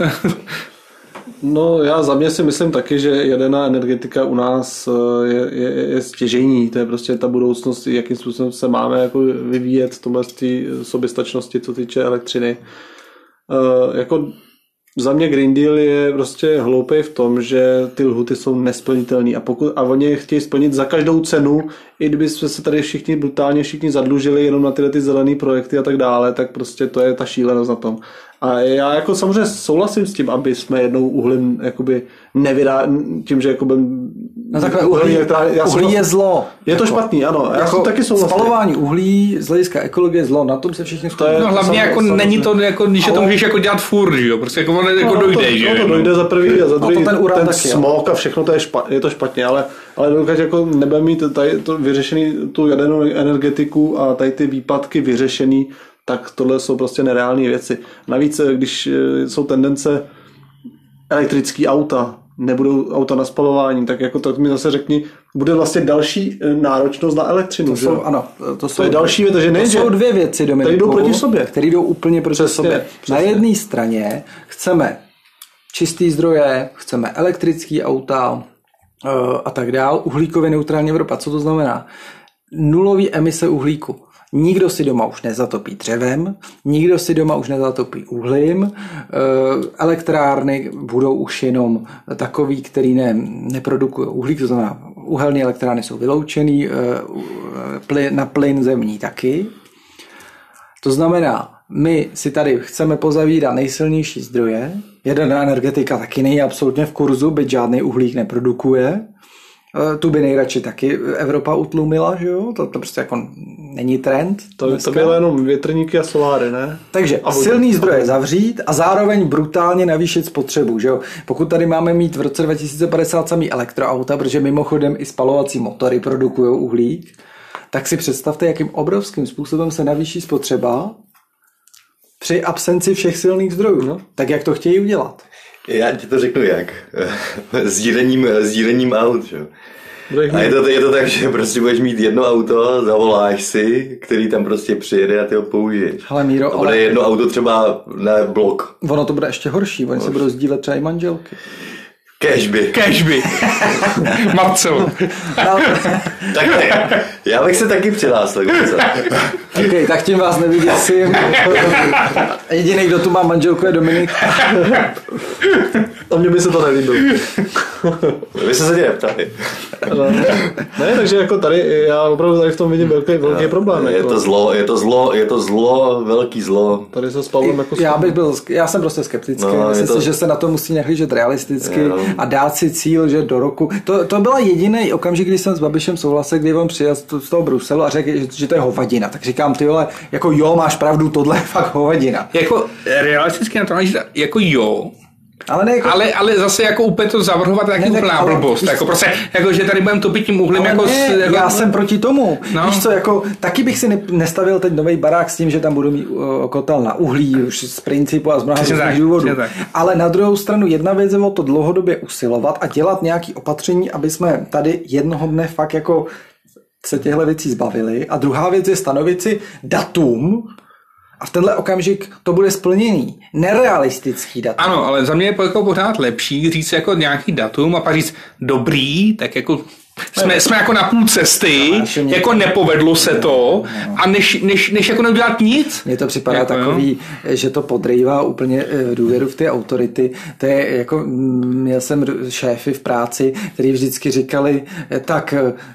D: No já za mě si myslím taky, že jaderná energetika u nás je, je, je stěžejní, to je prostě ta budoucnost, jakým způsobem se máme jako vyvíjet v tomhle soběstačnosti, co týče elektřiny. E, jako za mě Green Deal je prostě hloupý v tom, že ty lhuty jsou nesplnitelné a, pokud, a oni je chtějí splnit za každou cenu, i kdyby jsme se tady všichni brutálně všichni zadlužili jenom na tyhle ty zelené projekty a tak dále, tak prostě to je ta šílenost na tom. A já jako samozřejmě souhlasím s tím, aby jsme jednou uhlím jakoby nevydá, tím, že jakoby
A: no takhle uhlí, uhlí je zlo.
D: Je to jako, špatný, ano. Já jako taky souhlasím.
A: Spalování uhlí z hlediska ekologie je zlo, na tom se všichni shodnou.
B: No hlavně jako není to, jako, když ale... to můžeš jako dělat furt, že jo? Prostě jako, on, jako no, dojde,
D: to,
B: že
D: jo? No to dojde za prvý a za druhý,
A: ten, uran
D: ten
A: taky,
D: smog a všechno to je, špatně, je to špatně, ale, ale dokud jako nebudeme mít tady to vyřešený tu jadernou energetiku a tady ty výpadky vyřešený, tak tohle jsou prostě nereální věci. Navíc, když jsou tendence elektrický auta, nebudou auta na spalování, tak jako to mi zase řekni, bude vlastně další náročnost na elektřinu.
A: To jsou, ano, to, jsou,
D: to je další věc, že ne,
A: to jsou dvě věci, Dominiku,
D: jdou proti sobě.
A: Které jdou úplně proti přesně, sobě. Přesně. Na jedné straně chceme čistý zdroje, chceme elektrický auta a tak dál, uhlíkově neutrální Evropa. Co to znamená? Nulový emise uhlíku. Nikdo si doma už nezatopí dřevem, nikdo si doma už nezatopí uhlím, elektrárny budou už jenom takový, který ne, neprodukují uhlík, to znamená uhelné elektrárny jsou vyloučený, na plyn zemní taky. To znamená, my si tady chceme pozavírat nejsilnější zdroje, jaderná energetika taky není absolutně v kurzu, byť žádný uhlík neprodukuje. Tu by nejradši taky Evropa utlumila, že jo? To, to prostě jako není trend.
D: To, to bylo jenom větrníky a soláry, ne?
A: Takže a silný zdroje zavřít a zároveň brutálně navýšit spotřebu, že jo? Pokud tady máme mít v roce dva tisíce padesát samý elektroauta, protože mimochodem i spalovací motory produkují uhlík, tak si představte, jakým obrovským způsobem se navýší spotřeba při absenci všech silných zdrojů. No? Tak jak to chtějí udělat?
C: Já ti to řeknu jak. Sdílením, sdílením aut, že? A je to, je to tak, že prostě budeš mít jedno auto, zavoláš si, který tam prostě přijede a ty ho použiješ.
A: Ale Míro,
C: a bude ale... jedno auto třeba na blok.
A: Ono to bude ještě horší, oni se budou sdílet třeba i manželky.
C: Cashby.
B: Cashby. Marcel.
C: Tak ne, já bych se taky přihlásil.
A: Ok, tak tím vás nevyděsím. Jediný, kdo tu má manželku, je Dominik.
D: A mně by se to nelíbilo.
C: Vy se se tě neptali.
D: Ne, takže jako tady, já opravdu tady v tom vidím velký, velký no, problém.
C: Je
D: jako.
C: to zlo, je to zlo, je to zlo, velký zlo.
D: Tady se s Pavlem jako...
A: Já bych byl, já jsem prostě skeptický. No, myslím to... si, že se na to musí nahlížet realisticky no. a dát si cíl, že do roku... To, to byla jediný okamžik, kdy jsem s Babišem souhlasil, kdy on přijel z toho Bruselu a řekl, že, že to je hovadina. Tak říkám, ty vole, jako jo, máš pravdu, tohle je fakt hovadina.
B: Jako realisticky na to máš, jako jo,
A: ale, ne jako...
B: ale, ale zase jako úplně to zavrhovat taky úplná blbost. Jako prostě, jako, že tady budeme topit tím uhlím. Jako,
A: ne,
B: jako...
A: Já jsem proti tomu. No. Víš co, jako, taky bych si nestavil teď nový barák s tím, že tam budu mít uh, kotel na uhlí, už z principu a z mnoha různých důvodů. Ale na druhou stranu jedna věc je o to dlouhodobě usilovat a dělat nějaké opatření, aby jsme tady jednoho dne fakt jako se těchto věcí zbavili. A druhá věc je stanovit si datum, a v tenhle okamžik to bude splněný. Nerealistický datum.
B: Ano, ale za mě je jako pořád lepší říct jako nějaký datum a pak říct dobrý, tak jako jsme, jsme jako na půl cesty, no, jako nepovedlo se to a než, než, než jako neudělat nic.
A: Mně to připadá
B: jako,
A: takový, jo? Že to podrývá úplně důvěru v ty autority. To je jako, měl jsem šéfy v práci, který vždycky říkali, tak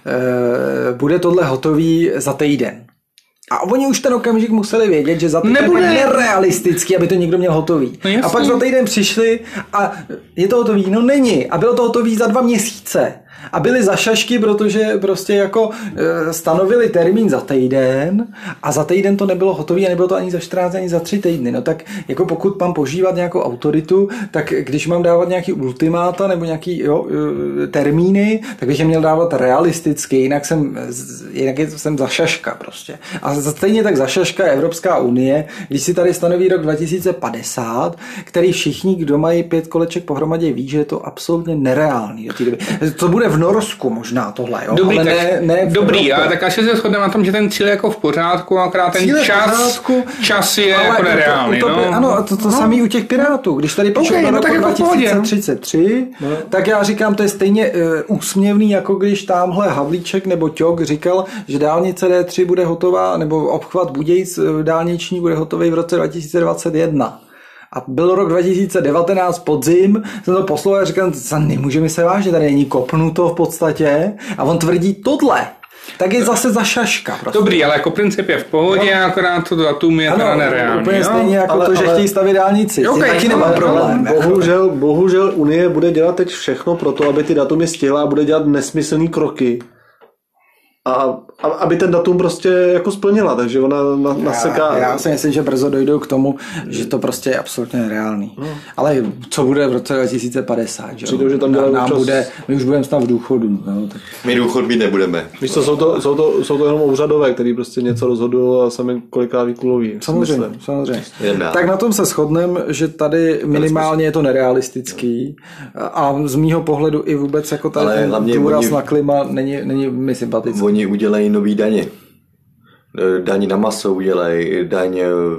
A: bude tohle hotový za týden. A oni už ten okamžik museli vědět, že za týden je nerealistický, aby to někdo měl hotový. No a pak za týden přišli a je to hotový? No není. A bylo to hotový za dva měsíce. A byli za šašky, protože prostě jako e, stanovili termín za týden a za týden to nebylo hotový a nebylo to ani za čtrnáct, ani za tři týdny. No tak jako pokud mám požívat nějakou autoritu, tak když mám dávat nějaký ultimáta nebo nějaký jo, e, termíny, tak bych je měl dávat realisticky, jinak jsem, jinak jsem za šaška prostě. A stejně tak za šaška je Evropská unie, když si tady stanoví rok dva tisíce padesát, který všichni, kdo mají pět koleček pohromadě, ví, že je to absolutně nereálný do té doby. To bude v Norsku možná tohle, jo?
B: Dobrý,
A: ale
B: tak,
A: ne, ne
B: dobrý, ale tak asi se shodneme na tom, že ten cíl je jako v pořádku, akorát ten čas, pořádku, čas je jako nereálný.
A: To, to,
B: no.
A: Ano, a to, to no. samý u těch Pirátů. Když tady píšou okay, do roku no, dva tisíce třicet tři, no. tak já říkám, to je stejně uh, úsměvný, jako když tamhle Havlíček nebo Ťok říkal, že dálnice D tři bude hotová, nebo obchvat Budějic dálniční bude hotový v roce dva tisíce dvacet jedna. A byl rok dva tisíce devatenáct podzim, jsem to poslouchal a říkal, nemůžeme se vážit, tady není kopnuto v podstatě. A on tvrdí tohle. tak je zase za šaška. Prostě.
B: Dobrý, ale jako princip je v pohodě, no. Akorát to datum je teda nereálný.
A: Úplně
B: jo?
A: stejně jako
D: ale,
A: to, že
D: ale...
A: chtějí stavět dálnici.
B: Okay,
A: taky
B: no,
A: nemá
B: no,
A: problém.
D: No, bohužel, bohužel Unie bude dělat teď všechno pro to, aby ty datumy stihla a bude dělat nesmyslný kroky. A, a aby ten datum prostě jako splnila, takže ona na, naseká...
A: Já, já si myslím, že brzo dojdou k tomu, že to prostě je absolutně nereálný. No. Ale co bude v roce dva tisíce padesát, že,
D: Přijdou, že tam dělají
A: nám
D: občas...
A: bude, my už budeme snad v důchodu. No, tak...
C: My důchod mít nebudeme.
D: Víš co, jsou to, jsou to, jsou to jenom úřadové, který prostě něco rozhodují a sami kolikrát vykuloví.
A: Samozřejmě, samozřejmě.
C: Jedna.
A: Tak na tom se shodneme, že tady minimálně je to nerealistický a z mýho pohledu i vůbec jako tady ten důraz oni... na klima není, není mi sympatický.
C: Oni udělají nový daně. Daň na maso udělají, daň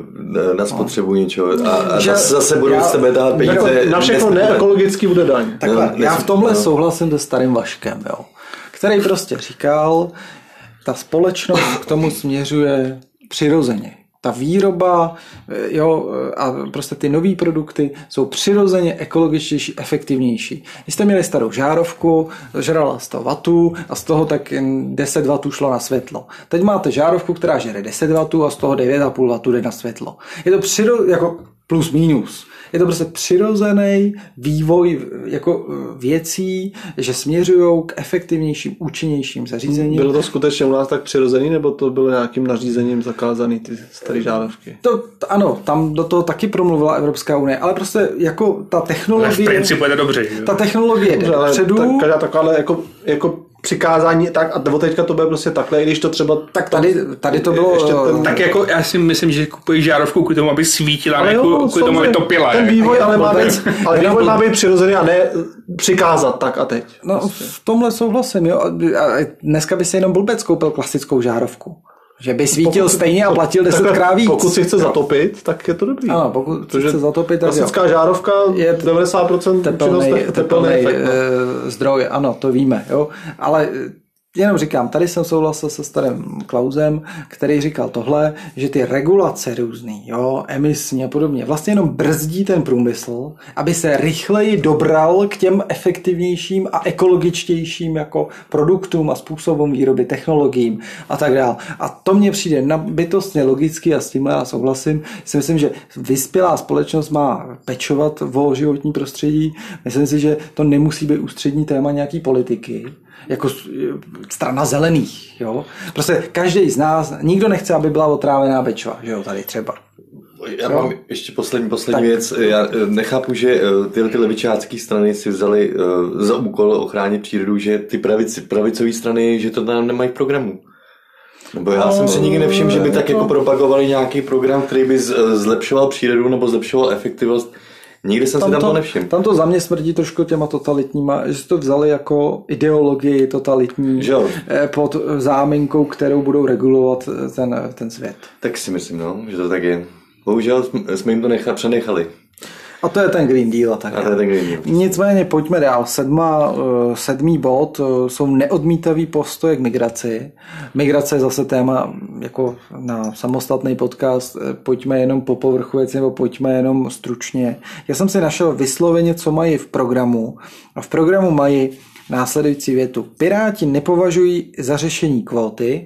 C: na spotřebu něčeho a, a že, zase budou z sebe dát peníze.
D: Na všechno neekologický bude daň.
A: Takhle,
C: no,
A: já v tomhle no. souhlasím se starým Vaškem, jo, který prostě říkal, ta společnost k tomu směřuje přirozeně. Ta výroba, jo, a prostě ty nový produkty jsou přirozeně ekologičtější, efektivnější. Když jste měli starou žárovku, žrala sto wattů a z toho tak deset wattů šlo na světlo. Teď máte žárovku, která žere deset wattů a z toho devět a půl wattů jde na světlo. Je to přiro, jako plus minus. Je to prostě přirozený vývoj jako věcí, že směřují k efektivnějším, účinnějším zařízením.
D: Bylo to skutečně u nás tak přirozený, nebo to bylo nějakým nařízením zakázaný ty staré žárovky?
A: To, ano, tam do toho taky promluvila Evropská unie, ale prostě jako ta technologie...
B: Ale v principu je to dobře. Jo?
A: Ta technologie jde dopředu.
D: Ta, každá taková jako, jako přikázání, tak a nebo teďka to bude prostě takhle, i když to třeba...
A: Tak tady, tady to bylo...
D: Ještě ten...
B: Tak jako já si myslím, že kupují žárovku kvůli tomu, aby svítila,
D: ale
B: ne
D: jo,
B: kvůli tomu, aby topila.
D: Ten vývoj ale má
A: ten,
D: být, ale vývoj má být přirozený a ne přikázat tak a teď.
A: No prostě. V tomhle souhlasím, jo. A dneska by si jenom blbec koupil klasickou žárovku. Že by svítil pokud, stejně a platil desetkrát víc.
D: Pokud si chce zatopit, tak je to dobrý.
A: Ano, pokud si chce zatopit, tak
D: klasická žárovka je devadesát procent
A: tepelný, tepelný efekt, no. zdroj, ano, to víme, jo. Ale jenom říkám, tady jsem souhlasil se starým Klausem, který říkal tohle, že ty regulace různý, jo, emisní a podobně, vlastně jenom brzdí ten průmysl, aby se rychleji dobral k těm efektivnějším a ekologičtějším jako produktům a způsobům výroby, technologiím a tak dále. A to mně přijde nabytostně logicky a s tímhle já souhlasím. Si myslím, že vyspělá společnost má pečovat o životní prostředí. Myslím si, že to nemusí být ústřední téma nějaký politiky. Jako strana zelených, jo. Prostě každý z nás, nikdo nechce, aby byla otrávená Bečva, že jo, tady třeba.
C: Já mám jo? ještě poslední, poslední tak. věc. Já nechápu, že tyhle ty levičácké strany si vzali za úkol ochránit přírodu, že ty pravici, pravicové strany, že to tam nemají v programu. Nebo já jsem si nikdy nevšiml, že by tak jako propagovali nějaký program, který by zlepšoval přírodu nebo zlepšoval efektivnost. Nikdy jsem tam si tam to, to nevšiml.
A: Tam to za mě smrdí trošku těma totalitníma, že si to vzali jako ideologii totalitní
C: že?
A: pod záminkou, kterou budou regulovat ten, ten svět.
C: Tak si myslím, no, že to tak je. Bohužel jsme jim to nechali, přenechali.
A: A to je ten Green Deal. A tak
C: a to je ten Green Deal.
A: Nicméně pojďme dál. Sedma, sedmý bod jsou neodmítavý postoje k migraci. Migrace je zase téma jako na samostatný podcast. Pojďme jenom po povrchu věci, nebo pojďme jenom stručně. Já jsem si našel vysloveně, co mají v programu. A v programu mají následující větu. Piráti nepovažují za řešení kvóty.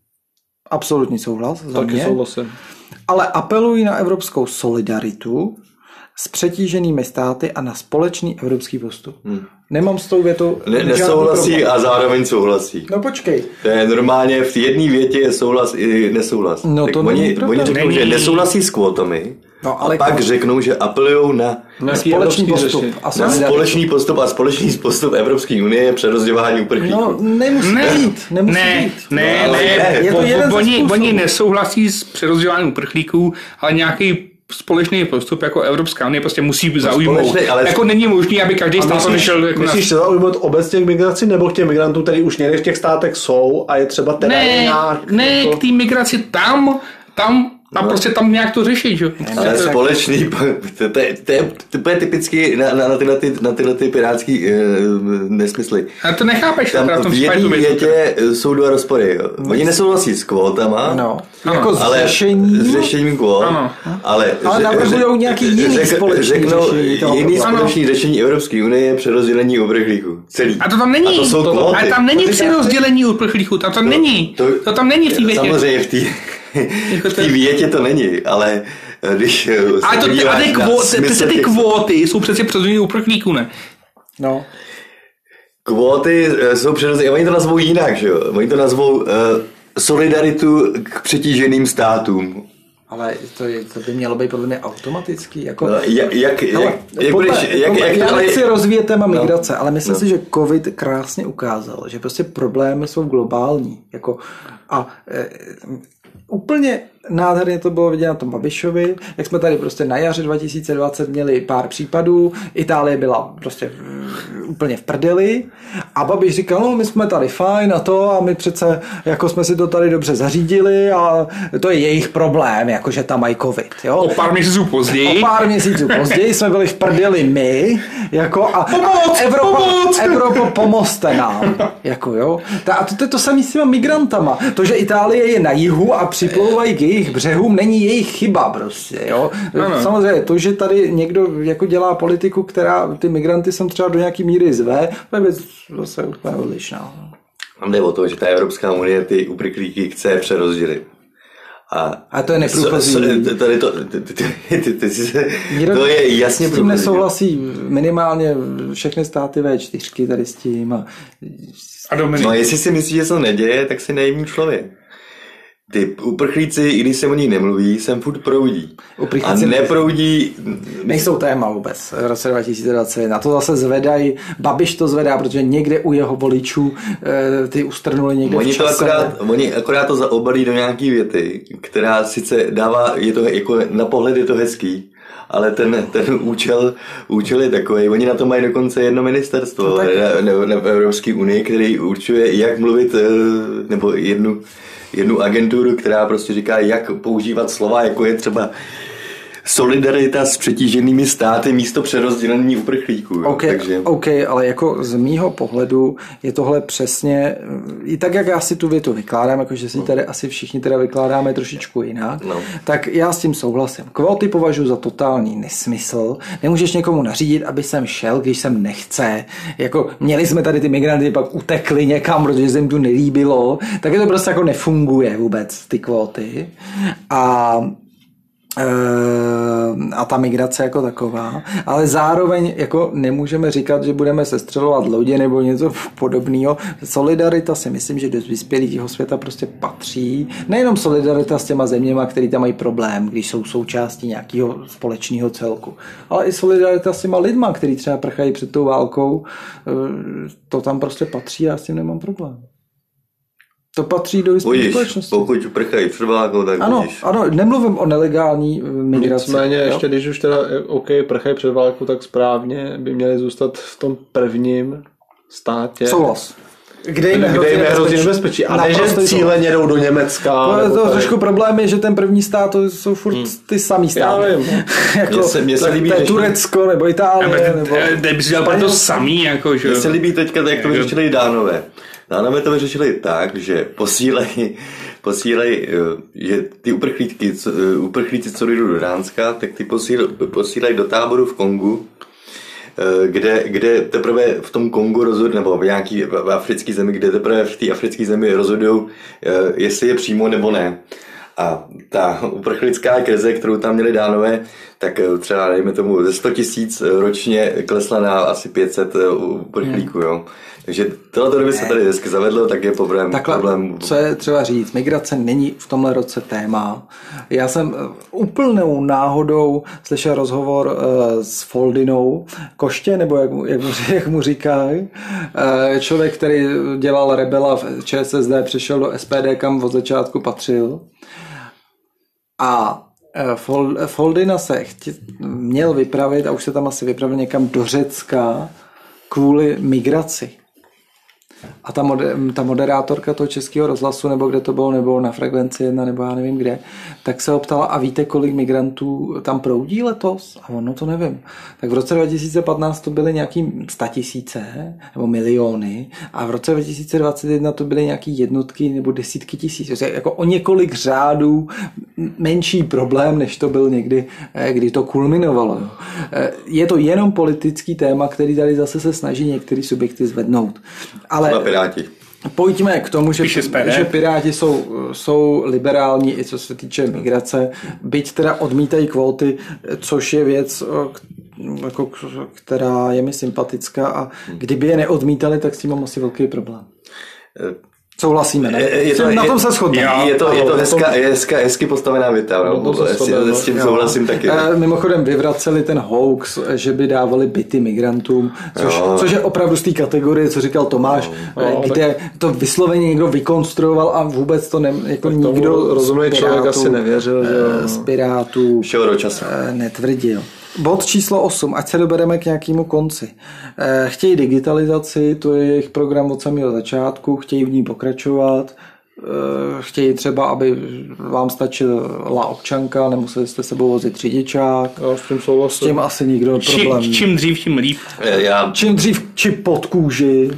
A: Absolutní souhlas. Za
D: Taky
A: mě.
D: souhlasím.
A: Ale apelují na evropskou solidaritu s přetíženými státy a na společný evropský postup. Hmm. Nemám s tou větou...
C: Ne, nesouhlasí a zároveň souhlasí.
A: No počkej.
C: To je normálně, v jedné větě je souhlas i nesouhlas.
A: No to
C: oni, oni řeknou,
B: není.
C: že nesouhlasí s kvótami, no, ale a pak k... řeknou, že apelujou na,
A: na společný postup. A
C: na společný postup a společný postup Evropské unie je přerozdělování uprchlíků.
A: No nemusí
B: ne,
A: být. Nemusí
B: ne,
A: být.
B: ne,
A: no,
B: ne,
A: ne. Je to
B: po,
A: jeden
B: po, oni,
A: ze
B: oni nesouhlasí s přerozdělováním uprchlíků, ale nějaký společný postup jako Evropská unie prostě musí zaujmout. Ale... Jako není možný, aby každý stát to nešel... Jako
D: myslíš se zaujmout obecně k migraci nebo k těm migrantům, který už někde v těch státech jsou a je třeba teda
B: ne,
D: nějak...
B: Ne,
D: jako...
B: k té migraci tam, tam A no. prostě tam nějak to řešit, že?
C: Ale společný, to, to, to, je, to je typicky na, na, na, tyhle, ty, na tyhle ty pirátský e, nesmysly.
B: A to nechápeš,
C: tam
B: v tom
C: v jedné větě jsou dva rozpory. Jo. Oni nesouhlasí s kvótama,
A: no.
C: jako s,
A: ale,
C: řešením, s řešením kvót,
B: ano.
C: ale,
A: ale navrhujou nějaký jiný řek, společný
C: řeknou,
A: řešení.
C: Jiný společný řešení Evropské unie je přerozdělení uprchlíků. Celý.
B: A to tam není.
C: A to jsou kvóty.
B: Ale tam není přerozdělení uprchlíků, tam to, to není. To, to tam není v té větě.
C: Samozřejmě v té v té větě to není, ale když
B: ale to, ty, ale kvóty, ty, ty kvóty jsou přece přerozdělení uprchlíků, ne?
A: No.
C: Kvóty jsou přerozdělení, oni to nazvou jinak, že jo? Oni to nazvou uh, solidaritu k přetíženým státům.
A: Ale to, je, to by mělo být podle mě automaticky. Jako,
C: no, jak, jak,
A: no,
C: jak, jak,
A: podle,
C: budeš, jak,
A: podle,
C: jak
A: já nechci rozvíjet téma
C: no,
A: migrace, ale myslím
C: no.
A: si, že covid krásně ukázal, že prostě problémy jsou globální. Jako, a e, úplně nádherně to bylo vidět na tom Babišovi, jak jsme tady prostě na jaře dva tisíce dvacet měli pár případů, Itálie byla prostě úplně v prdeli a Babiš říkal, no my jsme tady fajn a to a my přece jako jsme si to tady dobře zařídili a to je jejich problém, jakože tam mají covid. Jo?
B: O pár měsíců později.
A: O pár měsíců později jsme byli v prdeli my jako a,
B: pomoc,
A: a Evropa,
B: pomoc.
A: Evropa pomozte nám. Jako, jo? Ta, a to, to je to samé s těma migrantama. To, že Itálie je na jihu a připlouvají k jejich břehům, není jejich chyba prostě. Jo?
B: Ano.
A: Samozřejmě to, že tady někdo jako dělá politiku, která ty migranty sem třeba do nějaký míry zve, to je věc zase úplně odlišná.
C: Jde o to, že ta Evropská unie ty uprchlíky chce přerozdělit. A,
A: a to je neprůchozí.
C: Tady to, to je jasně
A: s tím nesouhlasí minimálně všechny státy vé čtyři tady s tím. A,
B: a Dominik.
C: No jestli si myslíš, že se to neděje, tak si naivní člověk. Ty uprchlíci, i když se o ní nemluví, sem furt proudí. Uprchlíci a neproudí...
A: Nejsou téma vůbec v roce dva tisíce dvacet. Na to zase zvedají, Babiš to zvedá, protože někde u jeho voličů ty ustrnuli někde
C: oni
A: v čase.
C: To akorát, oni akorát to zaobalí do nějaký věty, která sice dává, je to jako na pohled je to hezký, ale ten, ten účel, účel je takový. Oni na to mají dokonce jedno ministerstvo no, na, na, na Evropské unii, který určuje, jak mluvit, nebo jednu jednu agenturu, která prostě říká, jak používat slova, jako je třeba solidarita s přetíženými státy místo přerozdělení uprchlíků.
A: Okay,
C: Takže...
A: OK, ale jako z mýho pohledu je tohle přesně, i tak, jak já si tu větu vykládám, jakože si tady asi všichni teda vykládáme trošičku jinak, no. Tak já s tím souhlasím. Kvóty považuji za totální nesmysl. Nemůžeš někomu nařídit, aby sem šel, když sem nechce. Jako měli jsme tady ty migranty, pak utekli někam, protože se jim tu nelíbilo. Tak to prostě jako nefunguje vůbec, ty kvóty. A a ta migrace jako taková, ale zároveň jako nemůžeme říkat, že budeme sestřelovat lodě nebo něco podobného. Solidarita si myslím, že do vyspělého světa prostě patří. Nejenom solidarita s těma zeměma, který tam mají problém, když jsou součástí nějakého společného celku, ale i solidarita s těma lidma, který třeba prchají před tou válkou. To tam prostě patří a já s tím nemám problém. To patří do vyspělé společnosti.
C: Pokud prchají před válkou, tak
A: ano,
C: budíš.
A: Ano, nemluvím o nelegální migraci.
D: Nicméně ještě, když už teda OK, prchají před válkou, tak správně by měli zůstat v tom prvním státě.
A: Souhlas. Kde jim
D: hrozí nebezpečí. A ne, že cíleně jdou do Německa.
A: To je to trošku problém je, že ten první stát to jsou furt hmm. ty samý státy.
D: Já vím.
A: jako,
C: mě se, mě se líbí,
A: to je Turecko nebo Itálie. Nebo
B: Teď bys dělal to samý. Jako, že...
C: Mně se líbí teďka, jak to vyřešili Dánové. Dánové to vyřešili tak, že posílají, posílají že ty uprchlíky, uprchlíci, co jdou do Dánska, tak ty posílají do táboru v Kongu, kde, kde teprve v tom Kongu rozhodují, nebo v nějaký v africké zemi, kde teprve v té africké zemi rozhodují, jestli je přímo nebo ne. A ta uprchlická krize, kterou tam měli Dánové, tak třeba, dejme tomu, ze sto tisíc ročně klesla na asi pět set uprchlíků, jo. Takže tohle, kdyby se tady hezky zavedlo, tak je problém.
A: Takhle,
C: problém.
A: Co je třeba říct, migrace není v tomhle roce téma. Já jsem úplnou náhodou slyšel rozhovor uh, s Foldinou Koště, nebo jak, jak, mu, jak mu říkají. Uh, člověk, který dělal rebela v ČSSD, přešel do S P D, kam od začátku patřil. A uh, Foldina se chtě, měl vypravit, a už se tam asi vypravil někam do Řecka, kvůli migraci. A ta, moder, ta moderátorka toho Českého rozhlasu, nebo kde to bylo, nebo na Frekvenci jedna, nebo já nevím kde, tak se ho ptala, a víte, kolik migrantů tam proudí letos? A ono to nevím. Tak v roce dva tisíce patnáct to byly nějaký statisíce, nebo miliony, a v roce dva tisíce dvacet jedna to byly nějaký jednotky nebo desítky tisíc. Jako o několik řádů menší problém, než to byl někdy, kdy to kulminovalo. Je to jenom politický téma, který tady zase se snaží některý subjekty zvednout. Ale
C: Piráti.
A: Pojďme k tomu, že, že Piráti jsou, jsou liberální i co se týče migrace, byť teda odmítají kvóty, což je věc, jako, která je mi sympatická, a kdyby je neodmítali, tak s tím mám asi velký problém. Souhlasíme, ne?
C: Je to,
A: na tom
C: je,
A: se shodneme.
C: Je to, je to hezká, je hezká, hezky postavená věta, no, s, s tím souhlasím taky.
A: E, mimochodem vyvraceli ten hoax, že by dávali byty migrantům, což, což je opravdu z té kategorie, co říkal Tomáš, no, kde tak to vysloveně někdo vykonstruoval a vůbec to ne, jako nikdo
D: rozumný člověk asi nevěřil, že
A: z Pirátů netvrdil. Bod číslo osm, ať se dobereme k nějakému konci. Chtějí digitalizaci, to je jejich program od samého začátku, chtějí v ní pokračovat, chtějí třeba, aby vám stačila občanka, nemuseli jste sebou vozit řidičák.
D: Já s tím souhlasím.
A: S tím asi nikdo problém.
B: Či, čím dřív, tím líp.
C: Já...
A: Čím dřív čip pod kůži.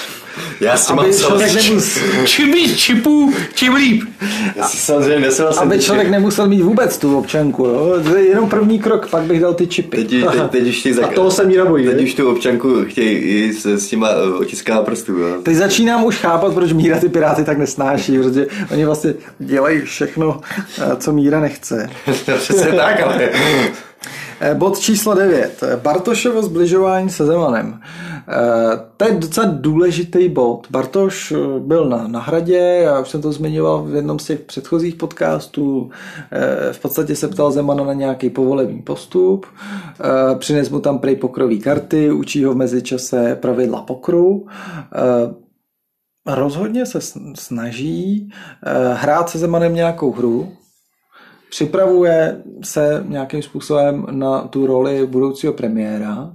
C: Já s tím mám
B: nemus... Čím víc čipů, tím líp.
C: Já si samozřejmě nesouhlasím.
A: Aby člověk nemusel mít vůbec tu občanku. Jo? To je jenom první krok, pak bych dal ty čipy.
C: Teď, teď, teď, teď, teď,
D: a toho se mi nebojí.
C: Teď už tu občanku chtějí i s, s těma otiskama prstů. Jo?
A: Teď začínám už chápat, proč Míra ty Piráty tak nesnáší, protože oni vlastně dělají všechno, co Míra nechce.
C: Přesně tak, ale...
A: Bod číslo devět. Bartošovo zbližování se Zemanem. To je docela důležitý bod. Bartoš byl na, na Hradě, já už jsem to zmiňoval v jednom z těch předchozích podcastů. V podstatě se ptal Zemana na nějaký povolební postup. Přines mu tam prej pokrový karty, učí ho v mezičase pravidla pokru. Rozhodně se snaží hrát se Zemanem nějakou hru. Připravuje se nějakým způsobem na tu roli budoucího premiéra,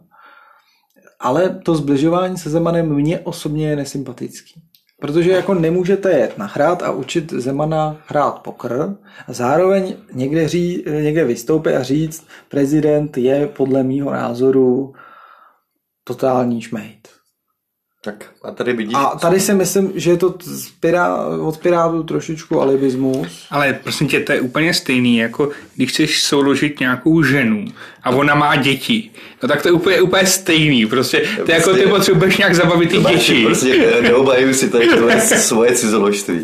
A: ale to zbližování se Zemanem mně osobně je nesympatický. Protože jako nemůžete jet na hrát a učit Zemana hrát pokr a zároveň někde, ří, někde vystoupit a říct, prezident je podle mýho názoru totální šmejt.
C: Tak a tady vidíš...
A: A tady si myslím, že je to pirá, od Pirátů trošičku alibismus.
B: Ale prosím tě, to je úplně stejný, jako když chceš souložit nějakou ženu a ona má děti. No tak to je úplně, úplně stejný. Prostě ty jako ty potřebuješ nějak zabavit ty děti.
C: Prostě neobhajuji si tady tohle svoje cizoložství.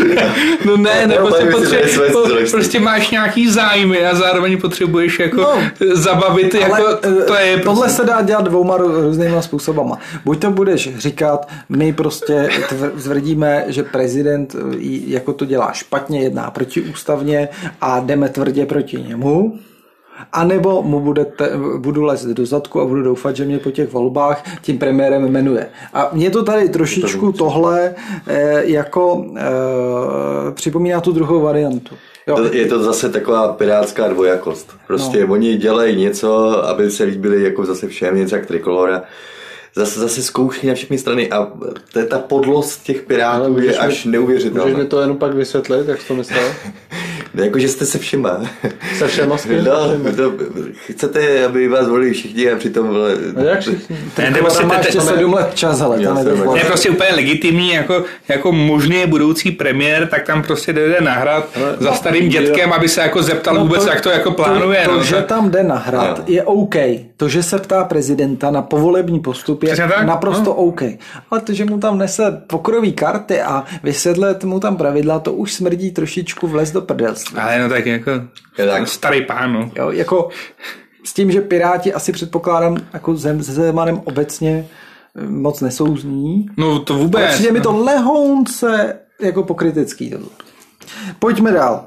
B: No ne, ne, prostě, potře- po, prostě máš nějaký zájmy a zároveň potřebuješ jako no, zabavit, jako to je...
A: Tohle
B: prostě...
A: se dá dělat dvouma různýma způsobama. Buď to budeš říkat, my prostě tvrdíme, že prezident jako to dělá špatně, jedná protiústavně a jdeme tvrdě proti němu, a nebo mu budete, budu lézt do zadku a budu doufat, že mě po těch volbách tím premiérem jmenuje. A mě to tady trošičku tohle eh, jako eh, připomíná tu druhou variantu. Jo.
C: Je to zase taková pirátská dvojakost. Prostě no. Oni dělají něco, aby se líbili jako zase všem, něco jak Trikolora. Zase, zase zkouší na všechny strany a to je ta podlost těch Pirátů je až neuvěřitelná.
D: Můžeš mi to jenom pak vysvětlit, jak jsi to myslel?
C: Jako, že jste se všema.
D: Se všema s kým?
C: No, to, chcete, aby vás volili všichni a přitom...
D: No jak všichni?
A: Trikolora má ještě sedm let čas, ale
B: to je prostě úplně legitimní, jako, jako možný budoucí premiér, tak tam prostě jde nahrát no, za starým dětkem, aby se jako zeptal no, vůbec, to, jak to jako plánuje.
A: To, to
B: no,
A: že
B: tak...
A: tam jde nahrát, no. Je OK. To, že se ptá prezidenta na povolební postup, je naprosto no. OK. Ale to, že mu tam nese pokrový karty a vysvětlit mu tam pravidla, to už smrdí trošičku vlez do prdelství.
B: Ale no tak jako tak. Starý pán, no.
A: Jo, jako s tím, že Piráti asi předpokládám jako zem, se Zemanem obecně moc nesouzní.
B: No to vůbec. Ale
A: přijde mi to lehounce jako pokrytecký. Pojďme dál.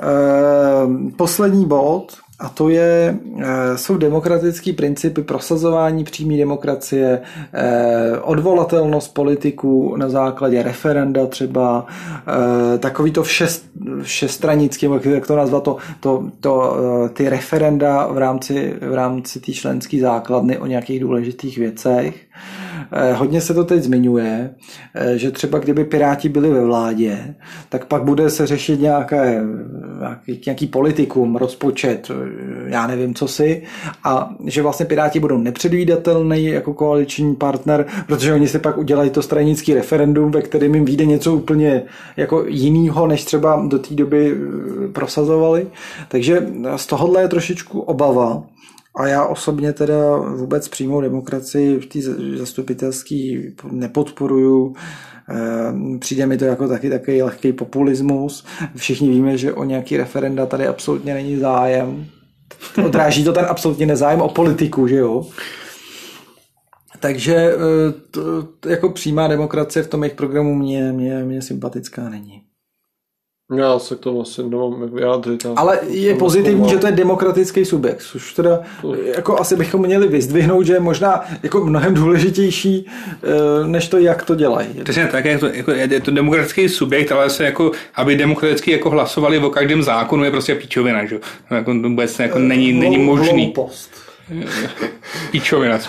A: E, poslední bod. A to je, jsou demokratické principy prosazování přímé demokracie, odvolatelnost politiků na základě referenda třeba, takový to všest, všestranický, jak to nazvat, to, to, to, ty referenda v rámci, v rámci té členské základny o nějakých důležitých věcech. hodně se to teď zmiňuje, že třeba kdyby Piráti byli ve vládě, tak pak bude se řešit nějaké, nějaký, nějaký politikum, rozpočet, já nevím co si, a že vlastně Piráti budou nepředvídatelný jako koaliční partner, protože oni si pak udělají to stranický referendum, ve kterém jim vyjde něco úplně jako jinýho, než třeba do té doby prosazovali. Takže z tohohle je trošičku obava. A já osobně teda vůbec přímou demokracii v té zastupitelské nepodporuju. Přijde mi to jako taky takový lehký populismus. Všichni víme, že o nějaký referenda tady absolutně není zájem. Odráží to ten absolutně nezájem o politiku, že jo? Takže to, to, jako přímá demokracie v tom jejich programu mě, mě, mě sympatická není.
D: Já se k tomu asi nemám jak vyjádřit.
A: Ale je pozitivní, že to je demokratický subjekt, což teda jako asi bychom měli vyzdvihnout, že je možná jako mnohem důležitější, než to, jak to dělají.
B: Přesně tak, je to, jako, je to demokratický subjekt, ale se jako, aby demokraticky jako hlasovali o každém zákonu, je prostě píčovina, že? Jako, to vůbec jako není, není možný.
A: Post.
B: Píčovina.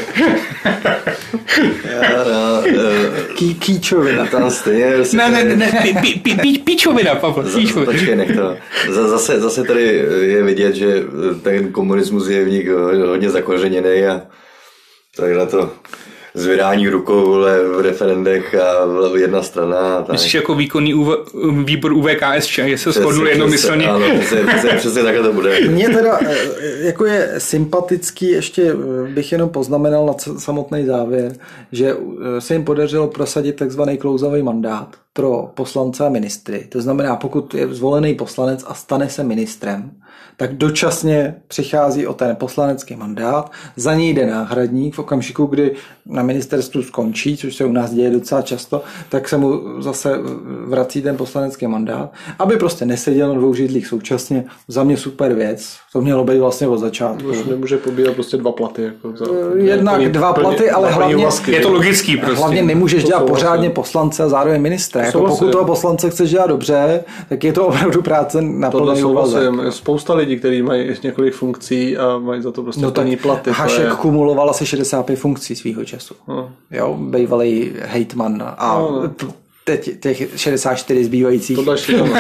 A: Ký, kýčovina.
C: Tam stejně...
B: Ne, ne, ne, pí, pí, pí, píčovina, Pavel.
C: Počkej, nech to. Zase, zase tady je vidět, že ten komunismus je v nich hodně zakořeněný a takhle to zvedání rukou v referendech a jedna strana. Tak.
B: Myslíš jako výkonný UV, výbor U V K S Č, že se shodnul jednomyslně?
C: Ano, přesně, přesně, přesně takhle to bude.
A: Mně teda jako je sympatický, ještě bych jenom poznamenal na samotný závěr, že se jim podařilo prosadit takzvaný klouzavý mandát pro poslance a ministry. To znamená, pokud je zvolený poslanec a stane se ministrem, tak dočasně přichází o ten poslanecký mandát, za něj jde náhradník v okamžiku, kdy na ministerstvu skončí, což se u nás děje docela často, tak se mu zase vrací ten poslanecký mandát, aby prostě neseděl na dvou židlích současně. Za mě super věc, to mělo být vlastně od začátku.
D: Už nemůže pobírat prostě dva platy. Jako za,
A: Jednak
D: plný,
A: dva platy,
D: plný,
A: ale hlavně
B: Vlastky, je to logický prostě.
A: Hlavně nemůžeš
D: to
A: dělat
D: souhlasím.
A: pořádně poslance a zároveň ministra. Jako pokud toho poslance chceš dělat dobře, tak je to opravdu práce na plný úvazek.
D: Spousta lidí, kteří mají několik funkcí a mají za to prostě no plný platy.
A: Hašek
D: je...
A: kumuloval asi šedesát pět funkcí svýho času. No. Jo, bývalý hejtman a no, no. teď těch šedesát čtyři zbývajících.
D: Tohle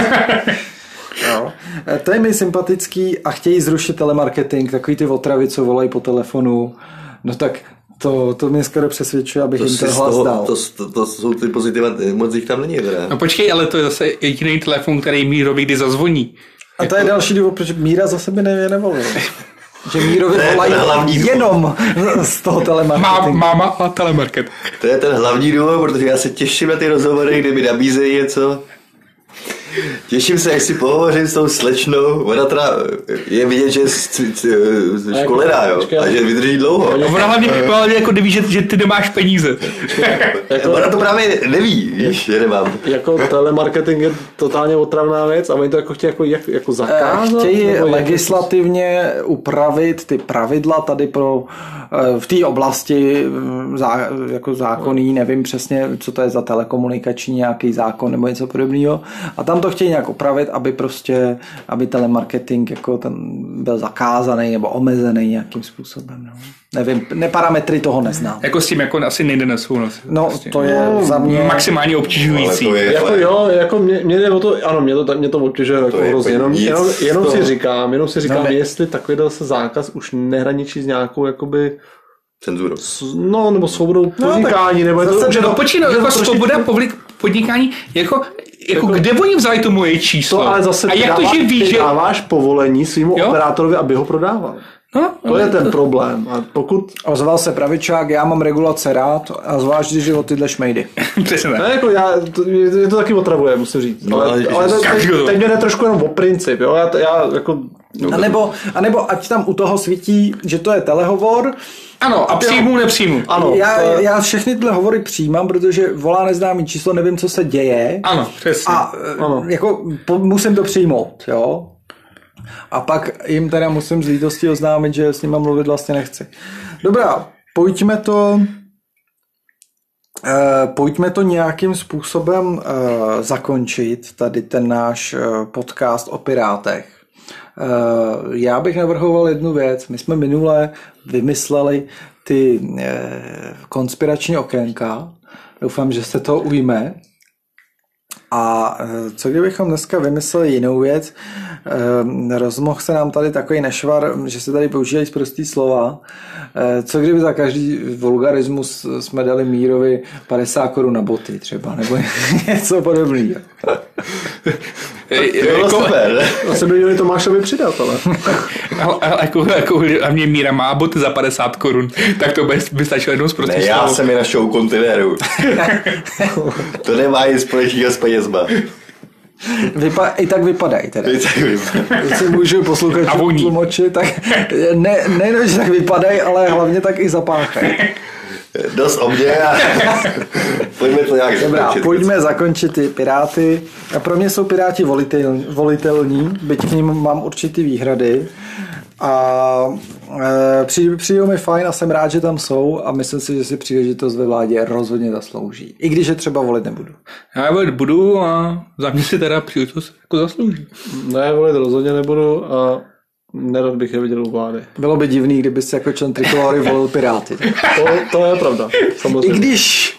A: jo. To je mi sympatický a chtějí zrušit telemarketing, takový ty otravy, co volají po telefonu. No tak to, to mě skoro přesvědčuje, abych to jim ten hlas
C: toho,
A: dal.
C: To, to, to jsou ty pozitiva, moc jich tam není. Teda.
B: No počkej, ale to je zase jediný telefon, který Mírovi kdy zazvoní.
A: A to je další důvod, proč Míra za sebe ne, nevolil. Že Mírovi volají jenom z toho telemarketingu.
B: Má, máma a telemarket.
C: To je ten hlavní důvod, protože já se těším na ty rozhovory, kde mi nabízejí něco. Těším se, jak si pohovořím s tou slečnou. Ona teda je vidět, že je školená, jo. A že vydrží dlouho.
B: Ona hlavně, hlavně jako neví, že, že ty nemáš peníze.
C: Jako, ona to právě neví, víš, že nemám.
D: Jako telemarketing je totálně otravná věc a oni to jako chtějí jako, jako, jako zakázat?
A: Chtějí legislativně upravit ty pravidla tady pro v té oblasti zá, jako zákonný, nevím přesně, co to je za telekomunikační nějaký zákon nebo něco podobného. A tam to chtějí nějak upravit, aby prostě, aby telemarketing jako ten byl zakázaný nebo omezený nějakým způsobem. No. Nevím, ne, parametry toho neznám.
B: Jako s tím jako asi nejde nesouhlasit.
A: No, prostě. To je no, za mě
B: maximálně obtěžující.
C: Je,
D: jako ale... jo, jako mě, mě jde o to, ano, mě to, mě to obtěžuje jako hrozně. Jenom, jenom, jenom si říkám, jenom si říkám, no, jestli takovýhle se zákaz už nehraničí s nějakou jakoby
C: cenzuru.
D: No, nebo svobodou podnikání, no, nebo je to...
B: Že no, počíno, jako svoboda podnikání, jako, jako, jako kde oni vzali to moje číslo?
D: To ale zase
B: a jak
D: dáváš,
B: to, že víš, že...
D: dáváš povolení svýmu jo? operátorovi, aby ho prodával.
B: No,
D: to je ten problém. A pokud...
A: Ozval se pravičák, já mám regulace rád a zvlášť, když je o tyhle šmejdy.
B: Přesně tak.
D: Ne, jako já, to, je to taky otravuje, musím říct. No, ale ale, ale to, teď, teď mě jde trošku jenom o princip. Jo? Já, já jako...
A: A nebo, a nebo ať tam u toho svítí, že to je telehovor.
B: Ano, a přijmu, nepřijmu.
A: Ano, já, je... já všechny tyhle hovory přijímám, protože volá neznámý číslo, nevím, co se děje.
B: Ano, přesně.
A: A ano. Jako po, musím to přijmout, jo. A pak jim teda musím z lítosti oznámit, že s nima mluvit vlastně nechci. Dobrá, pojďme to eh, pojďme to nějakým způsobem eh, zakončit, tady ten náš eh, podcast o Pirátech. Já bych navrhoval jednu věc. My jsme minule vymysleli ty konspirační okénka. Doufám, že se to ujme. A co kdybychom dneska vymysleli jinou věc? Rozmohl se nám tady takový nešvar, že se tady používají prostý slova. Co kdyby za každý vulgarismus jsme dali Mírovi padesát korun na boty třeba, nebo něco podobného.
C: To bylo super.
D: Asi by měli Tomášovi přidat, ale.
B: ale, ale jako, jako, a mě Míra má boty za padesát korun, tak to by, by stačilo jednou z prostých
C: Ne, já jsem je našel u kontinéru. To nemá nic společného s penězma.
A: Vypa- I tak vypadají teda.
C: I tak vypadají.
A: Když si můžu poslouchat tlumočit, tak ne, nejen, že tak vypadají, ale hlavně tak i zapáchají.
C: Dost o mě a pojďme to nějak
A: Dobrá,
C: zakončit.
A: pojďme zakončit ty Piráty. A pro mě jsou Piráti volitelní, volitelní, byť k ním mám určitý výhrady. A e, přijde, přijdou mi fajn a jsem rád, že tam jsou a myslím si, že si příležitost ve vládě rozhodně zaslouží. I když je třeba volit nebudu.
B: Já volit budu a za mě si teda příležitost jako zaslouží.
D: Ne, volit rozhodně nebudu a nerad bych je viděl u vlády.
A: Bylo by divný, kdyby si jako člen Trikolory volil Piráty.
D: To, to je pravda. Samozřejmě.
A: I když...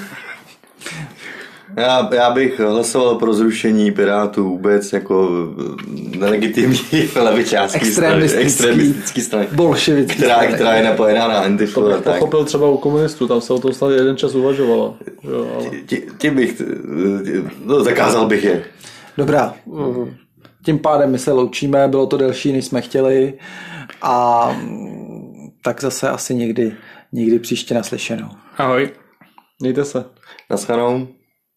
C: Já, já bych hlasoval pro zrušení Pirátů vůbec jako nelegitimní levičářský
A: Extremistický,
C: extremistický strany,
A: bolševický
C: která,
A: strany.
C: která je napojená na Antifu.
D: To bych
C: a tak.
D: pochopil třeba u komunistů, tam se o tom snad jeden čas uvažovalo. Jo, ale...
C: Ti, ti bych, no, zakázal bych je.
A: Dobrá, tím pádem my se loučíme, bylo to delší, než jsme chtěli a tak zase asi někdy, někdy příště naslyšenou.
B: Ahoj.
D: Mějte se.
C: Naschledanou.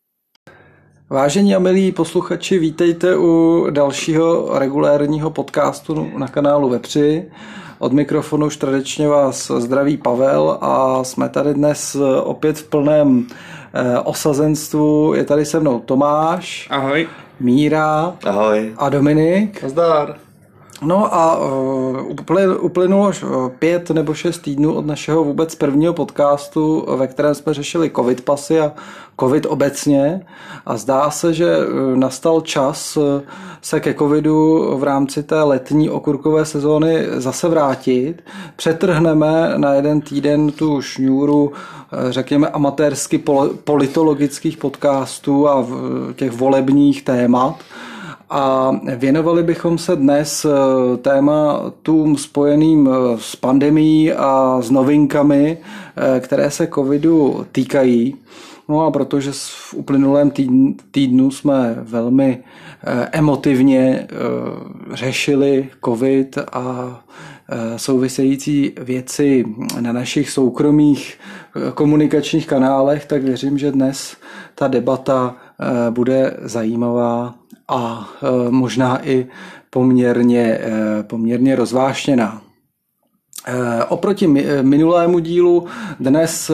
A: Vážení a milí posluchači, vítejte u dalšího regulérního podcastu na kanálu Vepři. Od mikrofonu už tradičně vás zdraví Pavel a jsme tady dnes opět v plném osazenstvu. Je tady se mnou Tomáš,
B: Ahoj.
A: Míra
C: Ahoj.
A: a Dominik.
D: Nazdar.
A: No a uh, uplynulo pět nebo šest týdnů od našeho vůbec prvního podcastu, ve kterém jsme řešili covid pasy a covid obecně a zdá se, že nastal čas se ke covidu v rámci té letní okurkové sezóny zase vrátit. Přetrhneme na jeden týden tu šňůru, řekněme, amatérsky politologických podcastů a těch volebních témat. A věnovali bychom se dnes tématům spojeným s pandemií a s novinkami, které se covidu týkají. No a protože v uplynulém týdnu jsme velmi emotivně řešili covid a související věci na našich soukromých komunikačních kanálech, tak věřím, že dnes ta debata bude zajímavá a možná i poměrně, poměrně rozvášněná. Oproti minulému dílu dnes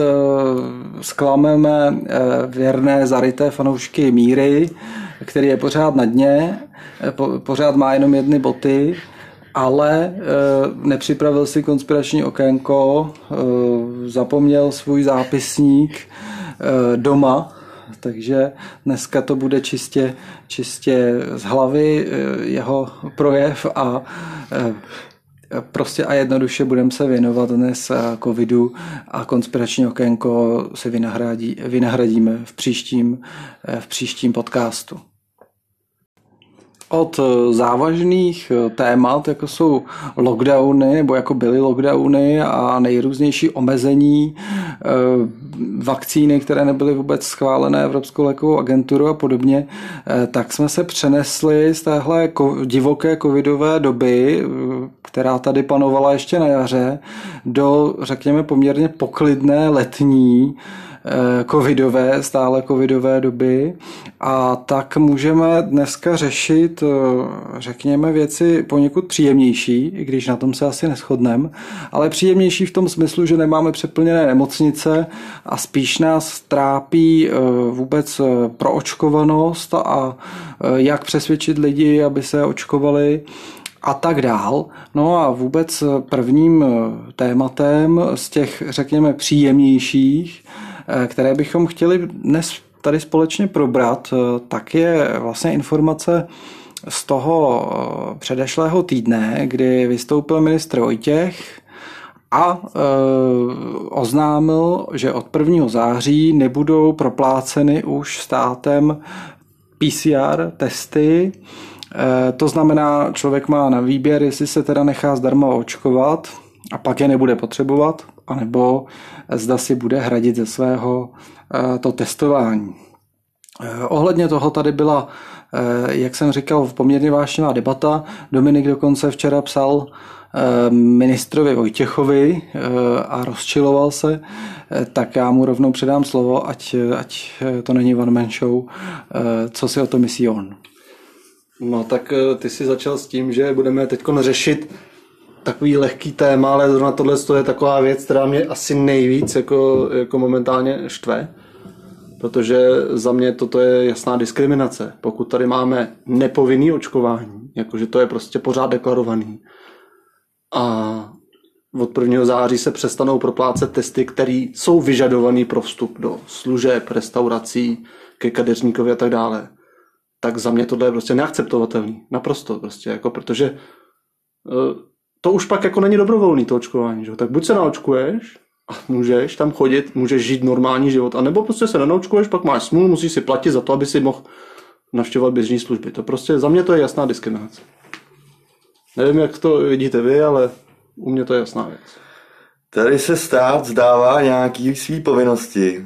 A: zklameme věrné zaryté fanoušky Míry, který je pořád na dně, pořád má jenom jedny boty, ale nepřipravil si konspirační okénko, zapomněl svůj zápisník doma, takže dneska to bude čistě, čistě z hlavy jeho projev a prostě a jednoduše budeme se věnovat dnes covidu a konspirační okénko si vynahradí, vynahradíme v příštím, v příštím podcastu. Od závažných témat, jako jsou lockdowny, nebo jako byly lockdowny a nejrůznější omezení, vakcíny, které nebyly vůbec schválené Evropskou lékovou agenturou a podobně, tak jsme se přenesli z téhle divoké covidové doby, která tady panovala ještě na jaře, do, řekněme, poměrně poklidné letní covidové, stále covidové doby a tak můžeme dneska řešit, řekněme, věci poněkud příjemnější, i když na tom se asi neshodneme, ale příjemnější v tom smyslu, že nemáme přeplněné nemocnice a spíš nás trápí vůbec proočkovanost a jak přesvědčit lidi, aby se očkovali a tak dál. No a vůbec prvním tématem z těch, řekněme, příjemnějších, které bychom chtěli dnes tady společně probrat, tak je vlastně informace z toho předešlého týdne, kdy vystoupil ministr Vojtěch a e, oznámil, že od prvního září nebudou propláceny už státem P C R testy. E, to znamená, člověk má na výběr, jestli se teda nechá zdarma očkovat a pak je nebude potřebovat, anebo zda si bude hradit ze svého e, to testování. E, ohledně toho tady byla, e, jak jsem říkal, poměrně vášnivá debata. Dominik dokonce včera psal ministrovi Vojtěchovi a rozčiloval se, tak já mu rovnou předám slovo, ať, ať to není one man show. Co si o to myslí on?
D: No tak ty jsi začal s tím, že budeme teď řešit takový lehký téma, ale zrovna tohle je taková věc, která mě asi nejvíc jako, jako momentálně štve, protože za mě toto je jasná diskriminace. Pokud tady máme nepovinný očkování, jakože to je prostě pořád deklarovaný, a od prvního září se přestanou proplácet testy, které jsou vyžadované pro vstup do služeb, restaurací, ke kadeřníkovi a tak dále, tak za mě tohle je prostě neakceptovatelný. Naprosto prostě, jako, protože to už pak jako není dobrovolný to očkování. Že? Tak buď se naočkuješ a můžeš tam chodit, můžeš žít normální život, anebo prostě se nenaočkuješ, pak máš smůlu, musíš si platit za to, aby si mohl navštěvovat běžné služby. To prostě za mě to je jasná diskriminace. Nevím, jak to vidíte vy, ale u mě to je jasná věc.
C: Tady se stát zdává nějaký svý povinnosti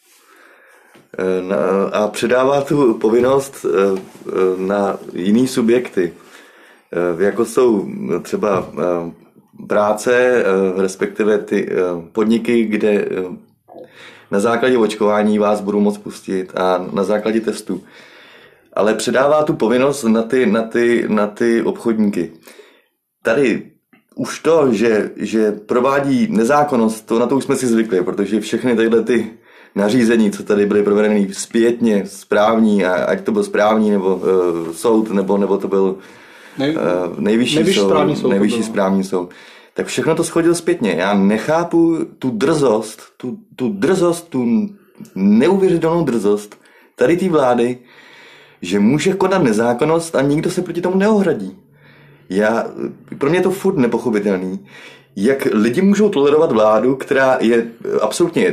C: a předává tu povinnost na jiný subjekty, jako jsou třeba práce, respektive ty podniky, kde na základě očkování vás budou moct pustit a na základě testu. Ale předává tu povinnost na ty, na ty, na ty obchodníky. Tady už to, že, že provádí nezákonnost, to na to už jsme si zvykli, protože všechny tyhle ty nařízení, co tady byly provedeny zpětně, správní, a ať to byl správní nebo uh, soud, nebo, nebo to byl Nej, uh, nejvyšší, nejvyšší, soud, správní soud, nejvyšší správní soud, tak všechno to schodil zpětně. Já nechápu tu drzost, tu, tu drzost, tu neuvěřitelnou drzost tady té vlády, že může konat nezákonnost a nikdo se proti tomu neohradí. Já, pro mě je to furt nepochopitelný, jak lidi můžou tolerovat vládu, která je absolutně,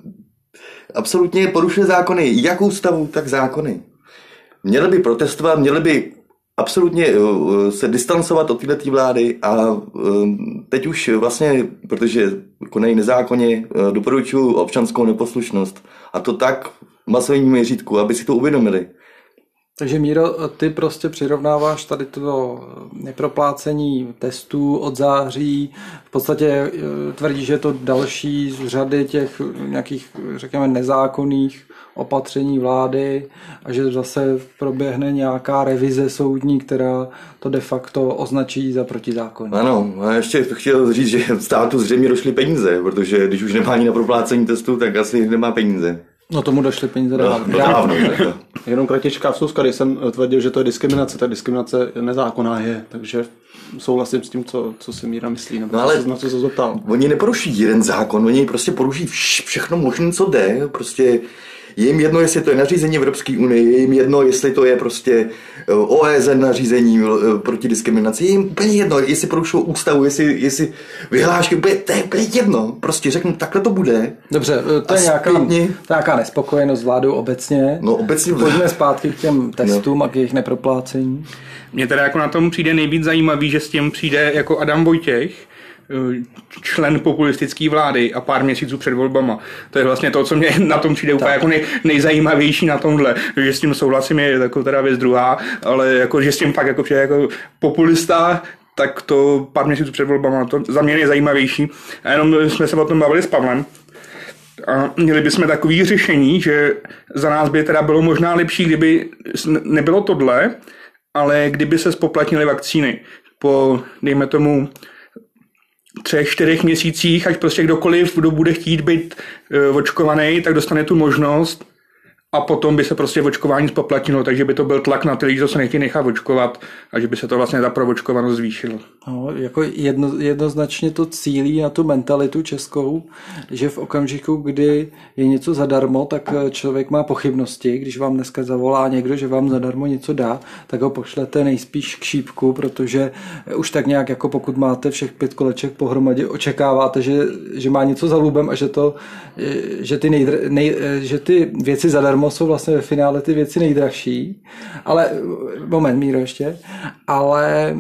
C: absolutně porušuje zákony, jak ústavu, tak zákony. Měli by protestovat, měli by absolutně se distancovat od této vlády a teď už vlastně, protože konají nezákonně, doporučuji občanskou neposlušnost. A to tak v masovém měřítku, aby si to uvědomili.
A: Takže Míro, ty prostě přirovnáváš tady to neproplácení testů od září, v podstatě tvrdíš, že je to další z řady těch nějakých, řekněme, nezákonných opatření vlády a že zase proběhne nějaká revize soudní, která to de facto označí za protizákonní.
C: Ano, a ještě chtěl říct, že státu zřejmě došly peníze, protože když už nemá ani na proplácení testů, tak asi nemá peníze.
A: No tomu došly peníze dávno.
C: dávno.
D: Jenom kratičká vsuvka, když jsem tvrdil, že to je diskriminace, tak diskriminace nezákonná je, takže souhlasím s tím, co, co si Míra myslí.
C: No ale
D: na co se zeptal.
C: Oni neporuší jeden zákon, oni prostě poruší všechno možné, co jde, prostě je jim jedno, jestli to je nařízení Evropské unie, je jim jedno, jestli to je prostě O S N nařízení proti diskriminaci, je jim úplně jedno, jestli porušují ústavu, jestli, jestli vyhlášky, to je úplně jedno, prostě řeknu, takhle to bude.
A: Dobře, to je nějaká, nějaká nespokojenost s vládou obecně.
C: No obecně.
A: Pojďme zpátky k těm testům no. a k jejich neproplácení.
B: Mně teda jako na tom přijde nejvíc zajímavý, že s tím přijde jako Adam Vojtěch, člen populistické vlády a pár měsíců před volbama. To je vlastně to, co mě na tom přijde úplně jako nej, nejzajímavější na tomhle. Že s tím souhlasím, je jako teda věc druhá, ale jako, že s tím fakt jako přijde jako populista, tak to pár měsíců před volbama, to za mě je zajímavější. A jenom jsme se o tom bavili s Pavlem. A měli bychom takový řešení, že za nás by teda bylo možná lepší, kdyby nebylo tohle, ale kdyby se spoplatnily vakcíny. Po, dejme tomu, třech, čtyřech měsících, až prostě kdokoliv, kdo bude chtít být uh, očkovaný, tak dostane tu možnost a potom by se prostě očkování spoplatnilo, takže by to byl tlak na ty lidi, co se nechtějí nechat očkovat a že by se to vlastně ta proočkovanost zvýšilo.
A: No, jako jedno, jednoznačně to cílí na tu mentalitu českou, že v okamžiku, kdy je něco zadarmo, tak člověk má pochybnosti. Když vám dneska zavolá někdo, že vám zadarmo něco dá, tak ho pošlete nejspíš k šípku, protože už tak nějak, jako pokud máte všech pět koleček pohromadě, očekáváte, že, že má něco za lubem a že, to, že, ty nejdr, nej, že ty věci zadarmo jsou vlastně ve finále ty věci nejdražší. Ale, moment, Míro, ještě, ale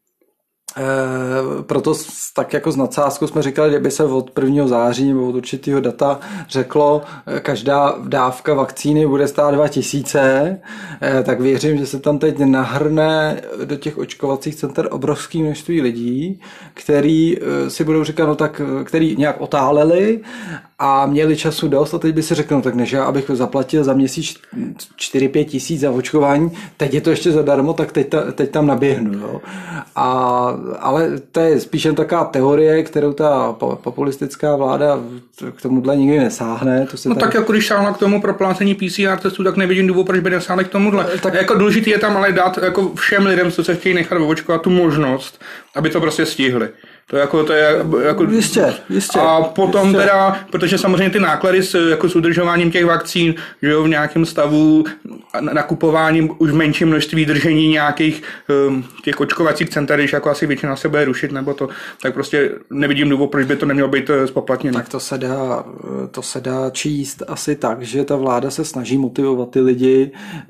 A: E, proto tak jako s nadsázkou jsme říkali, že by se od prvního září nebo od určitého data řeklo, každá dávka vakcíny bude stát dva tisíce, e, tak věřím, že se tam teď nahrne do těch očkovacích center obrovské množství lidí, který si budou říkat, no tak, který nějak otáleli a měli času dost a teď by si řekl, no tak než já, abych zaplatil za měsíc čtyři pět tisíc za očkování, teď je to ještě zadarmo, tak teď, ta, teď tam naběhnu. Jo. A, ale to je spíš jen taková teorie, kterou ta populistická vláda k tomuhle nikdy nesáhne. To se
B: no
A: tady...
B: tak jako když sáhla k tomu proplácení P C R testů, tak nevidím důvod, proč by nesáhli k tomuhle. Tak... Jako důležitý je tam ale dát jako všem lidem, co se chtějí nechat očkovat, tu možnost, aby to prostě stihli. To, jako, to je jako...
A: Jistě, jistě.
B: A potom
A: jistě.
B: teda, protože samozřejmě ty náklady s, jako s udržováním těch vakcín, že jo, v nějakém stavu, nakupováním už v menším množství, držení nějakých um, těch očkovacích center, když jako asi většina se bude rušit, nebo to, tak prostě nevidím důvod, proč by to nemělo být spoplatněné.
A: Tak to se dá, to se dá číst asi tak, že ta vláda se snaží motivovat ty lidi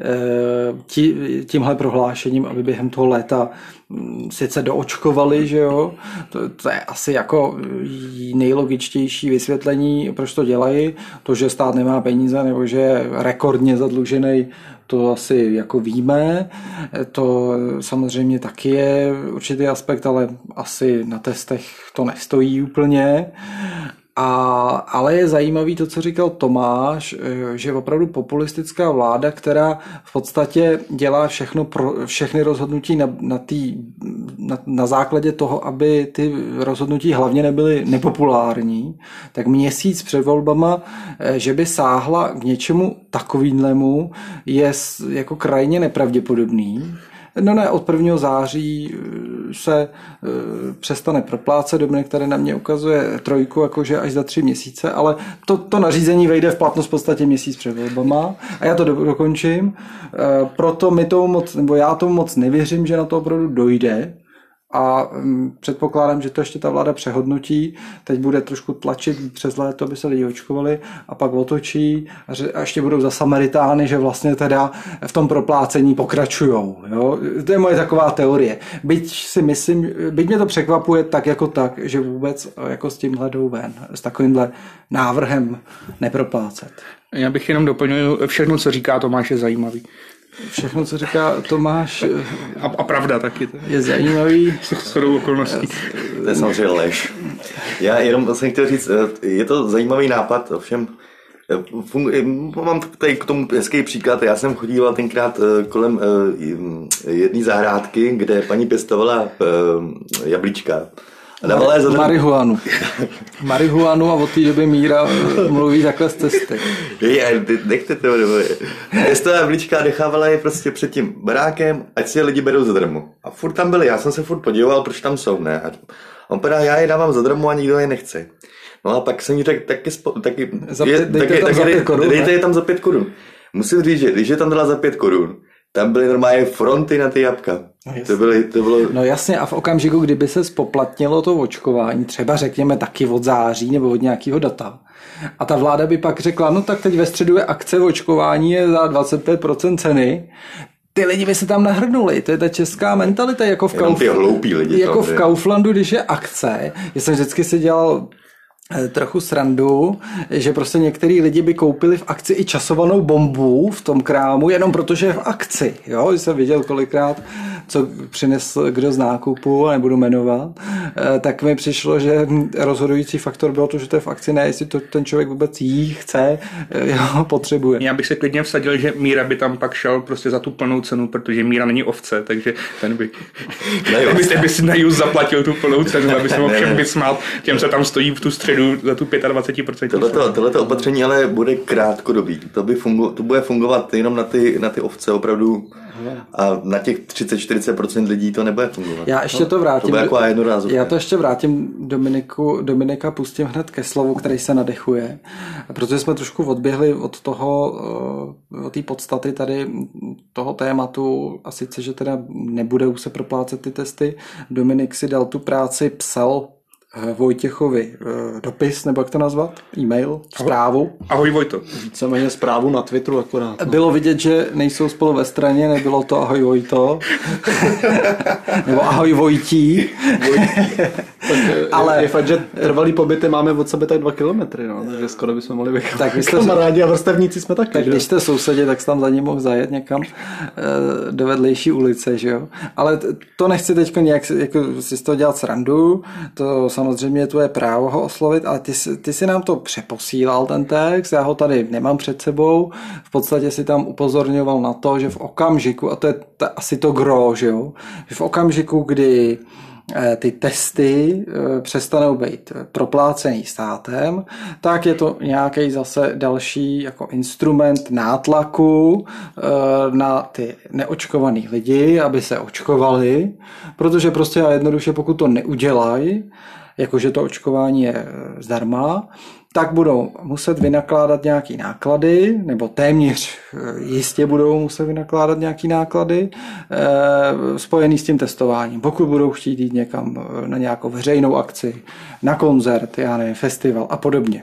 A: tí, tímhle prohlášením, aby během toho léta sice doočkovali, že jo, to, to je asi jako nejlogičtější vysvětlení, proč to dělají, to, že stát nemá peníze nebo že je rekordně zadlužený, to asi jako víme, to samozřejmě taky je určitý aspekt, ale asi na testech to nestojí úplně. A, ale je zajímavý to, co říkal Tomáš, že je opravdu populistická vláda, která v podstatě dělá všechno pro, všechny rozhodnutí na, na, tý, na, na základě toho, aby ty rozhodnutí hlavně nebyly nepopulární, tak měsíc před volbama, že by sáhla k něčemu takovýmhlemu, je jako krajně nepravděpodobný. No ne, od prvního září se přestane proplácet. Dominik tady na mě ukazuje trojku, jakože až za tři měsíce, ale to, to nařízení vejde v platnost v podstatě měsíc před volbama a já to do, dokončím. Proto mi tomu moc, nebo já tomu moc nevěřím, že na to opravdu dojde. A předpokládám, že to ještě ta vláda přehodnotí, teď bude trošku tlačit přes léto, aby se lidi očkovali a pak otočí a ještě budou za Samaritány, že vlastně teda v tom proplácení pokračujou. Jo? To je moje taková teorie. Byť si myslím, byť mě to překvapuje tak jako tak, že vůbec jako s tímhle jdou ven, s takovýmhle návrhem neproplácet.
B: Já bych jenom doplnil, všechno, co říká Tomáš, je zajímavý.
A: Všechno, co říká Tomáš,
B: a, a pravda taky.
A: Je zajímavý.
B: Shodou okolností.
C: To je samozřejmě lež. Já jenom jsem chtěl říct, je to zajímavý nápad, ovšem funguje, mám tady k tomu hezký příklad. Já jsem chodíval tenkrát kolem jedné zahrádky, kde paní pěstovala jablíčka.
A: Mar- marihuanu. Marihuanu a od té doby Míra mluví takhle z cesty.
C: Je, nechte to nebo pěstovala jablíčka a nechávala je prostě před tím barákem, ať si je lidi berou zadarmo. A furt tam byli, já jsem se furt podíval, proč tam jsou, ne? A on padá, já je dávám zadarmo a nikdo je nechce. No a pak jsem jí řekl, taky, taky,
A: za pět, je, dejte, taky, tam taky, za pět korun,
C: dejte je tam za pět korun. Musím říct, že když je tam dala za pět korun, tam byly normálně fronty na ty jabka.
A: No,
C: to, byly, to bylo...
A: no jasně, a v okamžiku, kdyby se spoplatnilo to očkování, třeba řekněme taky od září nebo od nějakého data, a ta vláda by pak řekla, no tak teď ve středu je akce očkování je za dvacet pět procent ceny, ty lidi by se tam nahrnuli, to je ta česká mentalita, jako v, Kauf...
C: lidi,
A: jako v Kauflandu, když je akce. Já jsem vždycky si dělal trochu srandu, že prostě některý lidi by koupili v akci i časovanou bombu v tom krámu, jenom protože je v akci. Jo, jsem viděl kolikrát, co přinesl kdo z nákupu, nebudu jmenovat, tak mi přišlo, že rozhodující faktor bylo to, že to je v akci, ne, jestli to ten člověk vůbec jí chce, jo, potřebuje.
B: Já bych se klidně vsadil, že Míra by tam pak šel prostě za tu plnou cenu, protože Míra není ovce, takže ten by, ten by, ten by si na just zaplatil tu plnou cenu, aby se mohl všem vysmát, těm se tam stojí v tu středu pojedu za tu dvacet pět procent.
C: Tohleto, tohleto opatření ale bude krátkodobý. To, by fungu, to bude fungovat jenom na ty, na ty ovce opravdu a na těch třicet až čtyřicet procent lidí to nebude fungovat.
A: Já ještě to vrátím.
C: To bude jako jednorázovka.
A: Já to ještě vrátím Dominiku, Dominika pustím hned ke slovu, který se nadechuje, protože jsme trošku odběhli od toho, od té podstaty tady toho tématu, a sice, že teda nebudou se proplácet ty testy. Dominik si dal tu práci, psal Vojtěchovi dopis, nebo jak to nazvat? E-mail, zprávu.
B: Ahoj Vojto.
D: Víceméně zprávu na Twitteru akorát. No.
A: Bylo vidět, že nejsou spolu ve straně, nebylo to ahoj Vojto. Nebo ahoj Vojtí.
D: Ale je fakt, že trvalý pobyty máme od sebe tak dva kilometry, no, takže skoro bychom mohli být tak kamarádi a vrstevníci jsme taky.
A: Tak
D: že?
A: Když jste sousedě, tak jste tam za ním mohl zajet někam do vedlejší ulice, že jo. Ale to nechci teď nějak jako si z toho dělat srandu, to samozřejmě je tvoje právo ho oslovit, ale ty, ty si nám to přeposílal ten text, já ho tady nemám před sebou, v podstatě si tam upozorňoval na to, že v okamžiku, a to je ta, asi to gro, že jo, že v okamžiku, kdy ty testy přestanou být proplácený státem, tak je to nějaký zase další jako instrument nátlaku na ty neočkovaný lidi, aby se očkovali, protože prostě a jednoduše pokud to neudělají, jakože to očkování je zdarma, tak budou muset vynakládat nějaký náklady, nebo téměř jistě budou muset vynakládat nějaký náklady e, spojený s tím testováním. Pokud budou chtít jít někam na nějakou veřejnou akci, na koncert, já nevím, festival a podobně.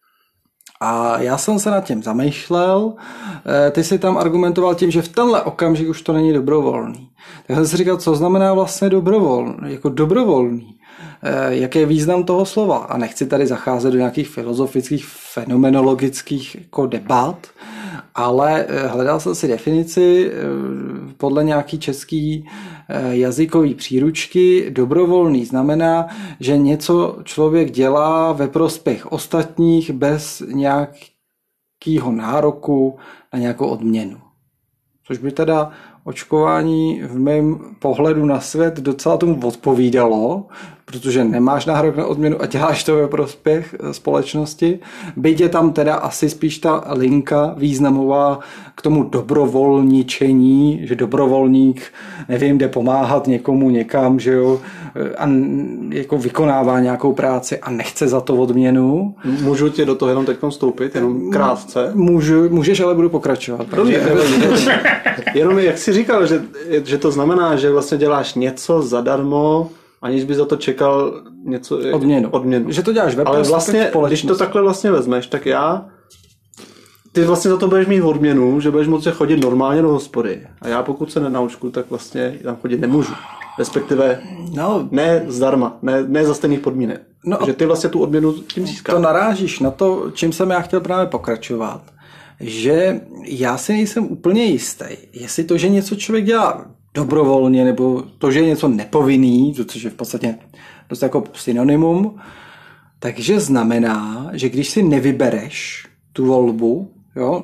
A: A já jsem se nad tím zamýšlel, e, ty si tam argumentoval tím, že v tenhle okamžik už to není dobrovolný. Tak jsem si říkal, co znamená vlastně dobrovolný, jako dobrovolný. Jaký je význam toho slova. A nechci tady zacházet do nějakých filozofických, fenomenologických jako debat, ale hledal jsem si definici podle nějaký český jazykový příručky. Dobrovolný znamená, že něco člověk dělá ve prospěch ostatních bez nějakého nároku na nějakou odměnu. Což by teda očkování v mém pohledu na svět docela tomu odpovídalo, protože nemáš nárok na odměnu a děláš to ve prospěch společnosti. Byť je tam teda asi spíš ta linka významová k tomu dobrovolničení, že dobrovolník, nevím, jde pomáhat někomu někam, že jo, a jako vykonává nějakou práci a nechce za to odměnu.
D: Můžu tě do toho jenom teď vstoupit, jenom krátce?
A: Můžu, můžeš, ale budu pokračovat.
D: Protože... jenom jak jsi říkal, že, že to znamená, že vlastně děláš něco zadarmo, aniž by za to čekal něco
A: odměnu.
D: odměnu.
A: Že to děláš ve
D: Ale vlastně, když to takhle vlastně vezmeš, tak já ty vlastně za to budeš mít odměnu, že budeš moci chodit normálně do hospody. A já pokud se nenaučku, tak vlastně tam chodit nemůžu. Respektive no, ne zdarma, ne, ne za stejných podmínek. No, že ty vlastně tu odměnu tím získáš.
A: To narážíš na to, čím jsem já chtěl právě pokračovat. Že já si nejsem úplně jistý, jestli to, že něco člověk dělá dobrovolně, nebo to, že je něco nepovinný, což je v podstatě dost jako synonymum, takže znamená, že když si nevybereš tu volbu, jo,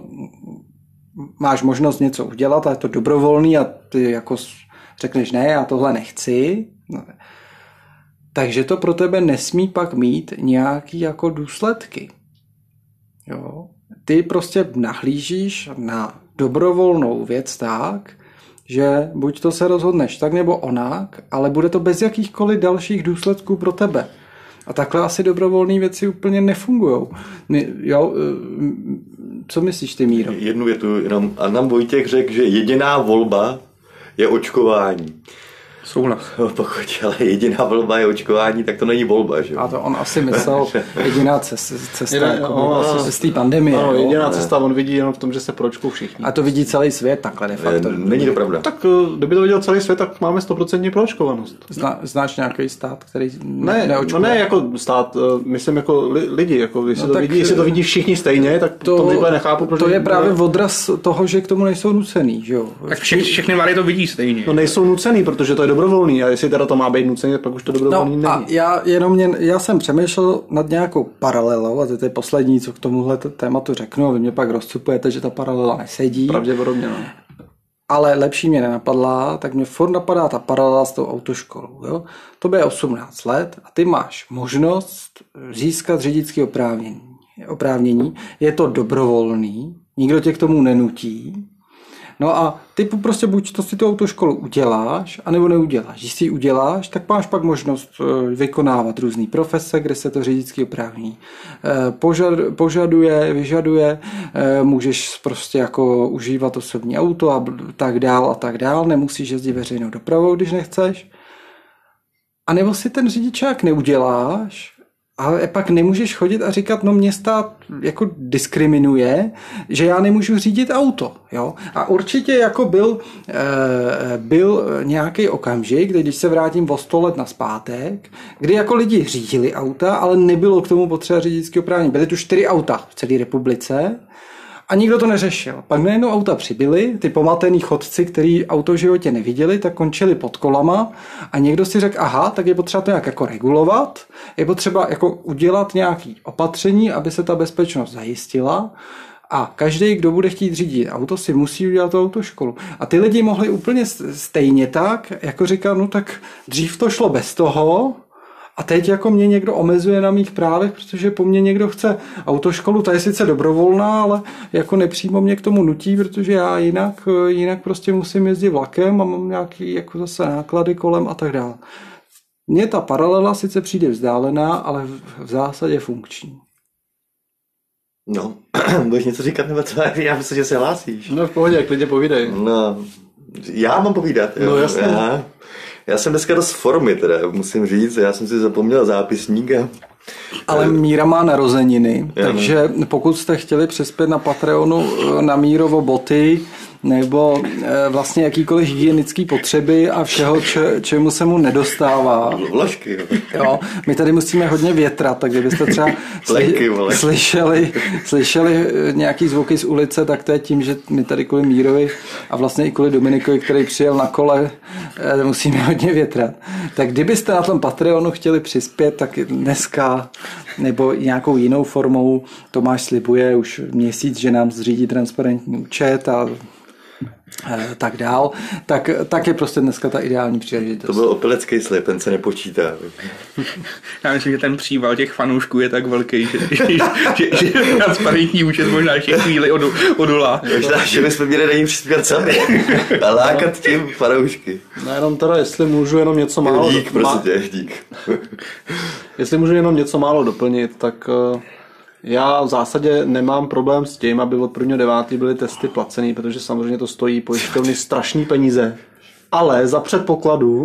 A: máš možnost něco udělat a je to dobrovolný a ty jako řekneš ne, já tohle nechci, no, takže to pro tebe nesmí pak mít nějaký jako důsledky. Jo. Ty prostě nahlížíš na dobrovolnou věc tak, že buď to se rozhodneš tak nebo onak, ale bude to bez jakýchkoliv dalších důsledků pro tebe. A takhle asi dobrovolné věci úplně nefungujou. Jo, co myslíš ty, Míro?
C: Jednu větu jenom. A nám Vojtěch řekl, že jediná volba je očkování.
B: Souhlas.
C: Pokud ale jediná volba je očkování, tak to není volba, že?
A: A to on asi myslel jediná cesta, cesta
D: Jedna,
A: jako
D: no,
A: z té pandemie.
D: Ano, jediná
A: ne.
D: cesta on vidí jenom v tom, že se pročkou všichni.
A: A to vidí celý svět takhle de facto.
C: Není to pravda.
D: Tak kdyby to viděl celý svět, tak máme sto procent proočkovanost.
A: Zna, znáš nějaký stát, který
D: ne,
A: neočkuje?
D: No ne jako stát, myslím jako li, lidi. Jako, jestli,
A: no
D: to vidí, jestli to vidí všichni stejně, tak to, to úplně nechápu.
A: To je právě odraz toho, že k tomu nejsou nucený. Že jo?
B: Tak všechny, všechny vlády to vidí stejně.
D: No nejsou nucený, protože to je dobrovolný. A jestli teda to má být nucený, pak už to dobrovolný
A: no,
D: není.
A: A já, jenom mě, já jsem přemýšlel nad nějakou paralelou, a to je poslední, co k tomuhle tématu řeknu, a vy mě pak rozcupujete, že ta paralela nesedí.
D: Pravděpodobně, no.
A: ale lepší mě nenapadla, tak mě furt napadá ta paralela s tou autoškolou. Jo? To je osmnáct let a ty máš možnost získat řidičské oprávnění. oprávnění. Je to dobrovolný, nikdo tě k tomu nenutí. No a ty prostě buď to si tu autoškolu uděláš, anebo neuděláš. Když si ji uděláš, tak máš pak možnost vykonávat různé profese, kde se to řidičské oprávnění požaduje, vyžaduje, můžeš prostě jako užívat osobní auto a tak dál a tak dál, nemusíš jezdit veřejnou dopravou, když nechceš. A nebo si ten řidičák neuděláš, ale pak nemůžeš chodit a říkat, no mě stát jako diskriminuje, že já nemůžu řídit auto. Jo? A určitě jako byl, e, byl nějaký okamžik, kdy, když se vrátím o sto let nazpátek, kdy jako lidi řídili auta, ale nebylo k tomu potřeba řidičské oprávnění. Byly tu čtyři auta v celé republice a nikdo to neřešil. Pak najednou auta přibyly, ty pomatený chodci, který auto v životě neviděli, tak končili pod kolama a někdo si řekl, aha, tak je potřeba to nějak jako regulovat, je potřeba jako udělat nějaké opatření, aby se ta bezpečnost zajistila a každý, kdo bude chtít řídit auto, si musí udělat tu autoškolu. A ty lidi mohli úplně stejně tak, jako říkat, no tak dřív to šlo bez toho, a teď jako mě někdo omezuje na mých právech, protože po mně někdo chce autoškolu, ta je sice dobrovolná, ale jako nepřímo mě k tomu nutí, protože já jinak, jinak prostě musím jezdit vlakem a mám nějaký jako zase náklady kolem a tak dále. Mně ta paralela sice přijde vzdálená, ale v zásadě funkční.
C: No, budeš něco říkat nebo co? Já myslím, že se hlásíš.
D: No v pohodě, klidně povídej.
C: No, já mám povídat. Jo.
D: No jasně.
C: Já, já jsem dneska dost formy teda, musím říct, já jsem si zapomněl zápisník. A...
A: Ale Míra má narozeniny,
C: Já
A: takže ne. Pokud jste chtěli přispět na Patreonu na Mírovo boty, nebo e, vlastně jakýkoliv hygienický potřeby a všeho, če, čemu se mu nedostává.
C: Vložky, jo.
A: Jo, my tady musíme hodně větrat, tak kdybyste třeba
C: Plenky,
A: sli, slyšeli, slyšeli nějaký zvuky z ulice, tak to je tím, že my tady kvůli Mírovi a vlastně i kvůli Dominikovi, který přijel na kole, e, musíme hodně větrat. Tak kdybyste na tom Patreonu chtěli přispět, tak dneska nebo nějakou jinou formou, Tomáš slibuje už měsíc, že nám zřídí transparentní účet a tak dál, tak, tak je prostě dneska ta ideální příležitost.
C: To byl opilecký slib, ten se nepočítá.
B: Já myslím, že ten příval těch fanoušků je tak velký, že, že, že, že transparentní účet možná ještě chvíli odu, odolá.
C: Možná, že bychom měli na ní přispět sami a lákat tím fanoušky.
D: No jenom teda, jestli můžu jenom něco málo...
C: Dík, prostě, dík.
D: Jestli můžu jenom něco málo doplnit, tak... Já v zásadě nemám problém s tím, aby od prvního devátého byly testy placený, protože samozřejmě to stojí pojišťovny strašný peníze. Ale za předpokladu,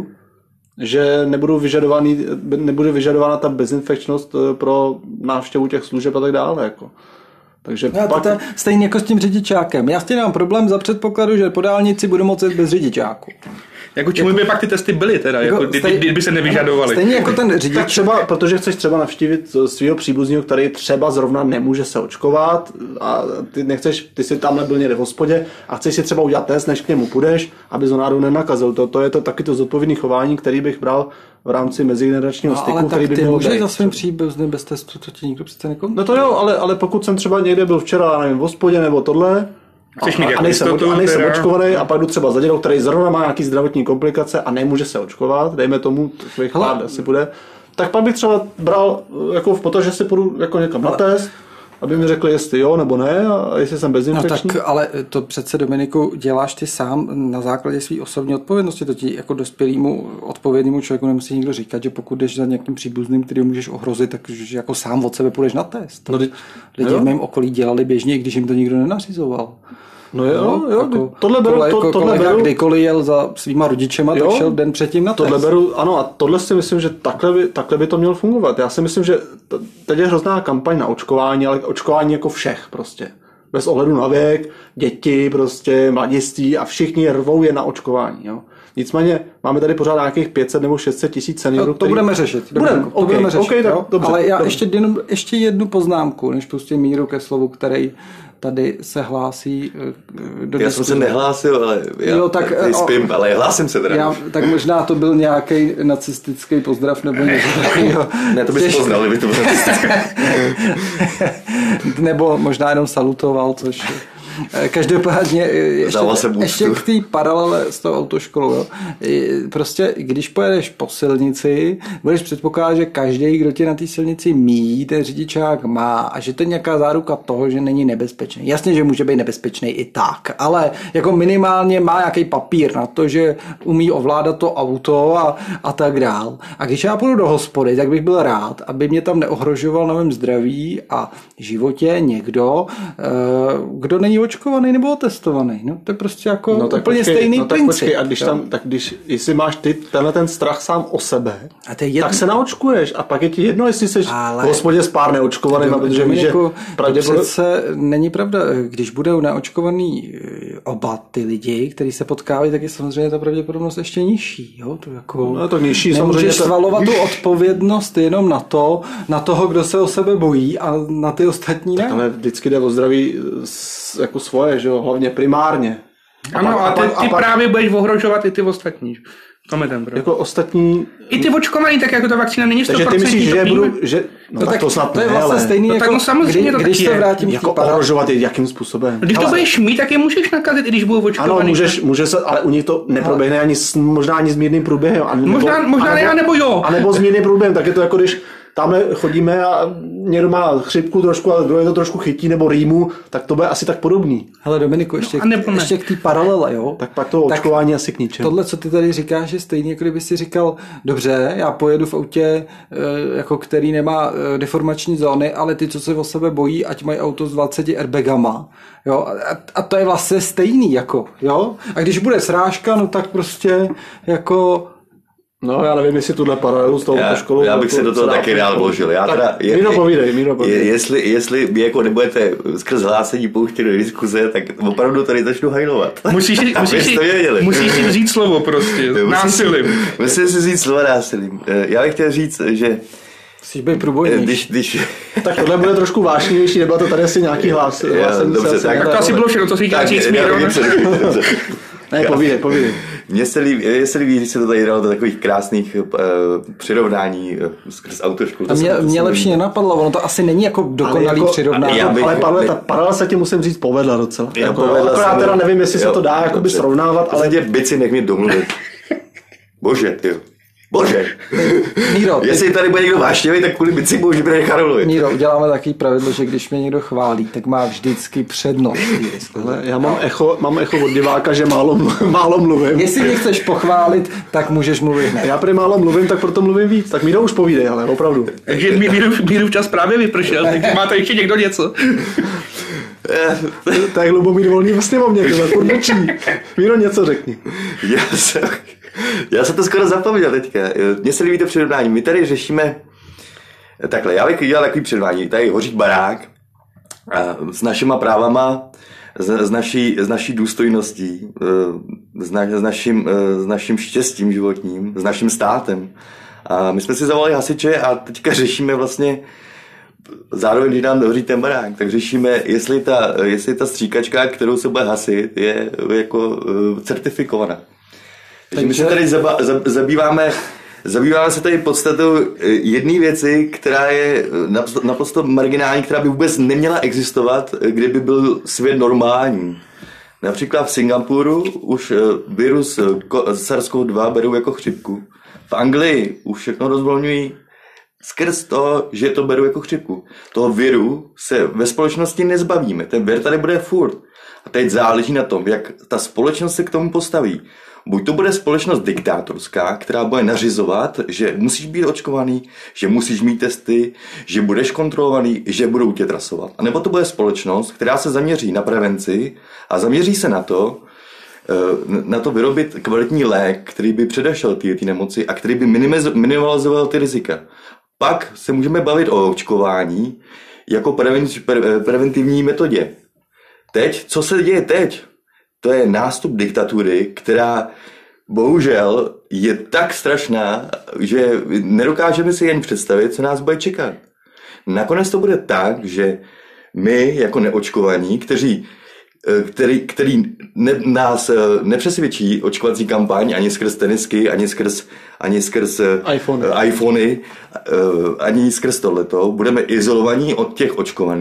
D: že nebudu vyžadovaný, nebude vyžadována ta bezinfekčnost pro návštěvu těch služeb a tak dále. Jako. Takže
A: no, pak... to je stejně jako s tím řidičákem. Já s tím nemám problém za předpokladu, že po dálnici budu moci bez řidičáku.
B: Jako čemu by pak ty testy byly teda, jako, jako stej, kdyby se nevyžadovaly.
A: Stejně jako ten řidič.
D: Tak třeba, protože chceš třeba navštívit svého příbuzného, který třeba zrovna nemůže se očkovat a ty nechceš, ty si tam nebyl někde v hospodě a chceš si třeba udělat test, než k němu půjdeš, aby to náhodou nenakazil. To, to je to taky to zodpovědné chování, který bych bral v rámci mezigeneračního no, styku,
A: ale
D: který by
A: ty
D: měl
A: můžeš za svým příbuzným bez testu, to ti nikdo přece nekontroluje.
D: No to jo, ale, ale pokud jsem třeba někde byl včera, nevím, v hospodě nebo tohle,
B: Chceš mít
D: a, a nejsem,
B: jistotu,
D: a nejsem
B: teda...
D: očkovaný a pak jdu třeba za dědou, který zrovna má nějaký zdravotní komplikace a nemůže se očkovat, dejme tomu, takových pár asi bude, tak pak bych třeba bral jako v potaz, že si půjdu jako někam na test, aby mi řekli, jestli jo nebo ne a jestli jsem bezinfekční.
A: No tak ale to přece, Dominiku, děláš ty sám na základě své osobní odpovědnosti. To ti jako dospělému odpovědnému člověku nemusí nikdo říkat, že pokud jdeš za nějakým příbuzným, který můžeš ohrozit, tak že jako sám od sebe půjdeš na test.
D: No,
A: lidi v mém okolí dělali běžně, i když jim to nikdo nenařizoval.
D: No jo,
A: no,
D: jo,
A: jako,
D: tohle beru,
A: tohle,
D: to,
A: jako
D: tohle beru.
A: Kdykoliv jel za svýma rodičema, jo, tak šel den předtím na
D: tohle
A: test.
D: Beru, ano, a tohle si myslím, že takhle by, takhle by to mělo fungovat. Já si myslím, že t- teď je hrozná kampaň na očkování, ale očkování jako všech prostě. Bez ohledu na věk, děti, prostě mladiství a všichni rvou je na očkování. Jo. Nicméně máme tady pořád nějakých pět set nebo šest set tisíc seniorů.
A: No, to který... budeme řešit.
D: Budeme,
A: to
D: okay,
A: budeme řešit.
D: Okay, tak, dobře,
A: ale já
D: dobře.
A: ještě, jenom, ještě jednu poznámku, než pustím Míru ke slovu, který tady se hlásí do
C: Já
A: diskuze.
C: jsem se nehlásil, ale já
A: jo, tak,
C: tady spím, ale hlásím se teda.
A: Já, tak možná to byl nějaký nacistický pozdrav nebo něco takového.
C: Ne, to bys poznal, kdyby to byl nacistický.
A: Nebo možná jenom salutoval, což Každopádně ještě, ještě k té paralele s tou autoškolou. Jo. Prostě když pojedeš po silnici, budeš předpokládat, že každý, kdo tě na té silnici míjí, ten řidičák má a že to je nějaká záruka toho, že není nebezpečný. Jasně, že může být nebezpečný i tak, ale jako minimálně má nějaký papír na to, že umí ovládat to auto a, a tak dál. A když já půjdu do hospody, tak bych byl rád, aby mě tam neohrožoval na mém zdraví a životě někdo, kdo není očkovaný nebo otestovaný. No, to je prostě jako no, úplně počkej, stejný
D: no, tak
A: princip.
D: Počkej, a když tam, tak když, jestli máš ty tenhle ten strach sám o sebe, a to je jedno... tak se naočkuješ a pak je ti jedno, jestli jsi ale... v hospodě s pár neočkovaným, protože víš, že
A: pravděpodobně... přece není pravda. Když budou neočkovaný oba ty lidi, kteří se potkávají, tak je samozřejmě ta pravděpodobnost ještě nižší. Jo? To jako...
D: no, to nižší,
A: nemůžeš svalovat tu odpovědnost jenom na to, na toho, kdo se o sebe bojí a na ty ostatní ne.
D: Ale vždycky jde o zdraví jako svoje, že jo, hlavně primárně.
B: A ano, a, pak, a ty, ty a pak... právě budeš ohrožovat i ty ostatní. Tam je ten problém.
D: Jako ostatní...
B: I ty očkovaný, tak jako ta vakcína není sto procent.
D: Takže ty myslíš, že budu... Že... No,
A: no
D: tak,
A: tak
D: to snad
A: to je vlastně stejný,
B: no,
A: jako,
B: tak no, samozřejmě
A: kdy,
B: to
A: když se vrátím
D: jako ohrožovat je, jakým způsobem.
B: Když to budeš mít, tak je můžeš nakazit, i když budou očkovaný.
D: Ano, můžeš, může se, ale u nich to neproběhne ani s, možná ani s mírným průběhem. Nebo,
B: možná, možná ne, nebo jo.
D: A nebo s mírným průběhem, tak je to jako když tamhle chodíme a někdo má chřipku trošku a druhý to trošku chytí nebo rýmu, tak to bude asi tak podobný.
A: Hele Dominiku, ještě,
B: no,
A: k, ještě k té paralele, jo?
D: Tak pak to očkování asi k ničemu.
A: Tohle, co ty tady říkáš, je stejně, jako kdyby si říkal, dobře, já pojedu v autě, jako který nemá deformační zóny, ale ty, co se o sebe bojí, ať mají auto s dvaceti airbagama, jo? A, a to je vlastně stejný, jako, jo? A když bude srážka, no tak prostě, jako...
D: No, já nevím, jestli tuhle paralelu s tou školou...
C: Já bych se do toho taky rád vložil. Já teda,
D: je, Míro, povídej, Míro, povídej.
C: Je, jestli, jestli mě jako nebudete skrz hlásení pouštět do diskuze, tak opravdu tady začnu hajlovat.
B: Musíš, musíš, musíš si vzít slovo prostě, násilím.
C: Musím si vzít slovo násilím. Já bych chtěl říct, že...
A: Musíš být průbojník.
C: Když, když...
D: Tak tohle bude trošku vášnivější, nebo to tady asi nějaký hlas.
C: Já, dobře, tak,
B: tak to asi bylo všechno, co si říká říct, Míro.
D: Ne, povídej, povídej.
C: Mně se líbí, se líbí, když se to tady dalo do takových krásných uh, přirovnání uh, skrz autoškolu.
A: A mě, mě lepší nenapadlo, ono to asi není jako dokonalý ale jako, přirovnání.
D: Ale,
C: bych,
D: ale Pavle,
C: bych,
D: ta paralela se ti musím říct povedla docela.
C: Já,
D: jako,
C: povedla
D: jako já teda nevím, jestli
C: jo,
D: se to dá jakoby srovnávat, ale...
C: Tě bici, nech mě domluvit. Bože, ty. Bože.
A: Míro,
C: jestli tady bude někdo vášnivý, tak kvůli bici bože bude nechat domluvit.
A: Míro, uděláme takový pravidlo, že když mě někdo chválí, tak má vždycky přednost.
D: Ale já mám echo, mám echo od diváka, že málo, málo mluvím.
A: Jestli mě chceš pochválit, tak můžeš mluvit hned.
D: Já prý málo mluvím, tak proto mluvím víc. Tak Míro už povídej, ale opravdu.
B: Takže Míru čas právě vypršel, takže máte ještě někdo něco.
D: To je Lubomír Volný ve sněmovně, tohle furt mlčí. Míro, něco řekni.
C: Já jsem, já jsem to skoro zapomněl teďka. Mně se líbí to přirovnání. My tady řešíme takhle, já bych dělal takový přirovnání. Tady hoří barák s našima právama, s, s, naší, s naší důstojností, s, na, s, naším, s naším štěstím životním, s naším státem. A my jsme si zavolali hasiče a teďka řešíme vlastně zároveň, když nám dohoří ten barák, tak řešíme, jestli ta, jestli ta stříkačka, kterou se bude hasit, je jako uh, certifikovaná. Takže my se tady zaba, zab, zabýváme, zabýváme se tady podstatou jedné věci, která je naprosto marginální, která by vůbec neměla existovat, kdyby byl svět normální. Například v Singapuru už virus SARS-CoV dva berou jako chřipku. V Anglii už všechno rozvolňují skrz to, že to beru jako chřipku. Toho viru se ve společnosti nezbavíme. Ten vir tady bude furt. A teď záleží na tom, jak ta společnost se k tomu postaví. Buď to bude společnost diktátorská, která bude nařizovat, že musíš být očkovaný, že musíš mít testy, že budeš kontrolovaný, že budou tě trasovat. A nebo to bude společnost, která se zaměří na prevenci a zaměří se na to, na to vyrobit kvalitní lék, který by předešel ty, ty nemoci a který by minimalizoval ty rizika. Pak se můžeme bavit o očkování jako preventivní metodě. Teď, co se děje teď? To je nástup diktatury, která bohužel je tak strašná, že nedokážeme si jen představit, co nás bude čekat. Nakonec to bude tak, že my jako neočkovaní, kteří který, který ne, nás nepřesvědčí očkovací kampaň ani skrz tenisky, ani skrz, ani skrz
D: iPhony.
C: iPhony, ani skrz tohleto. Budeme izolovaní od těch očkovaných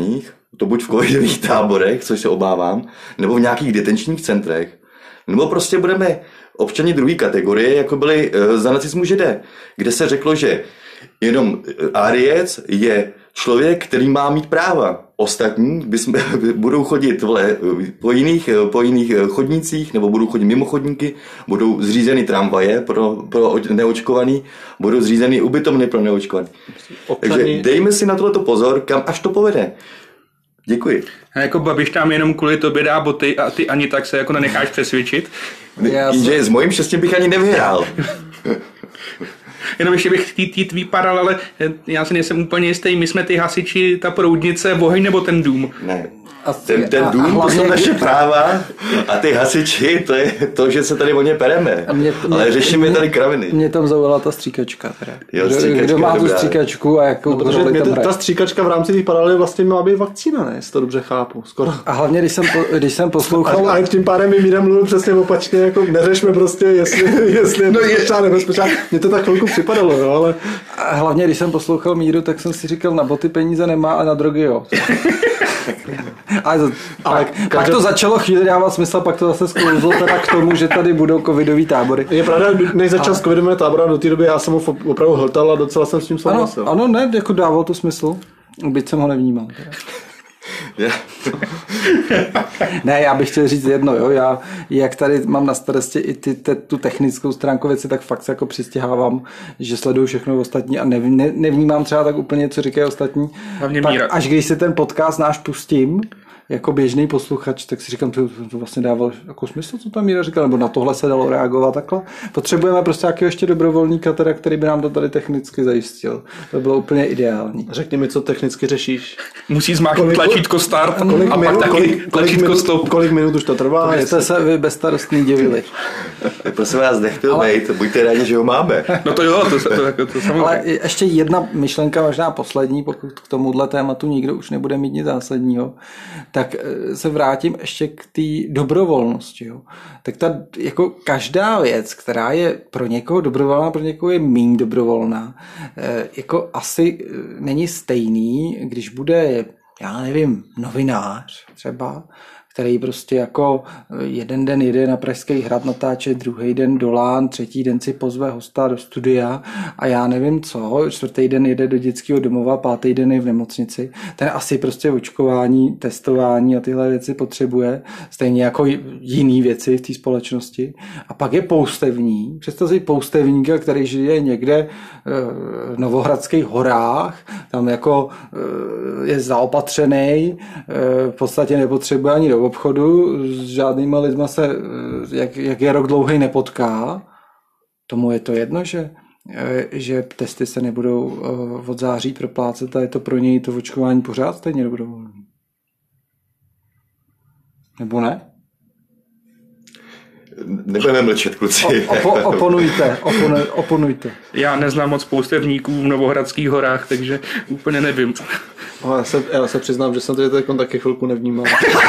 C: to buď v covidových táborech, což se obávám, nebo v nějakých detenčních centrech, nebo prostě budeme občani druhé kategorie, jako byli za nacismu Židé, kde se řeklo, že jenom Áriec je člověk, který má mít práva. Ostatní bysme, budou chodit vle, po, jiných, po jiných chodnících, nebo budou chodit mimo chodníky, budou zřízeny tramvaje pro, pro neočkovaný, budou zřízeny ubytovny pro neočkovaný. Občaní... Takže dejme si na tohleto pozor, kam až to povede. Děkuji.
B: A jako Babiš tam jenom kvůli tobě dá boty a ty ani tak se jako nenecháš přesvědčit.
C: Jenže s mojím štěstím bych ani nevyhrál.
B: Jenom ještě bych tý, tý tvý paralele, já si nejsem úplně jistý, my jsme ty hasiči, ta proudnice, oheň nebo ten dům?
C: Ne. Ten, ten dům, a, a hlavně, to jsou naše práva a ty hasiči, to je to, že se tady o ně pereme. Mě, ale mě, řešíme mě, tady kraviny.
A: Mě tam zaujala ta stříkačka. Teda.
C: Jo, stříkačka,
A: kdo, kdo má
C: dobrá.
A: Tu stříkačku a jakou
D: no, roli tam hraje? Ta stříkačka v rámci těch paralel vlastně má být vakcína, ne? Jestli to dobře chápu. Skoro.
A: A hlavně, když jsem, po, když jsem poslouchal...
D: A, a tím pádem mi Míra mluvil přesně opačně, jako neřešme prostě, jestli, jestli je no, bezpečná, nebezpečná. Mně to tak chvilku připadalo, jo, ale...
A: A hlavně, když jsem poslouchal Míru, tak jsem si říkal, na boty peníze nemá a na drogy jo. Ale, to, ale pak, každý... pak to začalo chvíli dávat smysl, pak to zase sklouzlo teda k tomu, že tady budou covidový tábory.
D: Je pravda, než začal s covidovými tábory, do té doby já jsem ho opravdu hltal a docela jsem s tím souhlasil.
A: Ano, ano, ne, jako dával to smysl, byť jsem ho nevnímal.
C: Yeah.
A: Ne, já bych chtěl říct jedno, jo, já jak tady mám na starosti i ty, te, tu technickou stránku věci, tak fakt se jako přistěhávám, že sleduju všechno ostatní a nev, ne, nevnímám třeba tak úplně, co říkají ostatní. Pak, až když si ten podcast náš pustím, jako běžný posluchač, tak si říkám, to, to vlastně dávalo jako smysl, co tam Míra říkal, nebo na tohle se dalo reagovat takhle. Potřebujeme prostě nějakého ještě dobrovolníka, teda, který by nám to tady technicky zajistil. To bylo úplně ideální.
D: Řekni mi, co technicky řešíš.
B: Musí zmáčknout tlačítko start
D: kolik
B: a
D: minut,
B: pak taky
D: kolik,
B: tlačítko
D: minut,
B: stop.
D: Kolik minut už to trvá?
A: To jste se vy bezstarostní divili.
C: Prosím vás, nechtěl ale... být, buďte rádi, že ho máme.
B: No to jo, to, to, to, to, to samozřejmě.
A: Ale ještě jedna myšlenka, možná poslední, pokud k tomuhle tématu nikdo už nebude mít nic zásadního, tak se vrátím ještě k té dobrovolnosti. Jo. Tak ta, jako každá věc, která je pro někoho dobrovolná, pro někoho je méně dobrovolná, jako asi není stejný, když bude, já nevím, novinář třeba, který prostě jako jeden den jede na Pražský hrad natáčet, druhý den do Lán, třetí den si pozve hosta do studia a já nevím co, čtvrtý den jede do dětského domova, pátý den je v nemocnici. Ten asi prostě očkování, testování a tyhle věci potřebuje, stejně jako jiný věci v té společnosti. A pak je poustevník, představ si poustevníka, který žije někde v Novohradských horách, tam jako je zaopatřený, v podstatě nepotřebuje ani do obchodu, s žádnýma lidma se, jak, jak je rok dlouhý, nepotká. Tomu je to jedno, že, že testy se nebudou od září proplácet a je to pro něj to očkování pořád stejně dobrovolné. Nebo ne?
C: Nebudeme mlčet, kluci.
A: O, opo, oponujte, oponu, oponujte.
B: Já neznám moc poustevníků v Novohradských horách, takže úplně nevím.
D: Já se, já se přiznám, že jsem to taky chvilku nevnímal.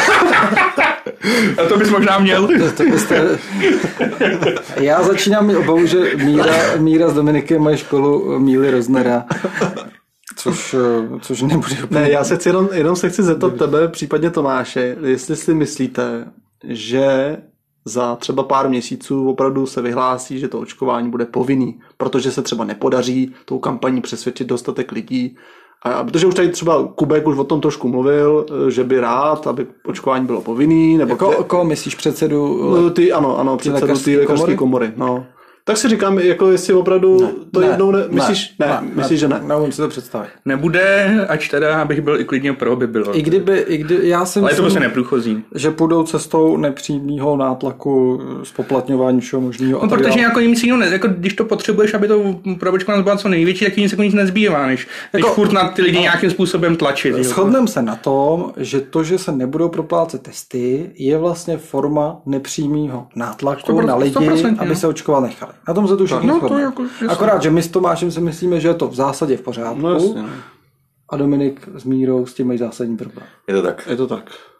B: A to bys možná měl.
A: To, to byste... Já začínám mít obavu, že Míra, Míra s Dominikem mají školu Míly Roznera. Což, což nebude úplně...
D: Ne, já se chci jenom, jenom se chci zeptat tebe, případně Tomáše, jestli si myslíte, že za třeba pár měsíců opravdu se vyhlásí, že to očkování bude povinný, protože se třeba nepodaří tou kampaní přesvědčit dostatek lidí. A protože už tady třeba Kubek už o tom trošku mluvil, že by rád, aby očkování bylo povinný. Nebo
A: jako, koho myslíš, předsedu?
D: Ty, ano, ano, předsedu té lékařské komory? komory. No. Tak si říkám, jako jestli opravdu ne, to ne, jednou ne, myslíš, ne, ne, myslíš, že ne.
A: Neumím si to představit.
B: Nebude, ač teda, abych byl i klidně pro, by bylo.
A: I kdyby, i kdy, já si
B: ale
A: myslím,
B: je to prostě neprůchozí.
A: Že půjdou cestou nepřímého nátlaku, spoplatňování všeho možného.
B: No, protože jako nic jiného, jako když to potřebuješ, aby to pro očkování bylo co největší, tak nic, jako nic nezbývá, než, jako, než furt na ty lidi no, nějakým způsobem tlačit.
A: Shodneme se na tom, že to, že se nebudou proplácet testy, je vlastně forma nepřímého nátlaku sto procent, na lidi, sto procent, aby se očkovat nechali. Na tom se tu všichni no, to jako, akorát, že my s Tomášem si myslíme, že je to v zásadě v pořádku.
D: No, jasně.
A: A Dominik s Mírou s tím mají zásadní problém.
C: Je to tak.
D: Je to tak.